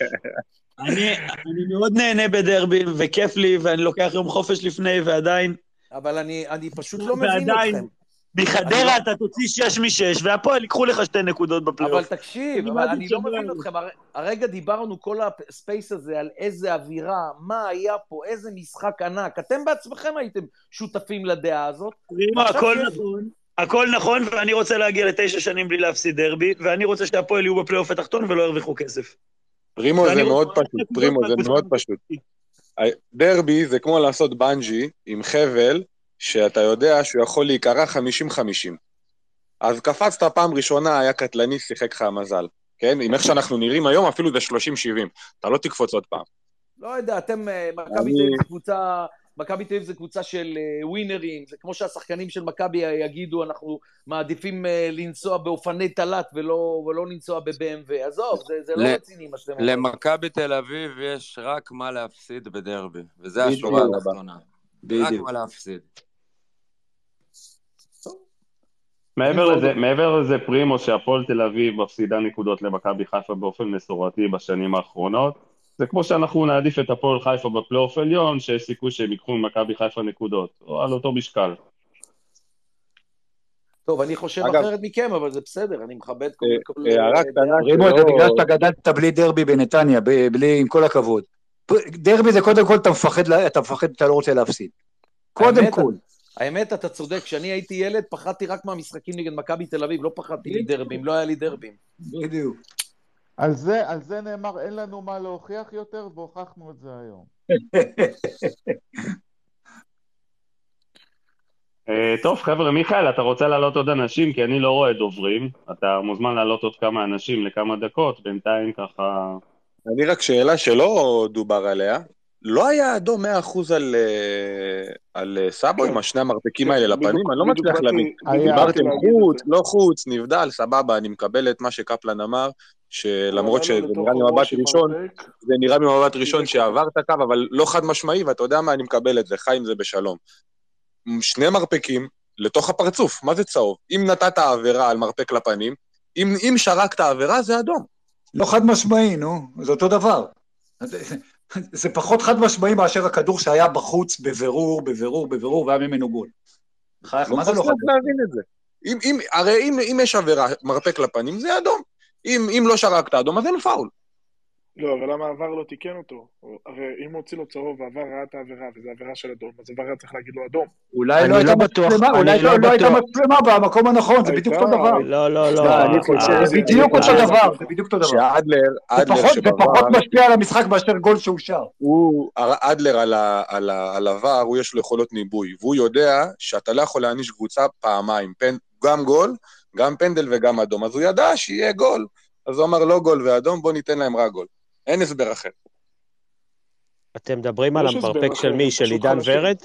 אני מאוד נהנה בדרבי, וכיף לי, ואני לוקח יום חופש לפני, ועדיין... אבל אני פשוט לא מבין אתכם. מחדרה אתה תוציא 6 מ-6, והפועל ייקחו לך 2 נקודות בפלייאוף. אבל תקשיב, אני לא מבין אתכם. הרגע דיברנו כל הספייס הזה על איזה אווירה, מה היה פה, איזה משחק ענק. אתם בעצמכם הייתם שותפים לדעה הזאת. הכל נכון, ואני רוצה להגיע ל9 שנים בלי להפסיד דרבי, ואני רוצה שהפועל יהיו בפלייאוף התחתון ולא ירוויחו כסף. פרימו זה מאוד פשוט. דרבי זה כמו לעשות בנג'י עם חבל, שאתה יודע שהוא יכול להיקרא 50-50. אז קפצת פעם ראשונה, היה קטלני, שיחק לך המזל. כן? עם איך שאנחנו נראים היום, אפילו זה 30-70. אתה לא תקפוץ עוד פעם. לא יודע, אתם, מכבי תל אביב זה קבוצה של ווינרים, זה כמו שהשחקנים של מכבי יגידו, אנחנו מעדיפים לנסוע באופני תלת ולא לנסוע ב-BMW. עזוב, זה לא רציני מה שאתם אומרים. למכבי תל אביב יש רק מה להפסיד בדרבי, וזה השורה התחתונה. רק מה להפסיד. מעבר לזה פרימו שהפועל תל אביב מפסידה נקודות למכבי חיפה באופן מסורתי בשנים האחרונות, זה כמו שאנחנו נעדיף את הפועל חיפה בפלייאוף עליון, שיש סיכוי שהם ייקחו ממכבי חיפה נקודות, או על אותו משקל. טוב, אני חושב אחרת מכם, אבל זה בסדר, אני מכבד כל... רימו, אתה בגלל שאתה גדלת בלי דרבי בנתניה, עם כל הכבוד. דרבי זה קודם כל, אתה מפחד, אתה לא רוצה להפסיד. קודם כל. האמת, אתה צודק, כשאני הייתי ילד, פחדתי רק מהמשחקים נגד מכבי תל אביב, לא פחדתי מדרבים, לא היה לי דרבים. בדיוק. על זה נאמר, אין לנו מה להוכיח יותר, והוכחנו את זה היום. טוב, חבר'ה, מיכאל, אתה רוצה לעלות עוד אנשים? כי אני לא רואה דוברים. אתה מוזמן לעלות עוד כמה אנשים לכמה דקות, בינתיים ככה... אני רק שאלה שלא דובר עליה. לא היה אדום 100% על סאבו עם השני המרפקים האלה לפנים? אני לא מצליח להבין. דיברתם חוץ, לא חוץ, נבדל, סבבה, אני מקבל את מה שקפלן אמר, שלמרות שזה נראה ממבט ראשון שעבר את הקו, אבל לא חד משמעי, ואתה יודע מה, אני מקבל את זה, חי עם זה בשלום. 2 מרפקים לתוך הפרצוף, מה זה צהוב? אם נתת העבירה על מרפק לפנים, אם שרקת העבירה זה אדום. לא חד משמעי, נו, זה אותו דבר. זה פחות חד משמעי מאשר הכדור שהיה בחוץ בבירור, והיה ממנו גול. מה זה לא חד משמעי? הרי אם יש עבירה מרפק לפנים, זה אדום. אם לא שרקת אדום, אז אין פאול. לא, אבל למה העבר לא תיקן אותו? הרי אם הוא הוציא לו צהוב ועבר ראה את העבירה, וזו עבירה של אדום, אז עבר היה צריך להגיד לו אדום. אולי לא הייתה מצלמה במקום הנכון, זה בדיוק אותו דבר. לא. זה בדיוק אותו דבר. זה פחות משפיע על המשחק מאשר גול שאושר. אדלר על עבר, הוא יש לו יכולות ניבוי, והוא יודע שאתה לא יכול להעניש קבוצה פעמיים, גם גול, גם פנדל וגם אדום, אז הוא ידע שיהיה גול. אז הוא אמר לא גול ואדום, בוא ניתן להם רק גול. אין הסבר אחר. אתם מדברים על המרפק של מי? של עידן ורד?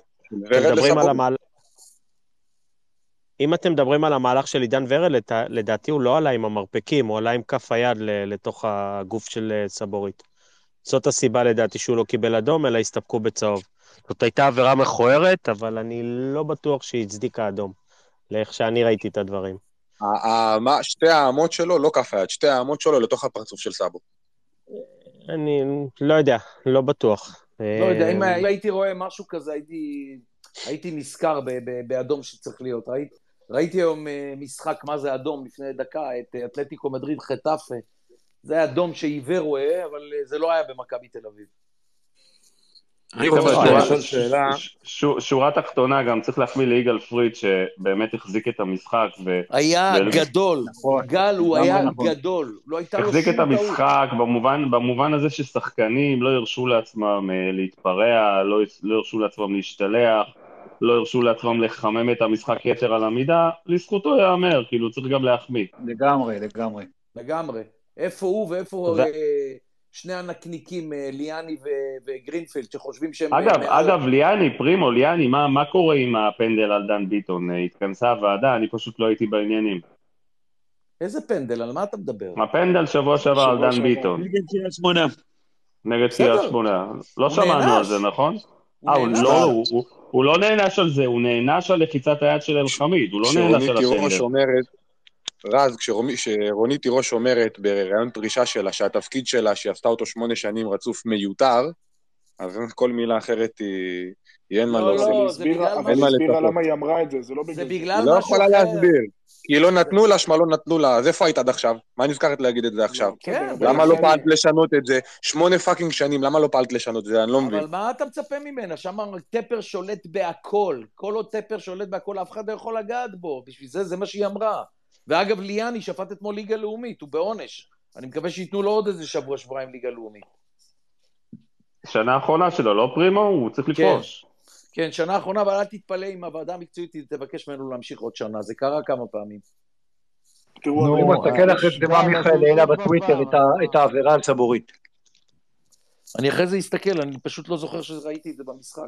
אם אתם מדברים על המהלך של עידן ורד, לדעתי הוא לא עלה עם המרפקים, הוא עלה עם כף היד לתוך הגוף של סבורית. זאת הסיבה לדעתי שהוא לא קיבל אדום, אלא הסתפקו בצהוב. זאת הייתה עבירה מכוערת, אבל אני לא בטוח שהיא הצדיקה אדום, לאיך שאני ראיתי את הדברים. שתי האמות שלו, לא כף היד, שתי האמות שלו לתוך הפרצוף של סאבו. אני לא יודע, לא בטוח. לא יודע, אם הייתי רואה משהו כזה, הייתי נזכר באדום שצריך להיות. ראיתי היום משחק, מה זה אדום, לפני דקה, את אתלטיקו מדריד חטאפה. זה היה אדום שעיוור רואה, אבל זה לא היה במכבי תל אביב. אני רוצה לשאול שאלה. שורה תחתונה, גם צריך להחמיא ליגאל פריד, שבאמת החזיק את המשחק. היה גדול. גל, הוא היה גדול. החזיק את המשחק במובן הזה ששחקנים לא הרשו לעצמם להתפרע, לא הרשו לעצמם להשתלח, לא הרשו לעצמם לחמם את המשחק יתר על המידה, לזכותו יאמר, כאילו צריך גם להחמיא. לגמרי. איפה הוא ואיפה שני הנקניקים, ליאני וגרינפלד, שחושבים שהם... אגב, ליאני, מה קורה עם הפנדל על דן ביטון? התכנסה הוועדה, אני פשוט לא הייתי בעניינים. איזה פנדל? על מה אתה מדבר? הפנדל שבוע שעבר על דן ביטון. נגד קריית שמונה. נגד קריית שמונה. לא שמענו על זה, נכון? הוא לא נענש על זה, הוא נענש על לחיצת היד של אלחמיד, הוא לא נענש על הפנדל. רז, כשרונית תירוש אומרת ברעיון פרישה שלה שהתפקיד שלה שעשתה אותו 8 שנים רצוף מיותר, אז כל מילה אחרת היא אין מה להוסיף. אבל היא הסבירה למה היא אמרה את זה, זה לא בגלל זה. היא לא יכולה להסביר, כי לא נתנו לה, שמה לא נתנו לה, אז איפה היית עד עכשיו? מה נזכרת להגיד את זה עכשיו? למה לא פעלת לשנות את זה? 8 פאקינג שנים, למה לא פעלת לשנות את זה? אני לא מבין. אבל מה אתה מצפה ממנה? שם טפר שולט בהכל, כל עוד טפר שולט בהכל, אף אחד לא יכול לגעת בו, בשביל זה מה שהיא אמרה. ואגב, ליאני שפט אתמול ליגה לאומית, הוא בעונש. אני מקווה שיתנו לו עוד איזה שבוע-שבועיים ליגה לאומית. שנה האחרונה שלו, לא פרימו? הוא צריך לפרוש. כן, שנה האחרונה, אבל אל תתפלא אם הוועדה המקצועית תבקש ממנו להמשיך עוד שנה. זה קרה כמה פעמים. אני מסתכל אחרי מה מיכאל העלה בטוויטר את העבירה על סבורית. אני אחרי זה אסתכל, אני פשוט לא זוכר שראיתי את זה במשחק.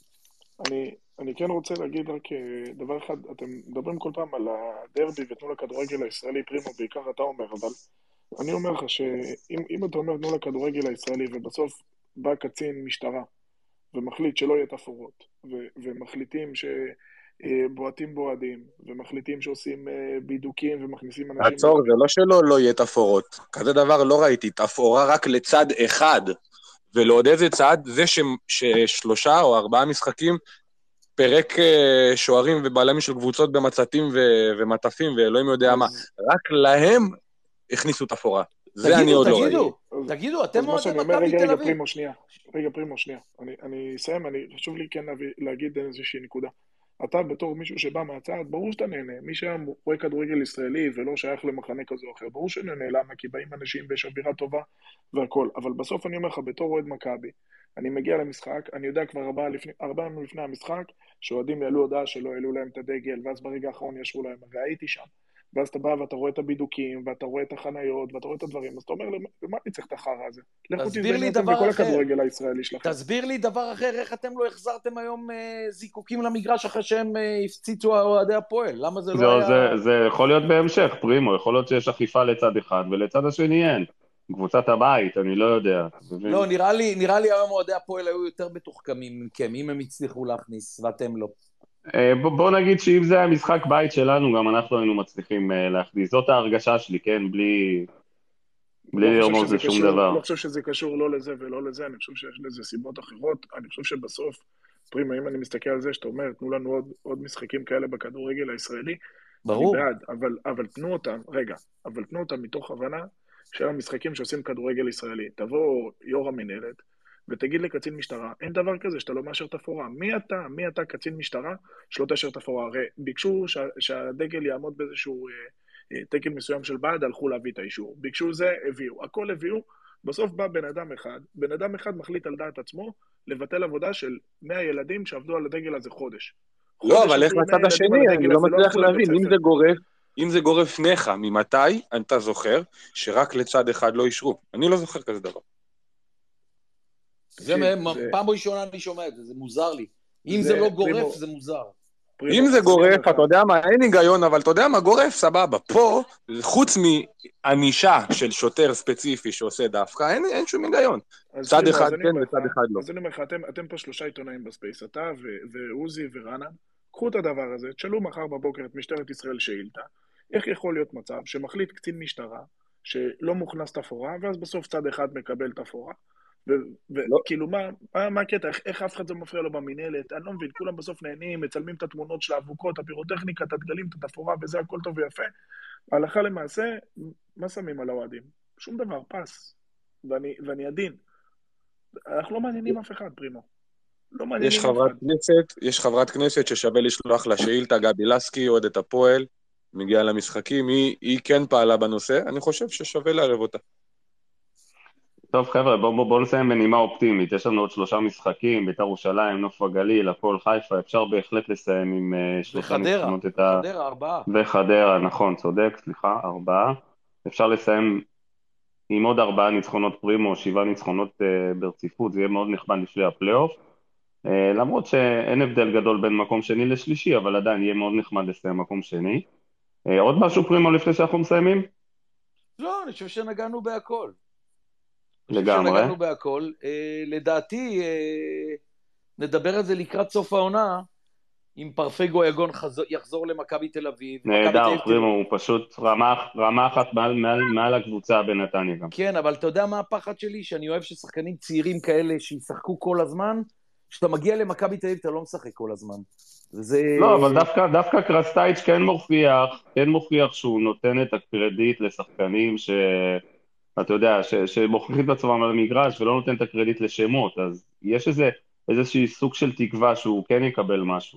אני כן רוצה להגיד רק דבר אחד, אתם מדברים כל פעם על הדרבי ותנו לכדורגל הישראלי, פרימו בעיקר אתה אומר, אבל אני אומר לך שאם אתה אומר תנו לכדורגל הישראלי ובסוף בא קצין משטרה ומחליט שלא יהיה תפורות, ומחליטים שבועטים בועדים, ומחליטים שעושים בידוקים ומכניסים אנשים... עצור, זה לא שלא לא יהיה תפורות, כזה דבר לא ראיתי, תפורה רק לצד אחד, ולעוד איזה צד, זה ש3 או 4 משחקים פרק שוערים ובעלמים של קבוצות במצתים ומטפים, ואלוהים יודע מה, רק להם הכניסו תפורה. זה אני עוד לא ראיתי. תגידו, אתם מאוד מכבי תל אביב. רגע, פרימו, שנייה. אני אסיים, חשוב לי כן להגיד איזושהי נקודה. אתה בתור מישהו שבא מהצד, ברור שאתה נהנה. מי שהיה רואה כדורגל ישראלי ולא שייך למחנה כזה או אחר, ברור שנהנה, למה? כי באים אנשים ויש אווירה טובה והכל. אבל בסוף אני אומר לך, בתור אוהד מכבי, אני מגיע למשחק, אני יודע כבר 4 ימים לפני המשחק, שאוהדים יעלו הודעה שלא העלו להם את הדגל, ואז ברגע האחרון ישרו להם, והייתי שם. ואז אתה בא ואתה רואה את הבידוקים, ואתה רואה את החניות, ואתה רואה את הדברים, אז אתה אומר, למה אני צריך את החרא הזה? לכו תזדיינו אתם בכל הכדורגל הישראלי שלכם. תסביר לי דבר אחר, איך אתם לא החזרתם היום זיקוקים למגרש אחרי שהם הפציצו אוהדי הפועל? למה זה לא היה... זה יכול להיות בהמשך, פרימו, יכול להיות שיש אכיפה לצד אחד, ולצד השני אין. קבוצת הבית, אני לא יודע. לא, נראה לי היום אוהדי הפועל היו יותר מתוחכמים מכם, אם הם הצליחו להכניס, ואתם לא. בוא נגיד שאם זה היה משחק בית שלנו, גם אנחנו היינו מצליחים להכניס. זאת ההרגשה שלי, כן? בלי לרמוז זה שום דבר. אני לא חושב שזה קשור לא לזה ולא לזה, אני חושב שיש לזה סיבות אחרות. אני חושב שבסוף, פרימה, אם אני מסתכל על זה שאתה אומר, תנו לנו עוד משחקים כאלה בכדורגל הישראלי, ברור. אני בעד, אבל תנו אותם, אבל תנו אותם מתוך הבנה של המשחקים שעושים כדורגל ישראלי. תבוא יו"ר המנהלת, ותגיד לקצין משטרה, אין דבר כזה שאתה לא מאשר תפורה. מי אתה קצין משטרה שלא תאשר תפורה? הרי ביקשו שהדגל יעמוד באיזשהו תקן מסוים של בעד, הלכו להביא את האישור. ביקשו זה, הביאו. הכל הביאו, בסוף בא בן אדם אחד מחליט על דעת עצמו, לבטל עבודה של 100 ילדים שעבדו על הדגל הזה חודש. לא, אבל איך לצד השני? אני לא מצליח להבין. אם זה גורף נחה, ממתי אתה זוכר שרק לצד אחד לא אישרו? אני לא זוכר כזה דבר. זה פעם ראשונה אני שומע את זה, זה מוזר לי. אם זה לא גורף, זה מוזר. אם זה גורף, אתה יודע מה, אין היגיון, אבל אתה יודע מה, גורף, סבבה. פה, חוץ מענישה של שוטר ספציפי שעושה דווקא, אין שום היגיון. צד אחד כן וצד אחד לא. אז אני אומר לך, אתם פה 3 עיתונאים בספייס, אתה ועוזי ורנה, קחו את הדבר הזה, תשאלו מחר בבוקר את משטרת ישראל שאילתה, איך יכול להיות מצב שמחליט קצין משטרה שלא מוכנס תפאורה, ואז בסוף צד אחד מקבל תפאורה? לא, וכאילו, מה הקטע? איך אף אחד זה מפריע לו במנהלת? אני לא מבין, כולם בסוף נהנים, מצלמים את התמונות של האבוקות, הפירוטכניקה, את הדגלים, את התפאורה, וזה הכל טוב ויפה. הלכה למעשה, מה שמים על האוהדים? שום דבר, פס. ואני עדין. אנחנו לא מעניינים אף אחד, פרימו. לא מעניינים אף אחד. יש חברת כנסת ששווה לשלוח לה שאילתה, גבי לסקי, אוהדת הפועל, מגיעה למשחקים, היא כן פעלה בנושא, אני חושב ששווה לערב אותה. טוב חבר'ה, בואו נסיים בנימה אופטימית, יש לנו עוד 3 משחקים, בית"ר ירושלים, נוף הגליל, הפועל חיפה, אפשר בהחלט לסיים עם 3 ניצחונות את ה... וחדרה, 4. וחדרה, נכון, צודק, סליחה, 4. אפשר לסיים עם עוד 4 ניצחונות פרימו, 7 ניצחונות ברציפות, זה יהיה מאוד נחמד לפני הפלייאוף, למרות שאין הבדל גדול בין מקום שני לשלישי, אבל עדיין יהיה מאוד נחמד לסיים מקום שני. עוד משהו פרימו לפני שאנחנו מסיימים? לא, אני חושב שנגענו בהכל. לגמרי. שנגענו בהכל. לדעתי, נדבר על זה לקראת סוף העונה, אם פרפה גויגון יחזור למכבי תל אביב. נהדר, פרימו, הוא פשוט רמה אחת מעל הקבוצה בנתניה גם. כן, אבל אתה יודע מה הפחד שלי? שאני אוהב ששחקנים צעירים כאלה שישחקו כל הזמן, כשאתה מגיע למכבי תל אביב אתה לא משחק כל הזמן. לא, אבל דווקא קרסטייץ' כן מוכיח שהוא נותן את הקרדיט לשחקנים אתה יודע, שמוכיחים את עצמם על המגרש ולא נותן את הקרדיט לשמות, אז יש איזושהי סוג של תקווה שהוא כן יקבל משהו.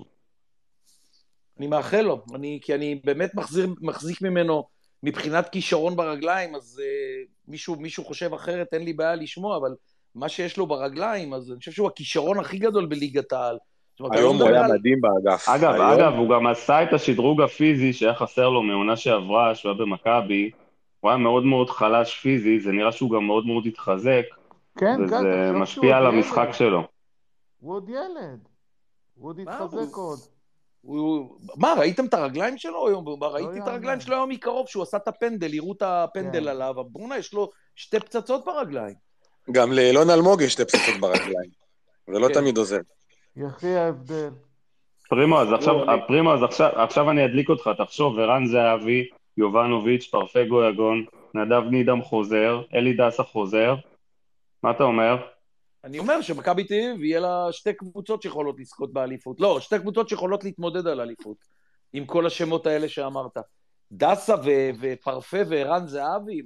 אני מאחל לו, כי אני באמת מחזיק ממנו מבחינת כישרון ברגליים, אז מישהו חושב אחרת, אין לי בעיה לשמוע, אבל מה שיש לו ברגליים, אז אני חושב שהוא הכישרון הכי גדול בליגת העל. היום הוא היה מדהים באגף. אגב, הוא גם עשה את השדרוג הפיזי שהיה חסר לו מעונה שעברה, שהוא היה במכבי, הוא היה מאוד מאוד חלש פיזי, זה נראה שהוא גם מאוד מאוד התחזק, כן, וזה משפיע על המשחק שלו. הוא עוד ילד, הוא עוד יתחזק עוד. מה, ראיתם את הרגליים שלו היום? ראיתי את הרגליים שלו היום מקרוב, שהוא עשה את הפנדל, יראו את הפנדל עליו, בונה, יש לו 2 פצצות ברגליים. גם לאילון אלמוג יש 2 פצצות ברגליים, זה לא תמיד עוזר. יחי ההבדל. פרימו, אז עכשיו אני אדליק אותך, תחשוב, ערן זהבי, יובנוביץ', פרפה גויגון, נדב נידם חוזר, אלי דסה חוזר, מה אתה אומר? אני אומר שמכבי תל אביב יהיה לה 2 קבוצות שיכולות לזכות באליפות, לא, 2 קבוצות שיכולות להתמודד על אליפות, עם כל השמות האלה שאמרת. דסה ופרפה וערן זהבי,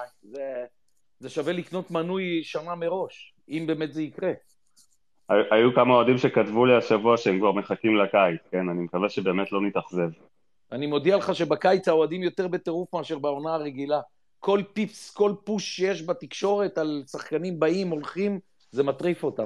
זה שווה לקנות מנוי שנה מראש, אם באמת זה יקרה. היו כמה אוהדים שכתבו לי השבוע שהם כבר מחכים לקיץ, כן? אני מקווה שבאמת לא נתאכזב. אני מודיע לך שבקיץ האוהדים יותר בטירוף מאשר בעונה הרגילה. כל פיפס, כל פוש שיש בתקשורת על שחקנים באים, הולכים, זה מטריף אותם.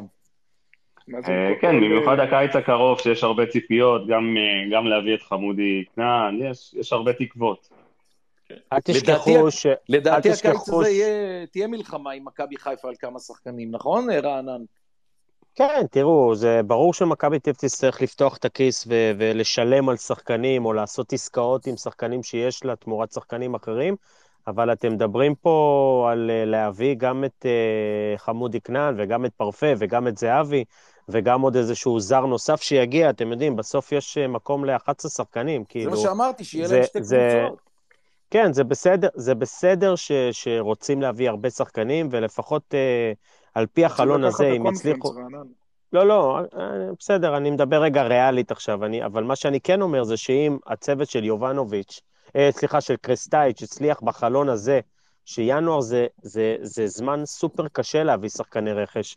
כן, במיוחד הקיץ הקרוב שיש הרבה ציפיות, גם להביא את חמודי כנען, יש הרבה תקוות. אל תשכחו לדעתי הקיץ הזה תהיה מלחמה עם מכבי חיפה על כמה שחקנים, נכון, רענן? כן, תראו, זה ברור שמכבי תל אביב תצטרך לפתוח את הכיס ולשלם על שחקנים, או לעשות עסקאות עם שחקנים שיש לה תמורת שחקנים אחרים, אבל אתם מדברים פה על להביא גם את חמודי כנען, וגם את פרפה, וגם את זהבי, וגם עוד איזשהו זר נוסף שיגיע, אתם יודעים, בסוף יש מקום ל-11 שחקנים, כאילו... זה מה שאמרתי, שיהיה להם 2 קבוצות. כן, זה בסדר שרוצים להביא הרבה שחקנים, ולפחות על פי החלון הזה, אם יצליחו... לא, בסדר, אני מדבר רגע ריאלית עכשיו, אבל מה שאני כן אומר זה שאם הצוות של יובנוביץ', של קרסטייץ' הצליח בחלון הזה, שינואר זה זמן סופר קשה להביא שחקני רכש,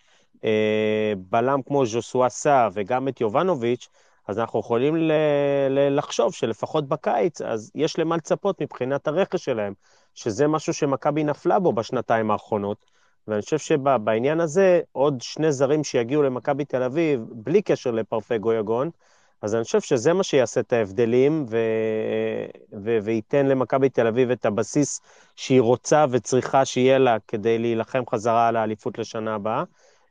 בלם כמו ז'וסואה סא וגם את יובנוביץ', אז אנחנו יכולים לחשוב שלפחות בקיץ, אז יש למה לצפות מבחינת הרכש שלהם, שזה משהו שמכבי נפלה בו בשנתיים האחרונות, ואני חושב שבעניין הזה, עוד 2 זרים שיגיעו למכבי תל אביב, בלי קשר לפרפה גויגון, אז אני חושב שזה מה שיעשה את ההבדלים, וייתן למכבי תל אביב את הבסיס שהיא רוצה וצריכה שיהיה לה, כדי להילחם חזרה על האליפות לשנה הבאה.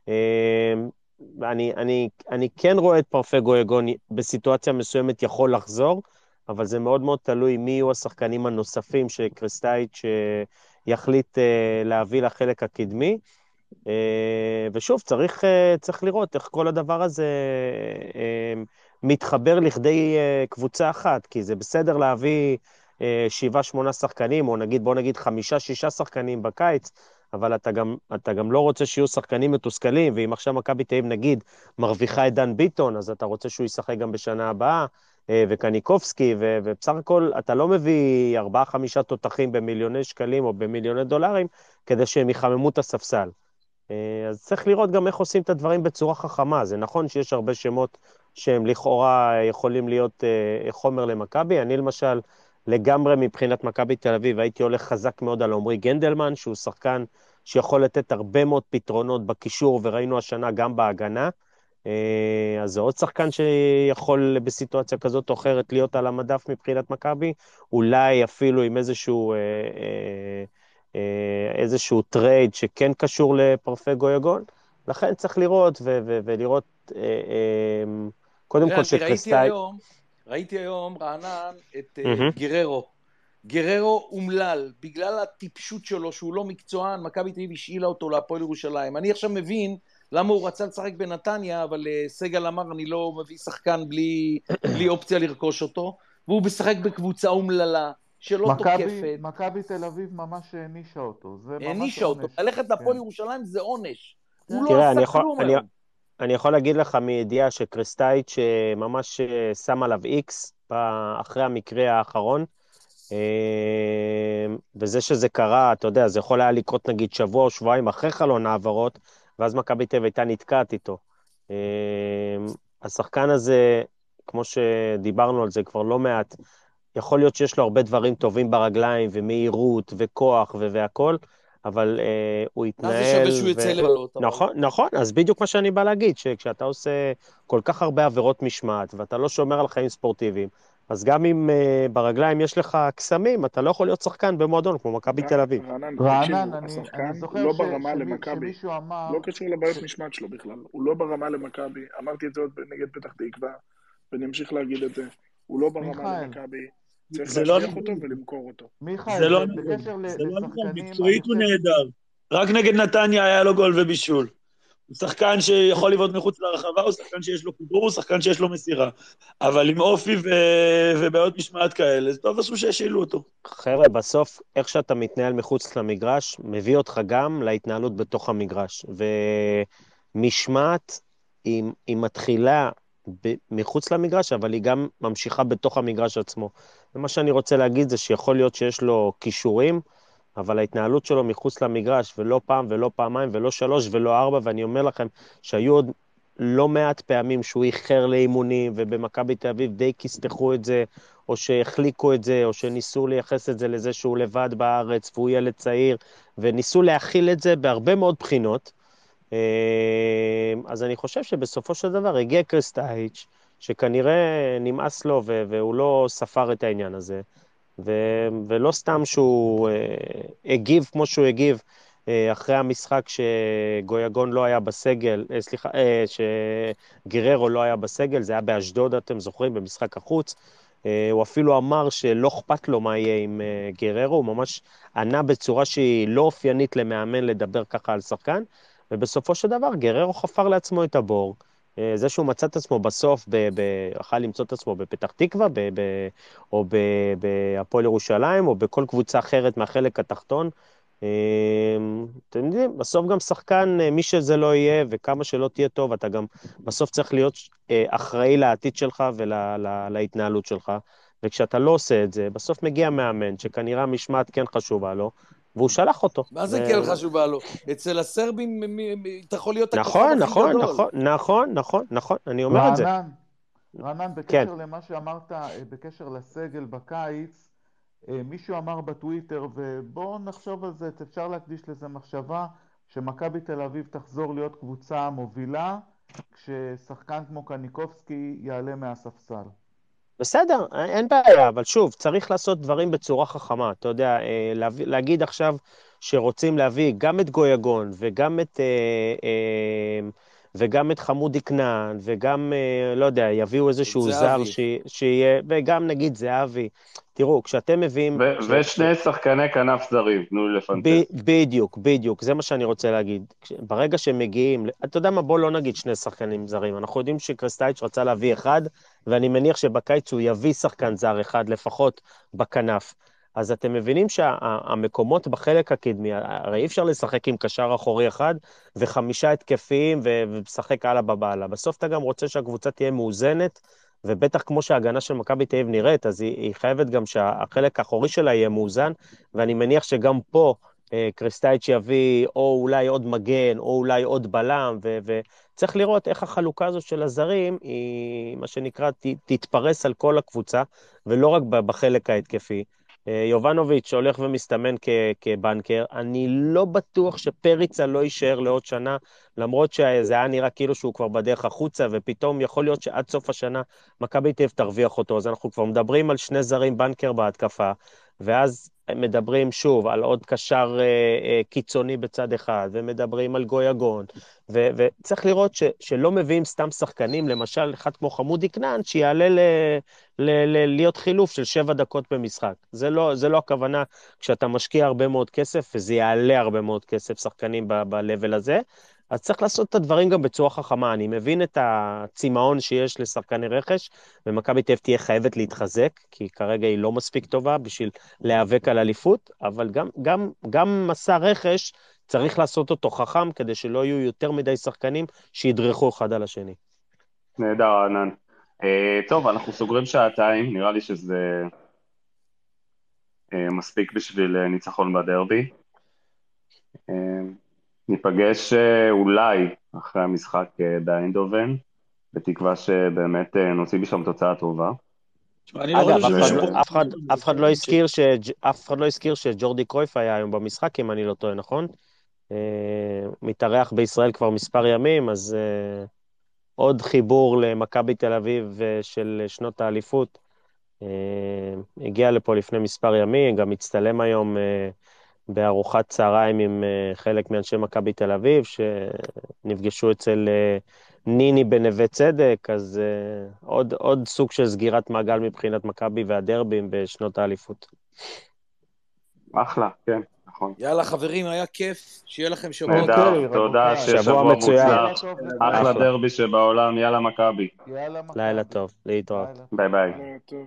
אני כן רואה את פרפה גויגון בסיטואציה מסוימת יכול לחזור, אבל זה מאוד מאוד תלוי מי יהיו השחקנים הנוספים שקרסטייץ' יחליט להביא לחלק הקדמי, ושוב, צריך לראות איך כל הדבר הזה מתחבר לכדי קבוצה אחת, כי זה בסדר להביא 7-8 שחקנים, או בוא נגיד 5-6 שחקנים בקיץ, אבל אתה גם לא רוצה שיהיו שחקנים מתוסכלים, ואם עכשיו מכבי תל אביב נגיד מרוויחה את דן ביטון, אז אתה רוצה שהוא ישחק גם בשנה הבאה, וקניקובסקי, ובסך הכל אתה לא מביא 4-5 תותחים במיליוני שקלים או במיליוני דולרים, כדי שהם יחממו את הספסל. אז צריך לראות גם איך עושים את הדברים בצורה חכמה. זה נכון שיש הרבה שמות שהם לכאורה יכולים להיות חומר למכבי. אני למשל לגמרי מבחינת מכבי תל אביב הייתי הולך חזק מאוד על עומרי גנדלמן, שהוא שחקן שיכול לתת הרבה מאוד פתרונות בקישור, וראינו השנה גם בהגנה. אז זה עוד שחקן שיכול בסיטואציה כזאת או אחרת להיות על המדף מבחינת מכבי, אולי אפילו עם איזשהו טרייד שכן קשור לפרפי גויגון. לכן צריך לראות ולראות קודם כל שקריסטאי... ראיתי היום רענן את גררו אומלל, בגלל הטיפשות שלו שהוא לא מקצוען, מכבי תל אביב השאילה אותו להפועל ירושלים. אני עכשיו מבין למה הוא רצה לשחק בנתניה, אבל סגל אמר אני לא מביא שחקן בלי אופציה לרכוש אותו, והוא משחק בקבוצה אומללה שלא תוקפת. מכבי תל אביב ממש הענישה אותו, זה ממש הענישה אותו, ללכת להפועל ירושלים זה עונש. הוא לא תראה, עשה כלום היום. אני יכול להגיד לך מידיעה שקריסטייץ' ממש שם עליו איקס אחרי המקרה האחרון, וזה שזה קרה, אתה יודע, זה יכול היה לקרות נגיד שבוע או שבועיים אחרי חלון העברות, ואז מכבי תל אביב הייתה נתקעת איתו. השחקן הזה, כמו שדיברנו על זה כבר לא מעט, יכול להיות שיש לו הרבה דברים טובים ברגליים, ומהירות, וכוח, והכל, אבל הוא יתנהל... מה זה שווה שהוא יצא לבלות? נכון, אז בדיוק מה שאני בא להגיד, שכשאתה עושה כל כך הרבה עבירות משמעת, ואתה לא שומר על חיים ספורטיביים, אז גם אם ברגליים יש לך קסמים, אתה לא יכול להיות שחקן במועדון, כמו מכבי תל אביב. רענן, השחקן לא ברמה למכבי, לא קשור לבעיות משמעת שלו בכלל, הוא לא ברמה למכבי, אמרתי את זה עוד נגד פתח תקווה, ואני אמשיך להגיד את זה, הוא לא ברמה למכבי, צריך להשליח אותו ולמכור אותו. מיכאל, זה בקשר לשחקנים... מקצועית הוא נהדר, רק נגד נתניה היה לו גול ובישול. הוא שחקן שיכול לבעוט מחוץ לרחבה, הוא שחקן שיש לו כדור, הוא שחקן שיש לו מסירה. אבל עם אופי ובעיות משמעת כאלה, זה טוב עשו שהשאילו אותו. חבר'ה, בסוף, איך שאתה מתנהל מחוץ למגרש, מביא אותך גם להתנהלות בתוך המגרש. ומשמעת היא מתחילה מחוץ למגרש, אבל היא גם ממשיכה בתוך המגרש עצמו. ומה שאני רוצה להגיד זה שיכול להיות שיש לו כישורים, אבל ההתנהלות שלו מחוץ למגרש, ולא פעם ולא פעמיים ולא 3 ולא 4, ואני אומר לכם שהיו עוד לא מעט פעמים שהוא איחר לאימונים, ובמכבי תל אביב די כסתחו את זה, או שהחליקו את זה, או שניסו לייחס את זה לזה שהוא לבד בארץ, והוא ילד צעיר, וניסו להכיל את זה בהרבה מאוד בחינות. אז אני חושב שבסופו של דבר הגיע קריסטייץ', שכנראה נמאס לו, והוא לא ספר את העניין הזה. ולא סתם שהוא הגיב כמו שהוא הגיב אחרי המשחק שגויגון לא היה בסגל, שגררו לא היה בסגל, זה היה באשדוד, אתם זוכרים, במשחק החוץ. הוא אפילו אמר שלא אכפת לו מה יהיה עם גררו, הוא ממש ענה בצורה שהיא לא אופיינית למאמן לדבר ככה על שחקן, ובסופו של דבר גררו חפר לעצמו את הבור. זה שהוא מצא את עצמו בסוף, יכול למצוא את עצמו בפתח תקווה, או בהפועל ירושלים, או בכל קבוצה אחרת מהחלק התחתון. אתם יודעים, בסוף גם שחקן, מי שזה לא יהיה, וכמה שלא תהיה טוב, אתה גם בסוף צריך להיות אחראי לעתיד שלך ולהתנהלות שלך, וכשאתה לא עושה את זה, בסוף מגיע מאמן, שכנראה המשמעת כן חשובה לו, והוא שלח אותו. מה זה כן חשובה לו? אצל הסרבים אתה יכול להיות הכוכב הכי גדול. נכון, אני אומר את זה. רענן, בקשר למה שאמרת, בקשר לסגל בקיץ, מישהו אמר בטוויטר, ובואו נחשוב על זה, אפשר להקדיש לזה מחשבה, שמכבי תל אביב תחזור להיות קבוצה מובילה, כששחקן כמו קניקובסקי יעלה מהספסל. בסדר, אין בעיה, אבל שוב, צריך לעשות דברים בצורה חכמה. אתה יודע, להגיד עכשיו שרוצים להביא גם את גויגון וגם וגם את חמודי כנען, וגם, לא יודע, יביאו איזשהו זר שיהיה, וגם נגיד זהבי. תראו, כשאתם מביאים... ושני שחקני כנף זרים, תנו לי לפנטז. בדיוק, זה מה שאני רוצה להגיד. ברגע שמגיעים, אתה יודע מה, בוא לא נגיד שני שחקנים זרים, אנחנו יודעים שקריסטייץ' רצה להביא אחד, ואני מניח שבקיץ הוא יביא שחקן זר אחד לפחות בכנף. אז אתם מבינים שהמקומות בחלק הקדמי, הרי אי אפשר לשחק עם קשר אחורי אחד, וחמישה התקפיים ולשחק הלאה בבעלה. בסוף אתה גם רוצה שהקבוצה תהיה מאוזנת, ובטח כמו שההגנה של מכבי תל אביב נראית, אז היא חייבת גם שהחלק האחורי שלה יהיה מאוזן, ואני מניח שגם פה קריסטייץ' יביא או אולי עוד מגן, או אולי עוד בלם, וצריך לראות איך החלוקה הזו של הזרים, היא מה שנקרא, תתפרס על כל הקבוצה, ולא רק בחלק ההתקפי. יובנוביץ' הולך ומסתמן כבנקר, אני לא בטוח שפריצה לא יישאר לעוד שנה, למרות שזה היה נראה כאילו שהוא כבר בדרך החוצה, ופתאום יכול להיות שעד סוף השנה מכבי תל אביב תרוויח אותו, אז אנחנו כבר מדברים על שני זרים בנקר בהתקפה, ואז מדברים שוב על עוד קשר קיצוני בצד אחד, ומדברים על גויגון, וצריך לראות שלא מביאים סתם שחקנים, למשל אחד כמו חמודי כנען, שיעלה להיות חילוף של 7 דקות במשחק. זה לא הכוונה כשאתה משקיע הרבה מאוד כסף, וזה יעלה הרבה מאוד כסף שחקנים ב-level הזה, אז צריך לעשות את הדברים גם בצורה חכמה. אני מבין את הצימאון שיש לשחקני רכש, ומכבי תל אביב תהיה חייבת להתחזק, כי כרגע היא לא מספיק טובה בשביל להיאבק על אליפות, אבל גם מסע רכש צריך לעשות אותו חכם, כדי שלא יהיו יותר מדי שחקנים שידרכו אחד על השני. נהדר, ענן. טוב, אנחנו סוגרים שעתיים, נראה לי שזה מספיק בשביל ניצחון בדרבי. ניפגש אולי אחרי המשחק באיינדובן, בתקווה שבאמת נוציא בשם תוצאה טובה. אגב, אף אחד לא הזכיר שג'ורדי קרויף היה היום במשחק, אם אני לא טועה, נכון? מתארח בישראל כבר מספר ימים, אז עוד חיבור למכבי תל אביב של שנות האליפות. הגיע לפה לפני מספר ימים, גם הצטלם היום בארוחת צהריים עם חלק מאנשי מכבי תל אביב, שנפגשו אצל ניני בנווה צדק, אז עוד סוג של סגירת מעגל מבחינת מכבי והדרבים בשנות האליפות. אחלה, כן, נכון. יאללה חברים, היה כיף, שיהיה לכם שבוע טוב. נהדר, תודה, שבוע מוצלח. אחלה דרבי שבעולם, יאללה מכבי. לילה טוב, להתראות. ביי ביי.